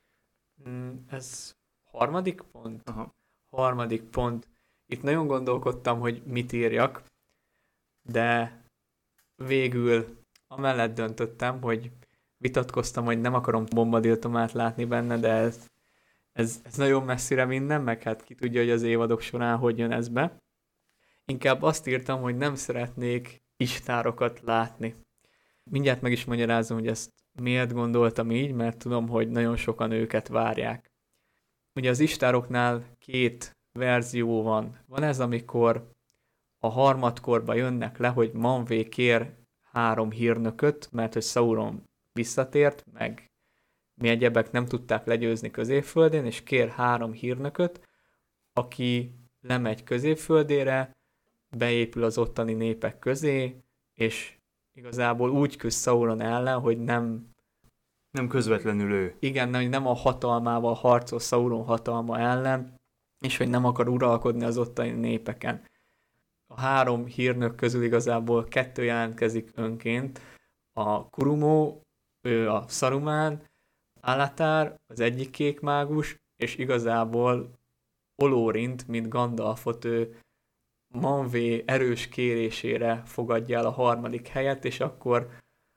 Ez harmadik pont? Aha. Harmadik pont. Itt nagyon gondolkodtam, hogy mit írjak, de végül amellett döntöttem, hogy vitatkoztam, hogy nem akarom Bombadil-Tomát látni benne, de ez, ez, ez nagyon messzire minden, meg hát ki tudja, hogy az évadok során hogy jön ez be. Inkább azt írtam, hogy nem szeretnék istárokat látni. Mindjárt meg is magyarázom, hogy ezt miért gondoltam így, mert tudom, hogy nagyon sokan őket várják. Ugye az istároknál két verzió van. Van ez, amikor a harmadkorba jönnek le, hogy Manwë kér három hírnököt, mert hogy Sauron visszatért, meg mi egyebek nem tudták legyőzni Középföldén, és kér három hírnököt, aki lemegy Középföldére, beépül az ottani népek közé, és igazából úgy küzd Sauron ellen, hogy nem... Nem közvetlenül ő. Igen, hogy nem a hatalmával harcol Sauron hatalma ellen, és hogy nem akar uralkodni az ottani népeken. A három hírnök közül igazából kettő jelentkezik önként. A Kurumó, ő a Saruman, Alatár, az egyik kék mágus, és igazából Olórint, mint Gandalfot, ő Manwë erős kérésére fogadja el a harmadik helyet, és akkor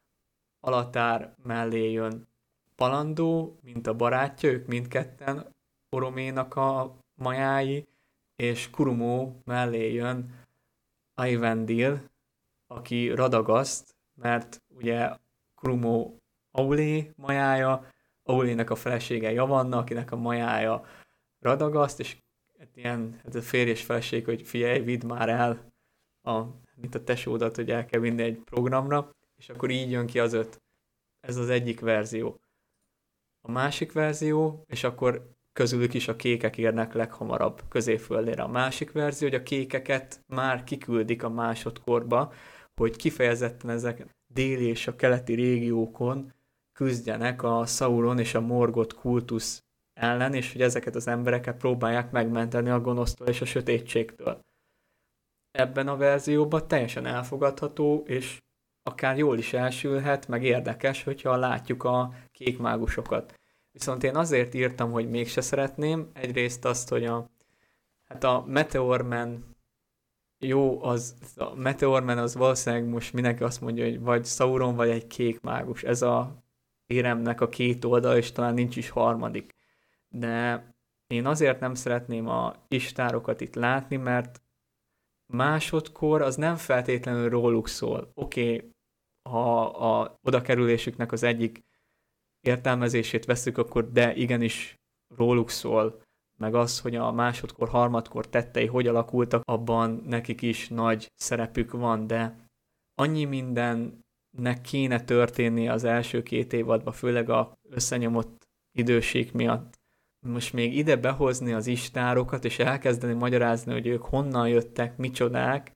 Alatár mellé jön Palandó, mint a barátja, ők mindketten Oroménak a majái, és Kurumó mellé jön Eyvindil, aki Radagaszt, mert ugye Kurumó Aulé majája, Aulének a felesége Javanna, akinek a majája Radagaszt, és hát ilyen hát a férj és feleség, hogy figyelj, vidd már el, a, mint a tesódat, hogy el kell vinni egy programra, és akkor így jön ki az öt. Ez az egyik verzió. A másik verzió, és akkor közülük is a kékek érnek leghamarabb Középföldére. A másik verzió, hogy a kékeket már kiküldik a másodkorba, hogy kifejezetten ezek déli és a keleti régiókon küzdjenek a Sauron és a Morgoth kultusz ellen, és hogy ezeket az embereket próbálják megmenteni a gonosztól és a sötétségtől. Ebben a verzióban teljesen elfogadható, és akár jól is elsülhet, meg érdekes, hogyha látjuk a kék mágusokat. Viszont én azért írtam, hogy mégse szeretném, egyrészt azt, hogy a, hát a Meteor Man jó, az, a Meteor Man az valószínűleg most mindenki azt mondja, hogy vagy Sauron, vagy egy kék mágus. Ez a éremnek a két oldal, és talán nincs is harmadik. De én azért nem szeretném a istárokat itt látni, mert másodkor az nem feltétlenül róluk szól. Oké, okay, ha a odakerülésüknek az egyik értelmezését veszük, akkor de igenis róluk szól, meg az, hogy a másodkor, harmadkor tettei hogy alakultak, abban nekik is nagy szerepük van, de annyi mindennek kéne történni az első két évadban, főleg a összenyomott időség miatt. Most még ide behozni az istárokat, és elkezdeni magyarázni, hogy ők honnan jöttek, micsodák,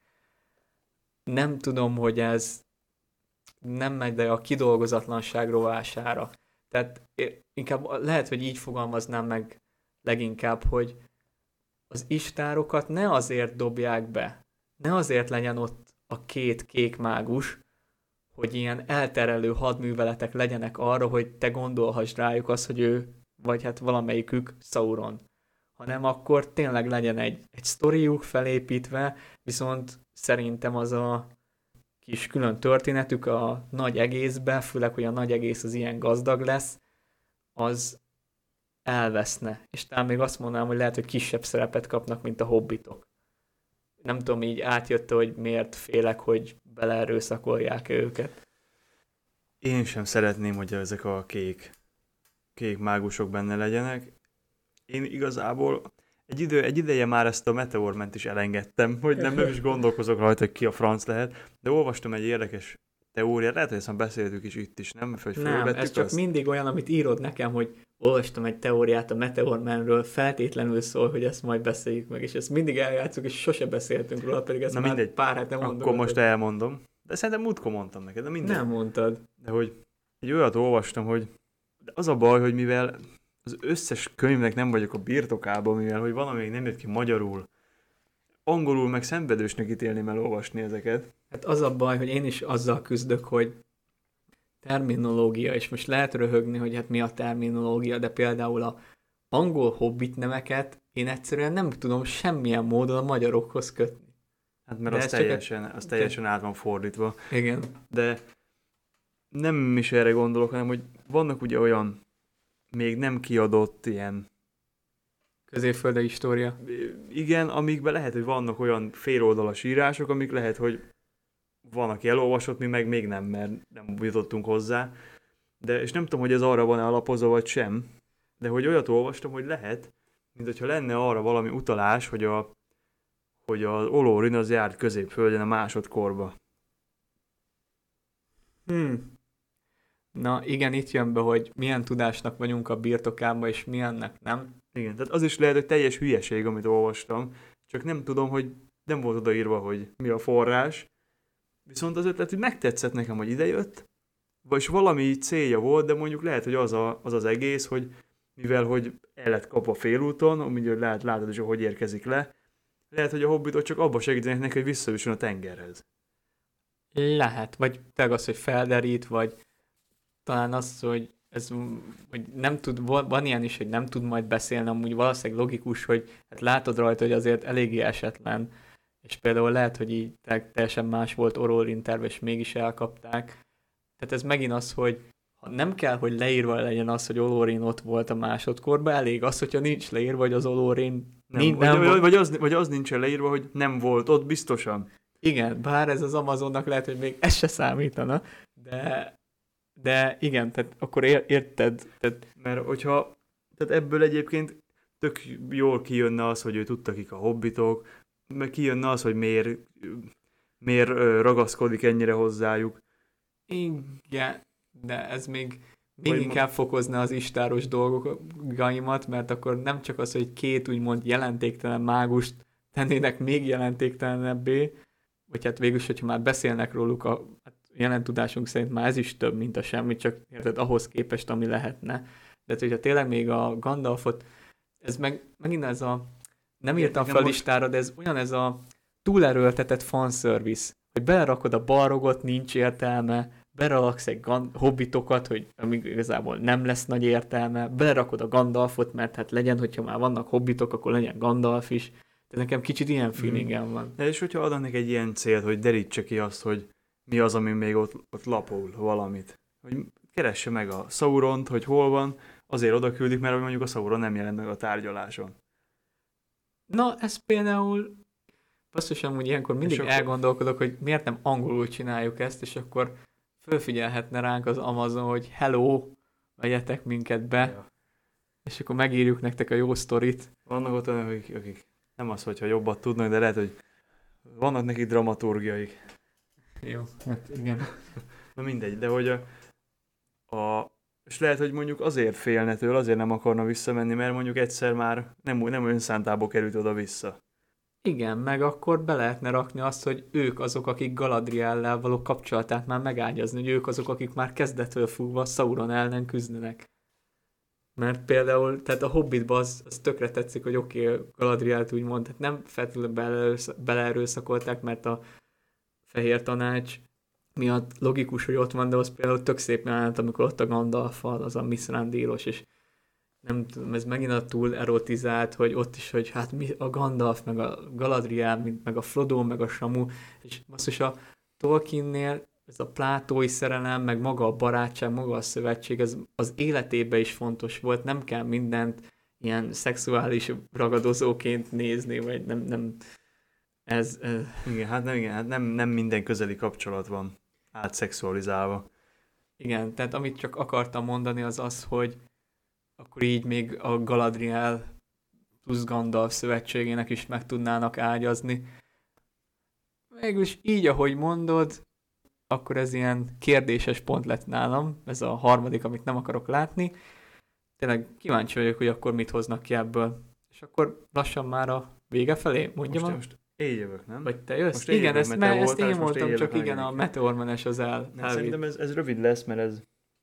nem tudom, hogy ez nem megy, de a kidolgozatlanság rovására. Tehát inkább lehet, hogy így fogalmaznám meg leginkább, hogy az istárokat ne azért dobják be, ne azért legyen ott a két kék mágus, hogy ilyen elterelő hadműveletek legyenek arra, hogy te gondolhass rájuk azt, hogy ő, vagy hát valamelyikük Sauron. Hanem akkor tényleg legyen egy, egy sztoriuk felépítve, viszont szerintem az a kis külön történetük a nagy egészbe, főleg, hogy a nagy egész az ilyen gazdag lesz, az elveszne. És talán még azt mondanám, hogy lehet, hogy kisebb szerepet kapnak, mint a hobbitok. Nem tudom, így átjött, hogy miért félek, hogy beleerőszakolják őket. Én sem szeretném, hogy ezek a kék, kék mágusok benne legyenek. Én igazából egy, idő, egy ideje már ezt a Meteor Man-t is elengedtem, hogy nem, nem is gondolkozok rajta, hogy ki a franc lehet, de olvastam egy érdekes teóriát, lehet, hogy ezt már beszéltük is itt is, nem? Hogy nem, ez csak azt? Mindig olyan, amit írod nekem, hogy olvastam egy teóriát a Meteor Man-ről, feltétlenül szól, hogy ezt majd beszéljük meg, és ezt mindig eljátszuk, és sose beszéltünk róla, pedig ezt Na már mindegy. pár hete mondom. Akkor most elmondom. De szerintem múltkor mondtam neked, de mindegy. Nem mondtad. De hogy egy olyat olvastam, hogy de az a baj, hogy mivel az összes könyvnek nem vagyok a birtokában, mivel hogy valami még nem jött ki magyarul, angolul meg szenvedősnek ítélném el olvasni ezeket. Hát az a baj, hogy én is azzal küzdök, hogy terminológia, és most lehet röhögni, hogy hát mi a terminológia, de például a angol hobbit neveket én egyszerűen nem tudom semmilyen módon a magyarokhoz kötni. Hát mert az teljesen, a... az teljesen át van fordítva. Igen. De nem is erre gondolok, hanem hogy vannak ugye olyan még nem kiadott ilyen középföldi história. Igen, amikben lehet, hogy vannak olyan féloldalas írások, amik lehet, hogy van, aki elolvasott, mi meg még nem, mert nem jutottunk hozzá. De, és nem tudom, hogy ez arra van-e alapozva, vagy sem, de hogy olyat olvastam, hogy lehet, mint hogyha lenne arra valami utalás, hogy, a, hogy az Olorin az járt Középföldön a másodkorba. Hmm. Na igen, itt jön be, hogy milyen tudásnak vagyunk a birtokában, és milyennek nem. Igen, tehát az is lehet, hogy teljes hülyeség, amit olvastam, csak nem tudom, hogy nem volt odaírva, hogy mi a forrás, viszont az ötlet, hogy megtetszett nekem, hogy idejött, vagy valami célja volt, de mondjuk lehet, hogy az a, az, az egész, hogy mivel hogy el lett kapva félúton, amíg lehet, látod is, hogy érkezik le, lehet, hogy a hobbitok csak abba segítenek neki, hogy visszajusson a tengerhez. Lehet, vagy tényleg az, hogy felderít, vagy talán az, hogy ez, hogy nem tud, van ilyen is, hogy nem tud majd beszélni, amúgy valószínűleg logikus, hogy hát látod rajta, hogy azért eléggé esetlen, és például lehet, hogy így teljesen más volt Ororin terv, és mégis elkapták. tehát ez megint az, hogy ha nem kell, hogy leírva legyen az, hogy Olórin ott volt a másodkorban, elég az, hogyha nincs leírva, hogy az Olórin Nem, nincs, vagy, nem vagy, volt. vagy, az, vagy az nincs leírva, hogy nem volt ott biztosan. Igen, bár ez az Amazonnak lehet, hogy még ez se számítana, de, de igen, tehát akkor ér, érted. Tehát, Mert hogyha, tehát ebből egyébként tök jól kijönne az, hogy ő tudta, kik a hobbitok, meg kijönne az, hogy miért, miért ö, ragaszkodik ennyire hozzájuk. igen, de ez még, még Vagy inkább fokozna az istáros dolgaimat, mert akkor nem csak az, hogy két úgymond jelentéktelen mágust tennének még jelentéktelenebbé, vagy hát végülis, hogyha már beszélnek róluk, a hát jelen tudásunk szerint már ez is több, mint a semmi, csak érted, ahhoz képest, ami lehetne. De hogyha tényleg még a Gandalfot, ez meg, megint ez a, nem írtam fel most... listára, de ez olyan ez a túlerőltetett fanservice, hogy belerakod a balrogot, nincs értelme, beleraksz egy gan- hobbitokat, hogy amíg igazából nem lesz nagy értelme, belerakod a Gandalfot, mert hát legyen, hogyha már vannak hobbitok, akkor legyen Gandalf is. De nekem kicsit ilyen feelingem van. De és hogyha adnak egy ilyen célt, hogy derítse ki azt, hogy mi az, ami még ott, ott lapul valamit. Hogy keresse meg a Sauront, hogy hol van, azért oda küldik, mert mondjuk a Sauron nem jelent meg a tárgyaláson. Na, ez például basszus, amúgy ilyenkor mindig akkor... elgondolkodok, hogy miért nem angolul csináljuk ezt, és akkor fölfigyelhetne ránk az Amazon, hogy hello, vegyetek minket be, ja. És akkor megírjuk nektek a jó sztorit. Vannak ott olyanok, akik, akik nem az, hogyha jobbat tudnak, de lehet, hogy vannak nekik dramaturgiaik. Jó, hát igen. Na mindegy, de hogy a, a... És lehet, hogy mondjuk azért félne tőle, azért nem akarna visszamenni, mert mondjuk egyszer már nem, nem önszántából került oda-vissza. Igen, meg akkor be lehetne rakni azt, hogy ők azok, akik Galadriellel való kapcsolatát már megágyazni, hogy ők azok, akik már kezdettől fogva Sauron ellen küzdenek. Mert például, tehát a Hobbitban az, az tökre tetszik, hogy oké, okay, Galadrielt úgymond, tehát nem feltétlenül beleerőszakolták, mert a Fehér Tanács miatt logikus, hogy ott van, de az például tök szép jelenet, amikor ott a Gandalf-al, az a Mithrandilos, és nem tudom, ez megint a túl erotizált, hogy ott is, hogy hát mi a Gandalf, meg a Galadriel, meg a Frodo, meg a Samu, és basszus a Tolkiennél ez a plátói szerelem, meg maga a barátság, maga a szövetség, ez az életében is fontos volt, nem kell mindent ilyen szexuális ragadozóként nézni, vagy nem, nem ez... ez... Igen, hát nem, igen, hát nem, nem minden közeli kapcsolat van átszexualizálva. Igen, tehát amit csak akartam mondani az az, hogy akkor így még a Galadriel plusz Gandalf szövetségének is meg tudnának ágyazni. Végülis így, ahogy mondod, akkor ez ilyen kérdéses pont lett nálam, ez a harmadik, amit nem akarok látni. Tényleg kíváncsi vagyok, hogy akkor mit hoznak ki ebből. És akkor lassan már a vége felé, mondjam. Most, most én jövök, nem? Vagy te jössz? Most igen, ezt, me- ezt én mondtam, én csak igen, a Meteormanes az el. Nem, szerintem ez, ez rövid lesz, mert ez,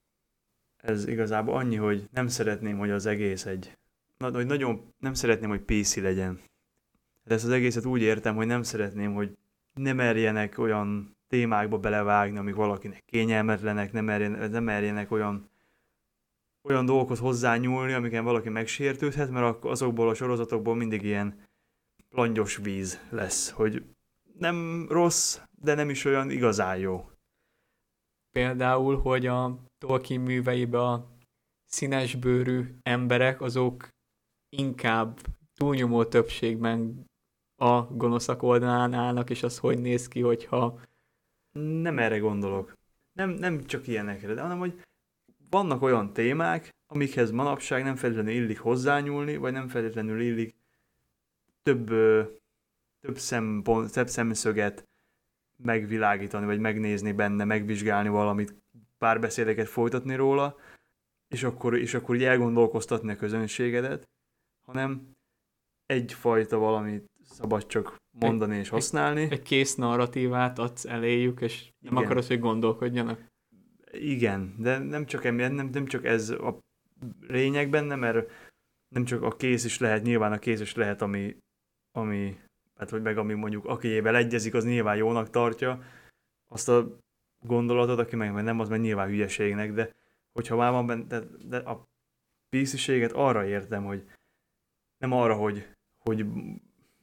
ez igazából annyi, hogy nem szeretném, hogy az egész egy... Na, hogy nagyon nem szeretném, hogy pé cé legyen. De ezt az egészet úgy értem, hogy nem szeretném, hogy ne merjenek olyan témákba belevágni, amik valakinek kényelmetlenek, nem merjenek, nem merjenek olyan, olyan dolgokhoz hozzányúlni, amiken valaki megsértődhet, mert azokból a sorozatokból mindig ilyen langyos víz lesz, hogy nem rossz, de nem is olyan igazán jó. Például, hogy a Tolkien műveiben a színesbőrű emberek, azok inkább túlnyomó többségben a gonoszak oldalán állnak, és az hogy néz ki, hogyha... Nem erre gondolok. Nem, nem csak ilyenekre, de hanem, hogy vannak olyan témák, amikhez manapság nem feltétlenül illik hozzányúlni, vagy nem feltétlenül illik több, több, szempont, több szemszöget megvilágítani, vagy megnézni benne, megvizsgálni valamit, párbeszédeket folytatni róla, és akkor, és akkor így elgondolkoztatni a közönségedet, hanem egyfajta valamit szabad csak mondani egy, és használni. Egy, egy kész narratívát adsz eléjük, és nem Igen. akarod, hogy gondolkodjanak. Igen, de nem csak emiatt, nem, nem csak ez a lényeg benne, mert nem csak a kész is lehet, nyilván a kész is lehet, ami, ami hát vagy meg ami mondjuk akiével egyezik, az nyilván jónak tartja azt a gondolatot, aki meg nem, az meg nyilván hülyeségnek, de hogyha már van benne, de, de a písziséget arra értem, hogy nem arra, hogy, hogy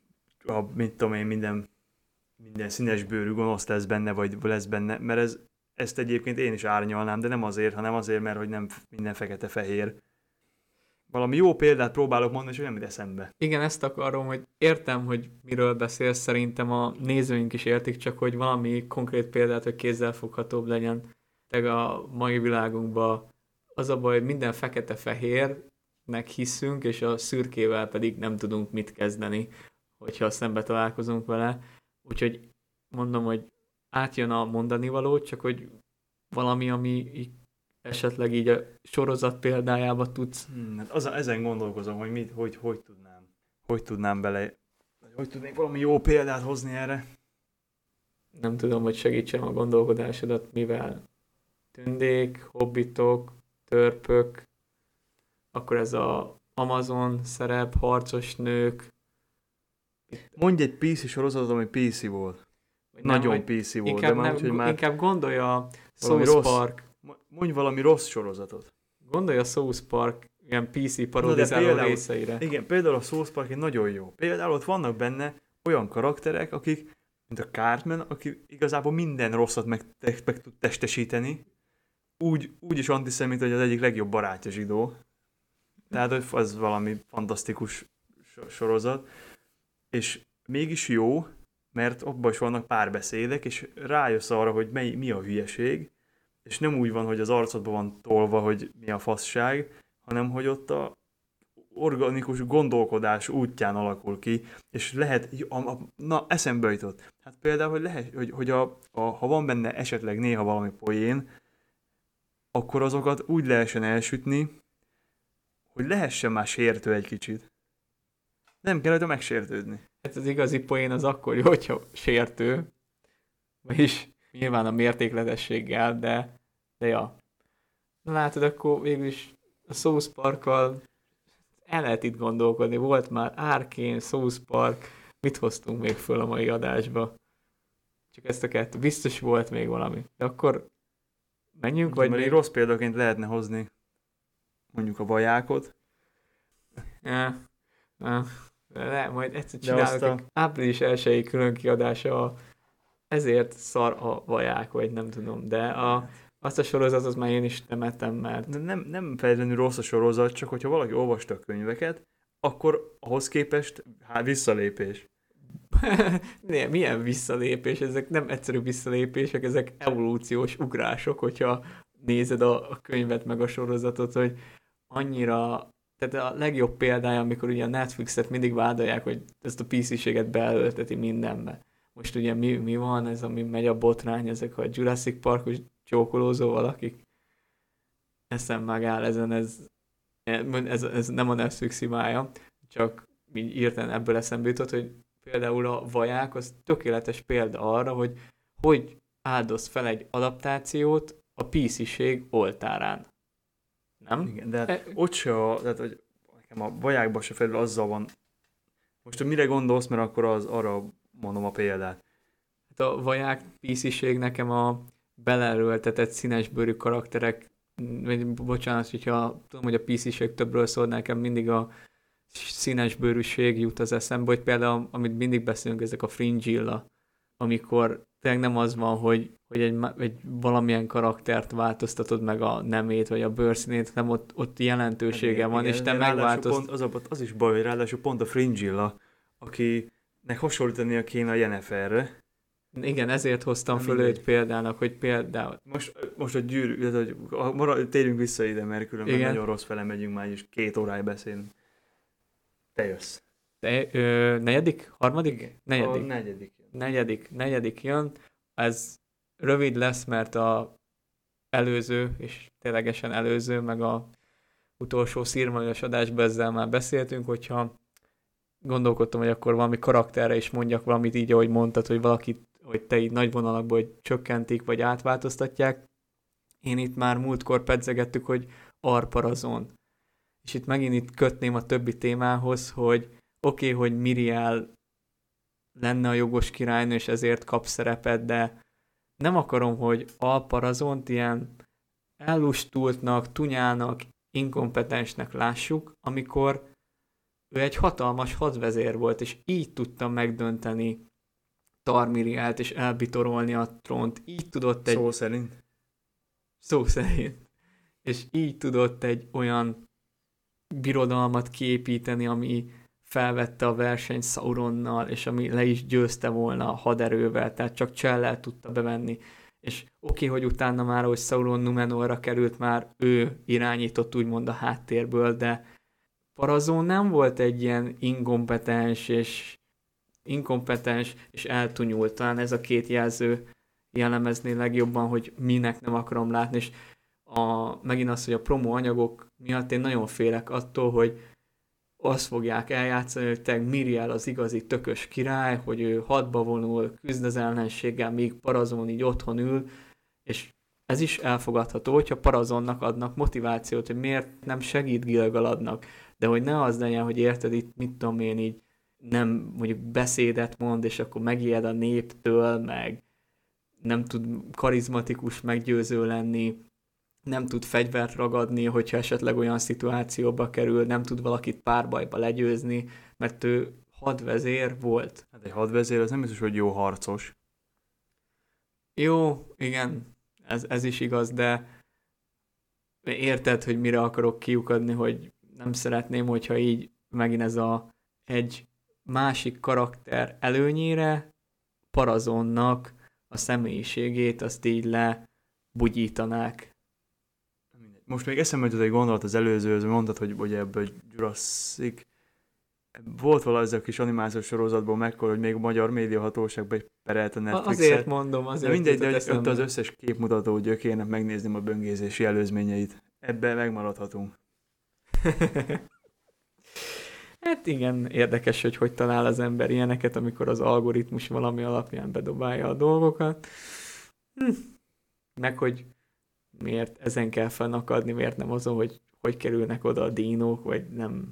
a, mit tudom én, minden, minden színesbőrű gonosz lesz benne, vagy lesz benne, mert ez, ezt egyébként én is árnyalnám, de nem azért, hanem azért, mert hogy nem minden fekete-fehér. Valami jó példát próbálok mondani, és olyan, mit eszembe. Igen, ezt akarom, hogy értem, hogy miről beszélsz, szerintem a nézőink is értik, csak hogy valami konkrét példát, hogy kézzelfoghatóbb legyen. Tehát a mai világunkban az a baj, hogy minden fekete-fehérnek hiszünk, és a szürkével pedig nem tudunk mit kezdeni, hogyha szembe találkozunk vele. Úgyhogy mondom, hogy átjön a mondani való, csak hogy valami, ami így esetleg így a sorozat példájába tudsz. Hmm, hát az, ezen gondolkozom, hogy mit, hogy, hogy tudnám, hogy tudnám bele, hogy tudnék valami jó példát hozni erre. Nem tudom, hogy segítsem a gondolkodásodat, mivel tündék, hobbitok, törpök, akkor ez a Amazon szerep, harcos nők. Mondj egy pé cé sorozatot, ami pé cé volt. Nagyon nem, pé cé volt, inkább, de már nem, úgy, már... inkább gondolja a Valami South rossz. Park. Mondj valami rossz sorozatot. Gondolja a South Park ilyen pé cé Na, de parodizáló például- részeire. Igen, például a South Park egy nagyon jó. Például ott vannak benne olyan karakterek, akik, mint a Cartman, aki igazából minden rosszat meg, meg tud testesíteni, úgy, úgy is antiszemita, hogy az egyik legjobb barátja zsidó. Tehát hogy az valami fantasztikus so- sorozat. És mégis jó, mert abban is vannak párbeszédek, és rájössz arra, hogy mely, mi a hülyeség, és nem úgy van, hogy az arcodban van tolva, hogy mi a fasság, hanem hogy ott a organikus gondolkodás útján alakul ki, és lehet, a, a, na eszembe jutott. Hát például, hogy, lehet, hogy, hogy a, a, ha van benne esetleg néha valami poén, akkor azokat úgy lehessen elsütni, hogy lehessen már sértő egy kicsit. Nem kell rajta megsértődni. Hát az igazi poén az akkor jó, hogyha sértő, vagyis nyilván a mértékletességgel, de, de ja. Na látod, akkor végül is a South Parkkal el lehet itt gondolkodni. Volt már Arkane, South Park, mit hoztunk még föl a mai adásba? Csak ezt a kettő. Biztos volt még valami. De akkor menjünk, vagy Mert még... még rossz példaként lehetne hozni mondjuk a vajákot. Ja, ja. Le, majd egyszer De csinálok azt a- egy április elsői külön kiadása a ezért szar a vaják, vagy nem tudom, de a, azt a sorozatot már én is temetem, mert De nem, nem feltétlenül rossz a sorozat, csak hogyha valaki olvasta a könyveket, akkor ahhoz képest hát visszalépés. Ne, milyen visszalépés, ezek nem egyszerű visszalépések, ezek evolúciós ugrások, hogyha nézed a, a könyvet meg a sorozatot, hogy annyira, tehát a legjobb példája, amikor ugye a Netflixet mindig vádolják, hogy ezt a pé cé-séget beölteti mindenbe. Most ugye mi, mi van ez, ami megy a botrány, ezek a Jurassic Parkos csókolózó valakik. Eszem megáll ezen, ez, ez, ez nem a Netflix hibája, csak így írtan ebből eszembe jutott, hogy például a vaják az tökéletes példa arra, hogy hogy áldoz fel egy adaptációt a pé cé-ség oltárán. Nem? Igen, de hát E- ott se a, tehát, hogy nekem a vajákban se felül azzal van. Most hogy mire gondolsz, mert akkor az, arra mondom a példát. Hát a vaják pé cé-ség nekem a beleerőltetett színesbőrű karakterek, vagy bocsánat, hogyha tudom, hogy a pé cé-ség többről szól, nekem mindig a színesbőrűség jut az eszembe, hogy például, amit mindig beszélünk, ezek a Fringilla, amikor tényleg nem az van, hogy, hogy egy, egy valamilyen karaktert változtatod meg a nemét, vagy a bőrszínét, hanem ott, ott jelentősége Igen, van, igen, és te de ráadásul megváltoztatod. pont, az, a, az is baj, hogy ráadásul pont a Fringilla, akinek hasonlítania kéne a Jenniferre. Igen, ezért hoztam Na, föl mindegy. őt példának, hogy például... Most, most a gyűrű, tehát, hogy a- marad, térjünk vissza ide, mert különben Igen. nagyon rossz fele megyünk már, és két óráig beszélünk. Te jössz. De, ö, negyedik? Harmadik? Negyedik. A negyedik. negyedik, negyedik jön, ez rövid lesz, mert a előző, és ténylegesen előző, meg a utolsó szirmaios adásban ezzel már beszéltünk, hogyha gondolkodtam, hogy akkor valami karakterre is mondjak valamit így, ahogy mondtad, hogy valakit, hogy te így nagy vonalakból hogy csökkentik, vagy átváltoztatják. Én itt már múltkor pedzegettük, hogy Arparazon. És itt megint itt kötném a többi témához, hogy oké, okay, hogy Miriel lenne a jogos királynő, és ezért kap szerepet, de nem akarom, hogy Alparazont ilyen ellustultnak, tunyának, inkompetensnek lássuk, amikor ő egy hatalmas hadvezér volt, és így tudta megdönteni Tarmirielt, és elbitorolni a trónt. Így tudott egy... Szó szerint. Szó szerint. És így tudott egy olyan birodalmat kiépíteni, ami felvette a versenyt Sauronnal, és ami le is győzte volna a haderővel, tehát csak Csellel tudta bevenni. És oké, hogy utána már, hogy Sauron Numenorra került, már ő irányított úgymond a háttérből, de Parazón nem volt egy ilyen inkompetens és inkompetens és eltunyult. Talán ez a két jelző jellemezni legjobban, hogy minek nem akarom látni, és a, megint az, hogy a promo anyagok miatt én nagyon félek attól, hogy azt fogják eljátszani, hogy te Miriel az igazi tökös király, hogy ő hadba vonul, küzd az ellenséggel, míg Parazón így otthon ül, és ez is elfogadható, hogyha Parazonnak adnak motivációt, hogy miért nem segít Gilgaladnak, de hogy ne az legyen, hogy érted itt, mit tudom én így, nem mondjuk beszédet mond, és akkor megijed a néptől, meg nem tud karizmatikus, meggyőző lenni, nem tud fegyvert ragadni, hogyha esetleg olyan szituációba kerül, nem tud valakit párbajba legyőzni, mert ő hadvezér volt. Hát egy hadvezér az nem biztos, hogy jó harcos. Jó, igen, ez, ez is igaz, de érted, hogy mire akarok kiukadni, hogy nem szeretném, hogyha így megint ez a egy másik karakter előnyére Parazonnak a személyiségét azt így lebugyítanák. Most még eszembe jutott egy gondolat az előzőhöz, mondtad, hogy ugye ebből Jurassic, volt valahogy a kis animációs sorozatból mekkora, hogy még a magyar médiahatóságban egy perelt a Netflixet. Azért mondom, azért. De mindegy, de hogy ott az összes képmutató gyökének megnézném a böngészési előzményeit. Ebben megmaradhatunk. Hát igen, érdekes, hogy hogy talál az ember ilyeneket, amikor az algoritmus valami alapján bedobálja a dolgokat. Hm. Meg, hogy miért ezen kell fennakadni, miért nem azon, hogy hogy kerülnek oda a dínók, vagy nem.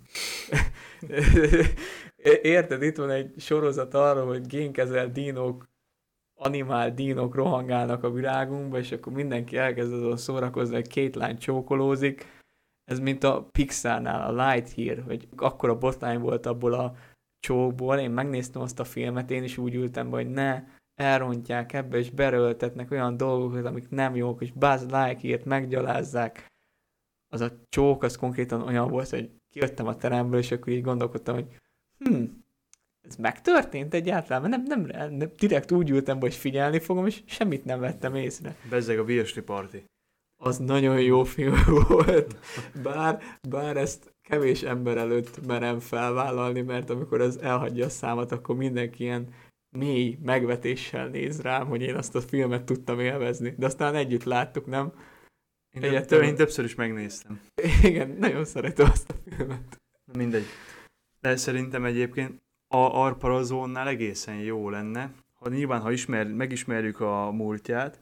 Érted, itt van egy sorozat arra, hogy génkezelt dínók, animál dínók rohangálnak a világunkba, és akkor mindenki elkezd azon szórakozni, hogy két lány csókolózik. Ez mint a Pixarnál, a Lightyear, hogy akkora botlány volt abból a csókból. Én megnéztem azt a filmet, én is úgy ültem be, hogy ne, elrontják ebbe, és beröltetnek olyan dolgokat, amik nem jók, és Buzz Lightyeart meggyalázzák. Az a csók, az konkrétan olyan volt, hogy kijöttem a teremből, és akkor így gondolkodtam, hogy hm, ez megtörtént egyáltalán? Mert nem, nem, nem, direkt úgy ültem be, hogy figyelni fogom, és semmit nem vettem észre. Bezzeg a Virsli Party. Az nagyon jó film volt, bár, bár ezt kevés ember előtt merem felvállalni, mert amikor az elhagyja a számat, akkor mindenki ilyen mély megvetéssel néz rám, hogy én azt a filmet tudtam élvezni. De aztán együtt láttuk, nem? Én, Egyetlen... én többször is megnéztem. Igen, nagyon szeretem azt a filmet. Mindegy. De szerintem egyébként a Arparazónnál egészen jó lenne, ha nyilván, ha ismer, megismerjük a múltját,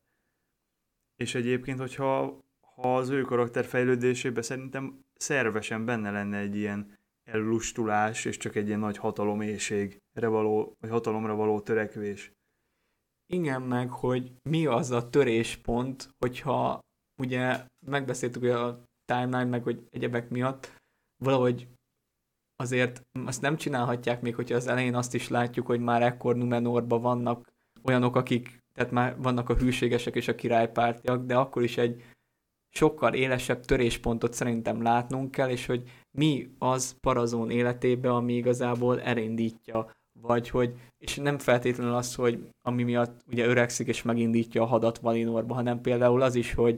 és egyébként, hogyha ha az ő karakter fejlődésében szerintem szervesen benne lenne egy ilyen ellustulás, és csak egy ilyen nagy hataloméhségre való, vagy hatalomra való törekvés. Igen, meg, hogy mi az a töréspont, hogyha ugye megbeszéltük hogy a timeline, meg hogy egyebek miatt valahogy azért azt nem csinálhatják még, hogyha az elején azt is látjuk, hogy már ekkor Numenorban vannak olyanok, akik, tehát már vannak a hűségesek és a királypártiak, de akkor is egy sokkal élesebb töréspontot szerintem látnunk kell, és hogy mi az Parazón életébe, ami igazából elindítja, vagy hogy, és nem feltétlenül az, hogy ami miatt ugye öregszik és megindítja a hadat Valinorba, hanem például az is, hogy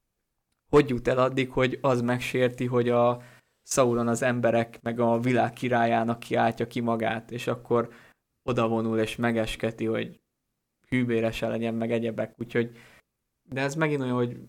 hogy jut el addig, hogy az megsérti, hogy a Sauron az emberek meg a világ királyának kiáltja ki magát, és akkor odavonul és megesketi, hogy hűbérese legyen, meg egyebek, úgyhogy de ez megint olyan, hogy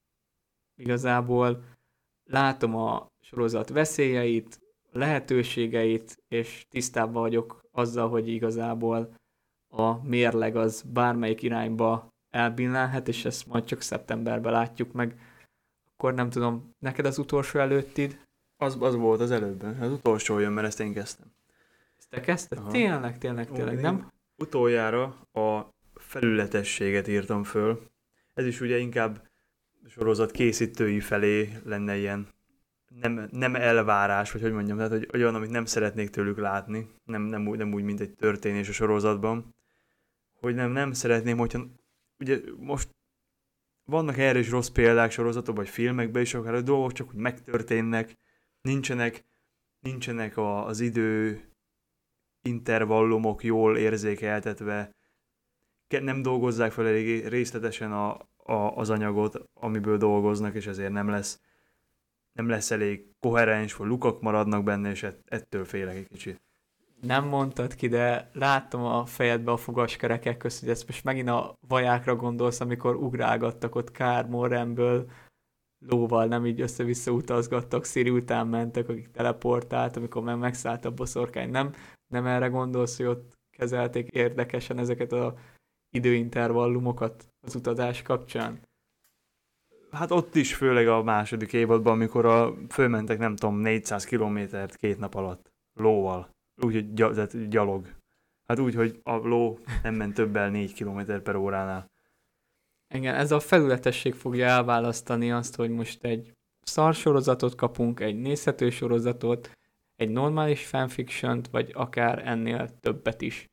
igazából látom a sorozat veszélyeit, lehetőségeit, és tisztában vagyok azzal, hogy igazából a mérleg az bármelyik irányba elbillenhet, és ezt majd csak szeptemberben látjuk meg. Akkor nem tudom, neked az utolsó előttid? Az, az volt az előbben. Az utolsó jön, mert ezt én kezdtem. Ezt te kezdted? Aha. Tényleg, tényleg, tényleg, Ó, nem? Utoljára a felületességet írtam föl. Ez is ugye inkább sorozat készítői felé lenne ilyen nem, nem elvárás, vagy hogy mondjam, tehát hogy olyan, amit nem szeretnék tőlük látni, nem, nem, úgy, nem úgy, mint egy történés a sorozatban, hogy nem, nem szeretném, hogyha ugye most vannak erre is rossz példák sorozatokban, vagy filmekben is, akár a dolgok csak úgy megtörténnek, nincsenek, nincsenek a, az idő intervallumok jól érzékeltetve, nem dolgozzák fel elég részletesen a, a, az anyagot, amiből dolgoznak, és ezért nem lesz, nem lesz elég koherens, vagy lukak maradnak benne, és ettől félek egy kicsit. Nem mondtad ki, de láttam a fejedbe a fogaskerekek közt, hogy ezt most megint a vajákra gondolsz, amikor ugrálgattak ott Kaer Morhenből lóval, nem így össze-vissza utazgattak, Ciri után mentek, akik teleportált, amikor meg megszállt a boszorkány. Nem, nem erre gondolsz, hogy ott kezelték érdekesen ezeket az időintervallumokat az utazás kapcsán? Hát ott is, főleg a második évadban, amikor a, fölmentek, nem tudom, négyszáz kilométert két nap alatt lóval. Úgyhogy gy- gyalog. Hát úgy, hogy a ló nem ment többel négy kilométer per óránál. Igen, ez a felületesség fogja elválasztani azt, hogy most egy szar sorozatot kapunk, egy nézhető sorozatot, egy normális fanfiction-t, vagy akár ennél többet is.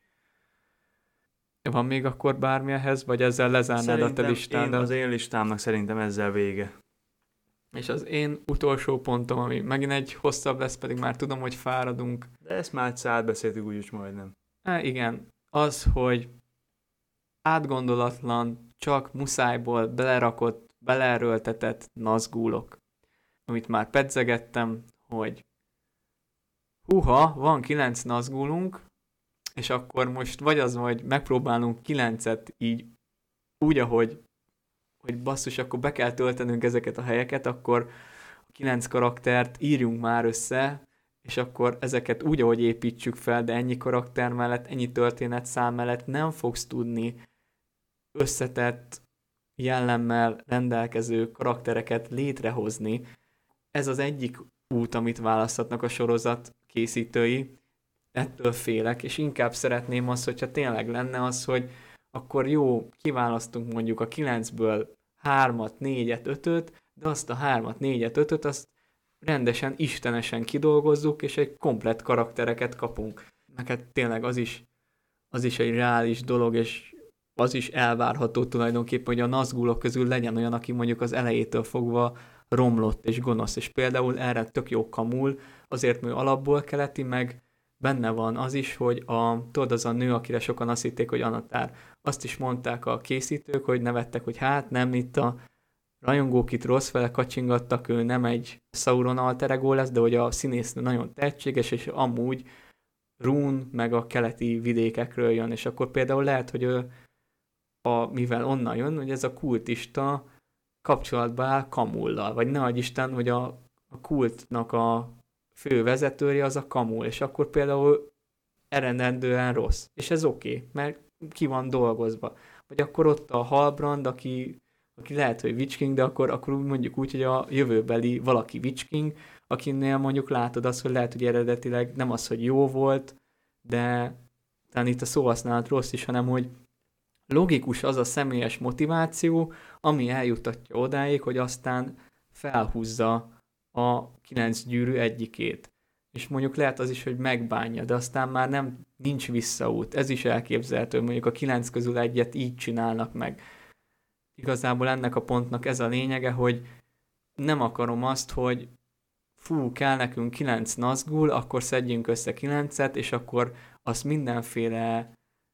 Van még akkor bármi ehhez, vagy ezzel lezárnád a te listádat? Én, az én listámnak szerintem ezzel vége. És az én utolsó pontom, ami megint egy hosszabb lesz, pedig már tudom, hogy fáradunk. De ezt már egyszer átbeszéltük úgyis majdnem. E, igen, az, hogy átgondolatlan, csak muszájból belerakott, beleerőltetett nazgúlok, amit már pedzegettem, hogy húha, van kilenc nazgúlunk, és akkor most vagy az, hogy megpróbálunk kilencet így úgy, ahogy hogy basszus, akkor be kell töltenünk ezeket a helyeket, akkor a kilenc karaktert írjunk már össze, és akkor ezeket úgy, ahogy építsük fel, de ennyi karakter mellett, ennyi történetszám mellett nem fogsz tudni összetett jellemmel rendelkező karaktereket létrehozni. Ez az egyik út, amit választhatnak a sorozat készítői. Ettől félek, és inkább szeretném azt, hogyha tényleg lenne az, hogy akkor jó, kiválasztunk mondjuk a kilencből hármat, négyet, ötöt, de azt a hármat, négyet, ötöt, azt rendesen, istenesen kidolgozzuk, és egy komplett karaktereket kapunk. Neked tényleg az is, az is egy reális dolog, és az is elvárható tulajdonképpen, hogy a nazgulok közül legyen olyan, aki mondjuk az elejétől fogva romlott és gonosz, és például erre tök jó Kamul, azért mert alapból keleti, meg benne van az is, hogy a, tudod, az a nő, akire sokan azt hitték, hogy Anatár. Azt is mondták a készítők, hogy nevettek, hogy hát nem, itt a rajongók itt rossz fele kacsingattak, ő nem egy Sauron alter ego lesz, de hogy a színésznő nagyon tehetséges, és amúgy Rún meg a keleti vidékekről jön, és akkor például lehet, hogy ő, a, mivel onnan jön, hogy ez a kultista kapcsolatba áll Kamullal, vagy ne adj Isten, hogy a, a kultnak a fő vezetője az a Kamul, és akkor például eredendően rossz. És ez oké, okay, mert ki van dolgozva. Vagy akkor ott a Halbrand, aki, aki lehet, hogy Witch King, de akkor, akkor mondjuk úgy, hogy a jövőbeli valaki Witch King, akinél mondjuk látod azt, hogy lehet, hogy eredetileg nem az, hogy jó volt, de talán itt a szóhasználat rossz is, hanem hogy logikus az a személyes motiváció, ami eljutatja odáig, hogy aztán felhúzza a kilenc gyűrű egyikét. És mondjuk lehet az is, hogy megbánja, de aztán már nem, nincs visszaút. Ez is elképzelhető, mondjuk a kilenc közül egyet így csinálnak meg. Igazából ennek a pontnak ez a lényege, hogy nem akarom azt, hogy fú, kell nekünk kilenc nazgul, akkor szedjünk össze kilencet, és akkor azt mindenféle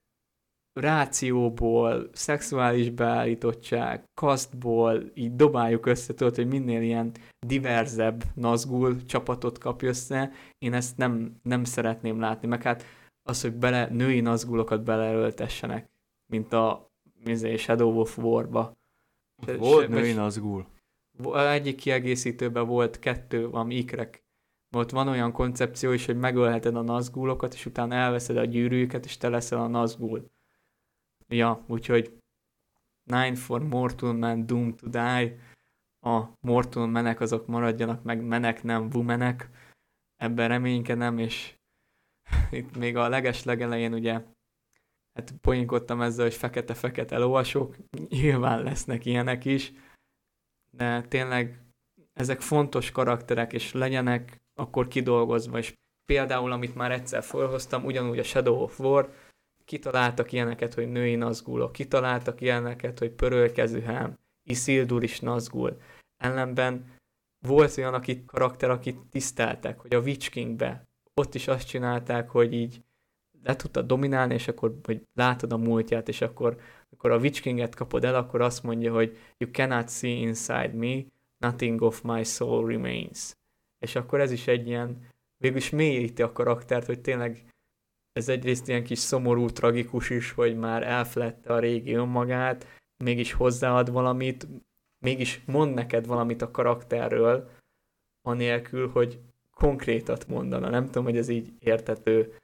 rációból, szexuális beállítottság, kasztból így dobáljuk össze, tudod, hogy minél ilyen diverzebb nazgul csapatot kapj össze. Én ezt nem, nem szeretném látni, meg hát az, hogy bele, női nazgulokat beleöltessenek, mint a Shadow of War-ba. Volt női nazgul. Egyik kiegészítőben volt kettő, ami ikrek. Ott van olyan koncepció is, hogy megölheted a nazgulokat, és utána elveszed a gyűrűjüket, és te leszel a nazgul. Ja, úgyhogy Nine for Mortal Man Doomed to Die. A Mortal Menek azok maradjanak, meg menek, nem womenek. Ebben reménykedem, és itt még a leges-legelején ugye hát poénkodtam ezzel, hogy fekete-fekete lovasok. Nyilván lesznek ilyenek is, de tényleg ezek fontos karakterek, és legyenek akkor kidolgozva, és például, amit már egyszer felhoztam, ugyanúgy a Shadow of War, kitaláltak ilyeneket, hogy női nazgulok, kitaláltak ilyeneket, hogy pörölkező hám, Isildur is Nazgul. Ellenben volt olyan akit, karakter, akit tiszteltek, hogy a Witch Kingbe ott is azt csinálták, hogy így le tudtad dominálni, és akkor hogy látod a múltját, és akkor, akkor a Witch Kinget kapod el, akkor azt mondja, hogy you cannot see inside me, nothing of my soul remains. És akkor ez is egy ilyen, végülis mélyíti a karaktert, hogy tényleg ez egyrészt ilyen kis szomorú, tragikus is, hogy már elfeledte a régi önmagát, mégis hozzáad valamit, mégis mond neked valamit a karakterről, anélkül, hogy konkrétat mondana. Nem tudom, hogy ez így értető.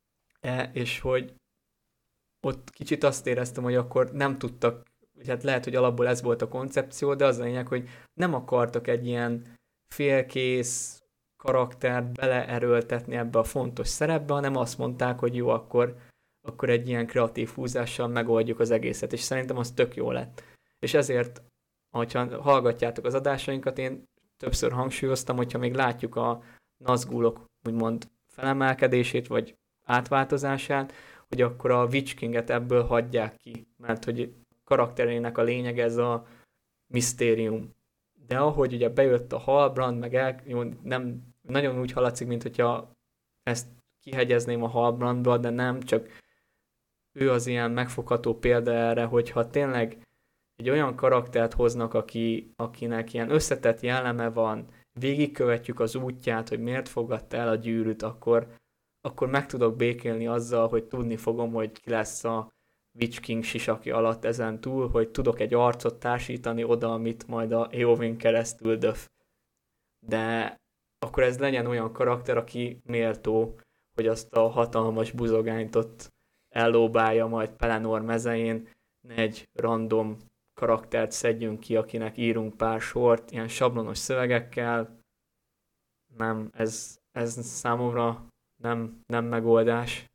E, és hogy ott kicsit azt éreztem, hogy akkor nem tudtak, hát lehet, hogy alapból ez volt a koncepció, de az a lényeg, hogy nem akartak egy ilyen félkész karaktert beleerőltetni ebbe a fontos szerepbe, hanem azt mondták, hogy jó, akkor, akkor egy ilyen kreatív húzással megoldjuk az egészet, és szerintem az tök jó lett. És ezért, hogyha hallgatjátok az adásainkat, én többször hangsúlyoztam, hogyha még látjuk a Nazgulok úgymond felemelkedését, vagy átváltozását, hogy akkor a Witch Kinget ebből hagyják ki, mert hogy karakterének a lényeg ez a misztérium. De ahogy ugye bejött a Halbrand, meg el, jó, nem, nagyon úgy hallatszik, mint hogyha ezt kihegyezném a Halbrandba, de nem, csak ő az ilyen megfogható példa erre, hogyha tényleg egy olyan karaktert hoznak, aki, akinek ilyen összetett jelleme van, végigkövetjük az útját, hogy miért fogadta el a gyűrűt, akkor, akkor meg tudok békélni azzal, hogy tudni fogom, hogy ki lesz a Witch King sisakja alatt ezen túl, hogy tudok egy arcot társítani oda, amit majd a Éowyn keresztül döf. De akkor ez legyen olyan karakter, aki méltó, hogy azt a hatalmas buzogányt ott ellóbálja majd Pelennor mezején, ne egy random karaktert szedjünk ki, akinek írunk pár sort, ilyen sablonos szövegekkel. Nem, ez, ez számomra nem, nem megoldás.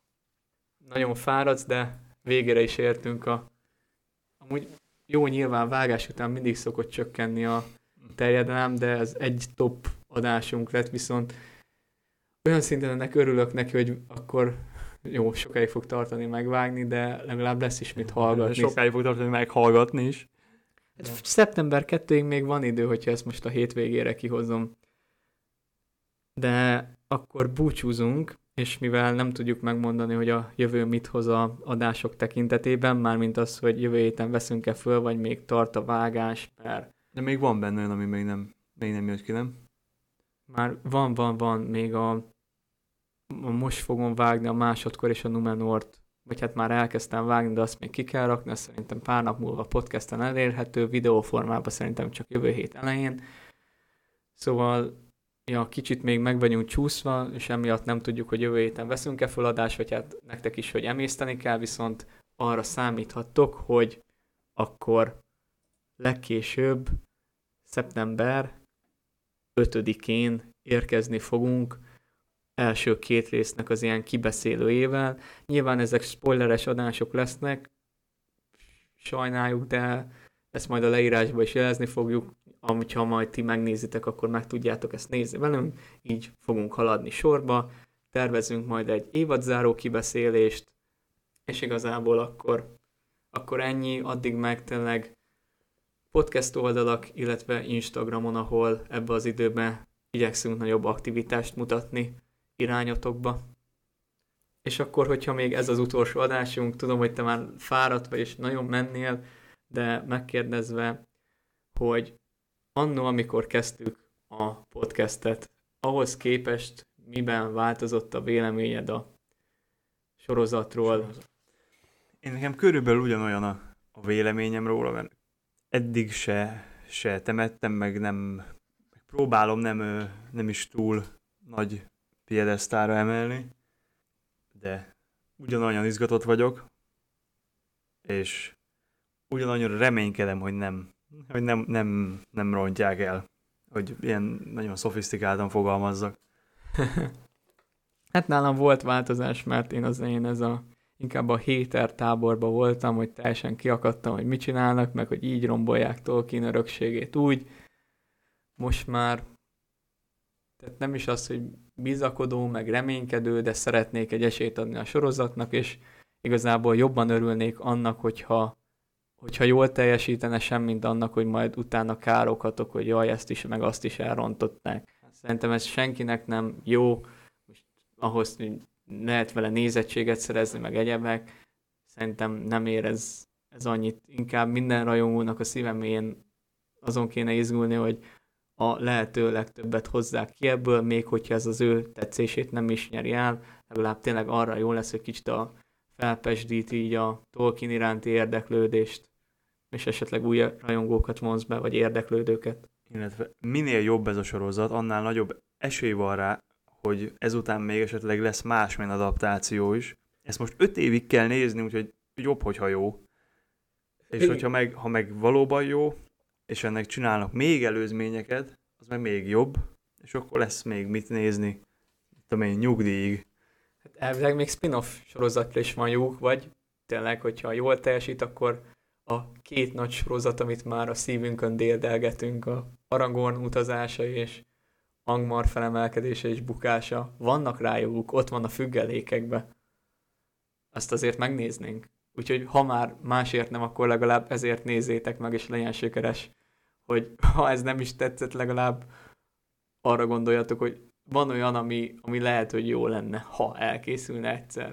Nagyon fáradsz, de végére is értünk a... Amúgy jó, nyilván vágás után mindig szokott csökkenni a terjedelem, de ez egy top adásunk lett, viszont olyan szinten ennek örülök neki, hogy akkor jó, sokáig fog tartani megvágni, de legalább lesz is mit hallgatni. Sokáig fog tartani meghallgatni is. Hát szeptember kettőig még van idő, hogyha ezt most a hétvégére kihozom. De akkor búcsúzunk, és mivel nem tudjuk megmondani, hogy a jövő mit hoz a adások tekintetében, mármint az, hogy jövő héten veszünk-e föl, vagy még tart a vágás, per... De még van benne olyan, ami még nem, még nem jött ki, nem? Már van, van, van, még a most fogom vágni a másodkor és a Numenort, vagy hát már elkezdtem vágni, de azt még ki kell rakni, azt szerintem pár nap múlva podcasten elérhető, videóformában szerintem csak jövő hét elején. Szóval, ja, kicsit még meg vagyunk csúszva, és emiatt nem tudjuk, hogy jövő héten veszünk-e feladást, vagy hát nektek is, hogy emészteni kell, viszont arra számíthattok, hogy akkor legkésőbb szeptember ötödikén érkezni fogunk első két résznek az ilyen kibeszélőjével. Nyilván ezek spoileres adások lesznek, sajnáljuk, de ezt majd a leírásban is jelezni fogjuk, amit ha majd ti megnézitek, akkor meg tudjátok ezt nézni velünk, így fogunk haladni sorba, tervezünk majd egy évadzáró kibeszélést, és igazából akkor, akkor ennyi, addig meg tényleg podcast oldalak, illetve Instagramon, ahol ebbe az időben igyekszünk nagyobb aktivitást mutatni irányotokba. És akkor, hogyha még ez az utolsó adásunk, tudom, hogy te már fáradt vagy, és nagyon mennél, de megkérdezve, hogy anno, amikor kezdtük a podcastet, ahhoz képest miben változott a véleményed a sorozatról? Én nekem körülbelül ugyanolyan a, a véleményem róla, mert eddig se, se temettem, meg nem próbálom nem, nem is túl nagy piedesztára emelni, de ugyanolyan izgatott vagyok, és ugyanannyira reménykedem, hogy nem, hogy nem, nem, nem rontják el, hogy ilyen nagyon szofisztikáltan fogalmazzak. Hát nálam volt változás, mert én az én ez a inkább a hater táborban voltam, hogy teljesen kiakadtam, hogy mit csinálnak, meg hogy így rombolják Tolkien örökségét úgy. Most már tehát nem is az, hogy bizakodó, meg reménykedő, de szeretnék egy esélyt adni a sorozatnak, és igazából jobban örülnék annak, hogyha, hogyha jól teljesítene, sem mint annak, hogy majd utána károkhatok, hogy jaj, ezt is, meg azt is elrontották. Szerintem ez senkinek nem jó, most ahhoz lehet vele nézettséget szerezni, meg egyebek. Szerintem nem ér ez, ez annyit. Inkább minden rajongónak a szívem mélyén azon kéne izgulni, hogy a lehető legtöbbet hozzák ki ebből, még hogyha ez az ő tetszését nem is nyeri el, legalább tényleg arra jó lesz, hogy kicsit a felpesdít így a Tolkien iránti érdeklődést, és esetleg új rajongókat vonz be, vagy érdeklődőket. Illetve minél jobb ez a sorozat, annál nagyobb esély van rá, hogy ezután még esetleg lesz másmilyen adaptáció is. Ezt most öt évig kell nézni, úgyhogy jobb, hogyha jó. És hogyha meg, ha meg valóban jó, és ennek csinálnak még előzményeket, az meg még jobb, és akkor lesz még mit nézni, tudom én, nyugdíjig. Hát elvileg még spin-off sorozatra is van jó, vagy tényleg, hogyha jól teljesít, akkor a két nagy sorozat, amit már a szívünkön déldelgetünk, a Aragorn utazása és Angmar felemelkedése és bukása, vannak rá joguk, ott van a függelékekbe. Azt azért megnéznénk. Úgyhogy ha már másért nem, akkor legalább ezért nézzétek meg, és legyen sikeres, hogy ha ez nem is tetszett, legalább arra gondoljatok, hogy van olyan, ami, ami lehet, hogy jó lenne, ha elkészülne egyszer.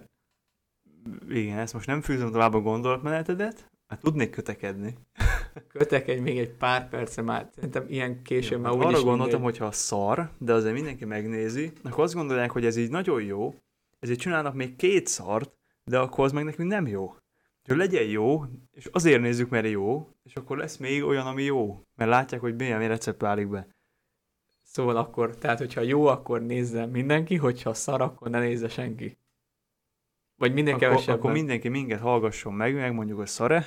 Igen, ezt most nem fűzöm tovább a gondolatmenetedet, hát tudnék kötekedni. Kötekedj még egy pár percre már, szerintem ilyen későn már úgyis arra gondoltam, mindegy. hogyha szar, de azért mindenki megnézi, akkor azt gondolják, hogy ez így nagyon jó, ezért csinálnak még két szart, de akkor az meg nekünk nem jó. Hogy legyen jó, és azért nézzük, mert jó, és akkor lesz még olyan, ami jó. Mert látják, hogy milyen recept válik be. Szóval akkor, tehát hogyha jó, akkor nézze mindenki, hogyha szar, akkor ne nézze senki. Vagy minden akkor, kevesebben. akkor mindenki minket hallgasson meg, meg mondjuk, hogy szar-e.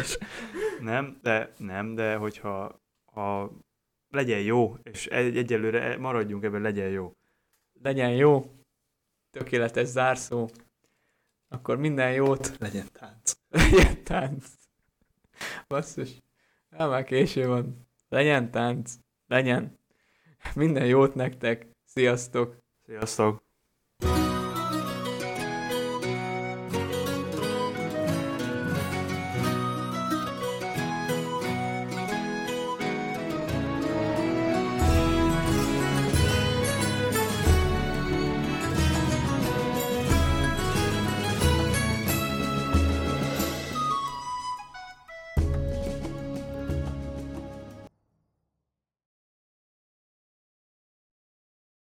nem, de, nem, de hogyha ha legyen jó, és egy, egyelőre maradjunk ebben, legyen jó. Legyen jó, tökéletes zárszó. Akkor minden jót. Legyen tánc. Legyen tánc. Basszus. Hát már késő van. Legyen tánc. Legyen. Minden jót nektek. Sziasztok. Sziasztok.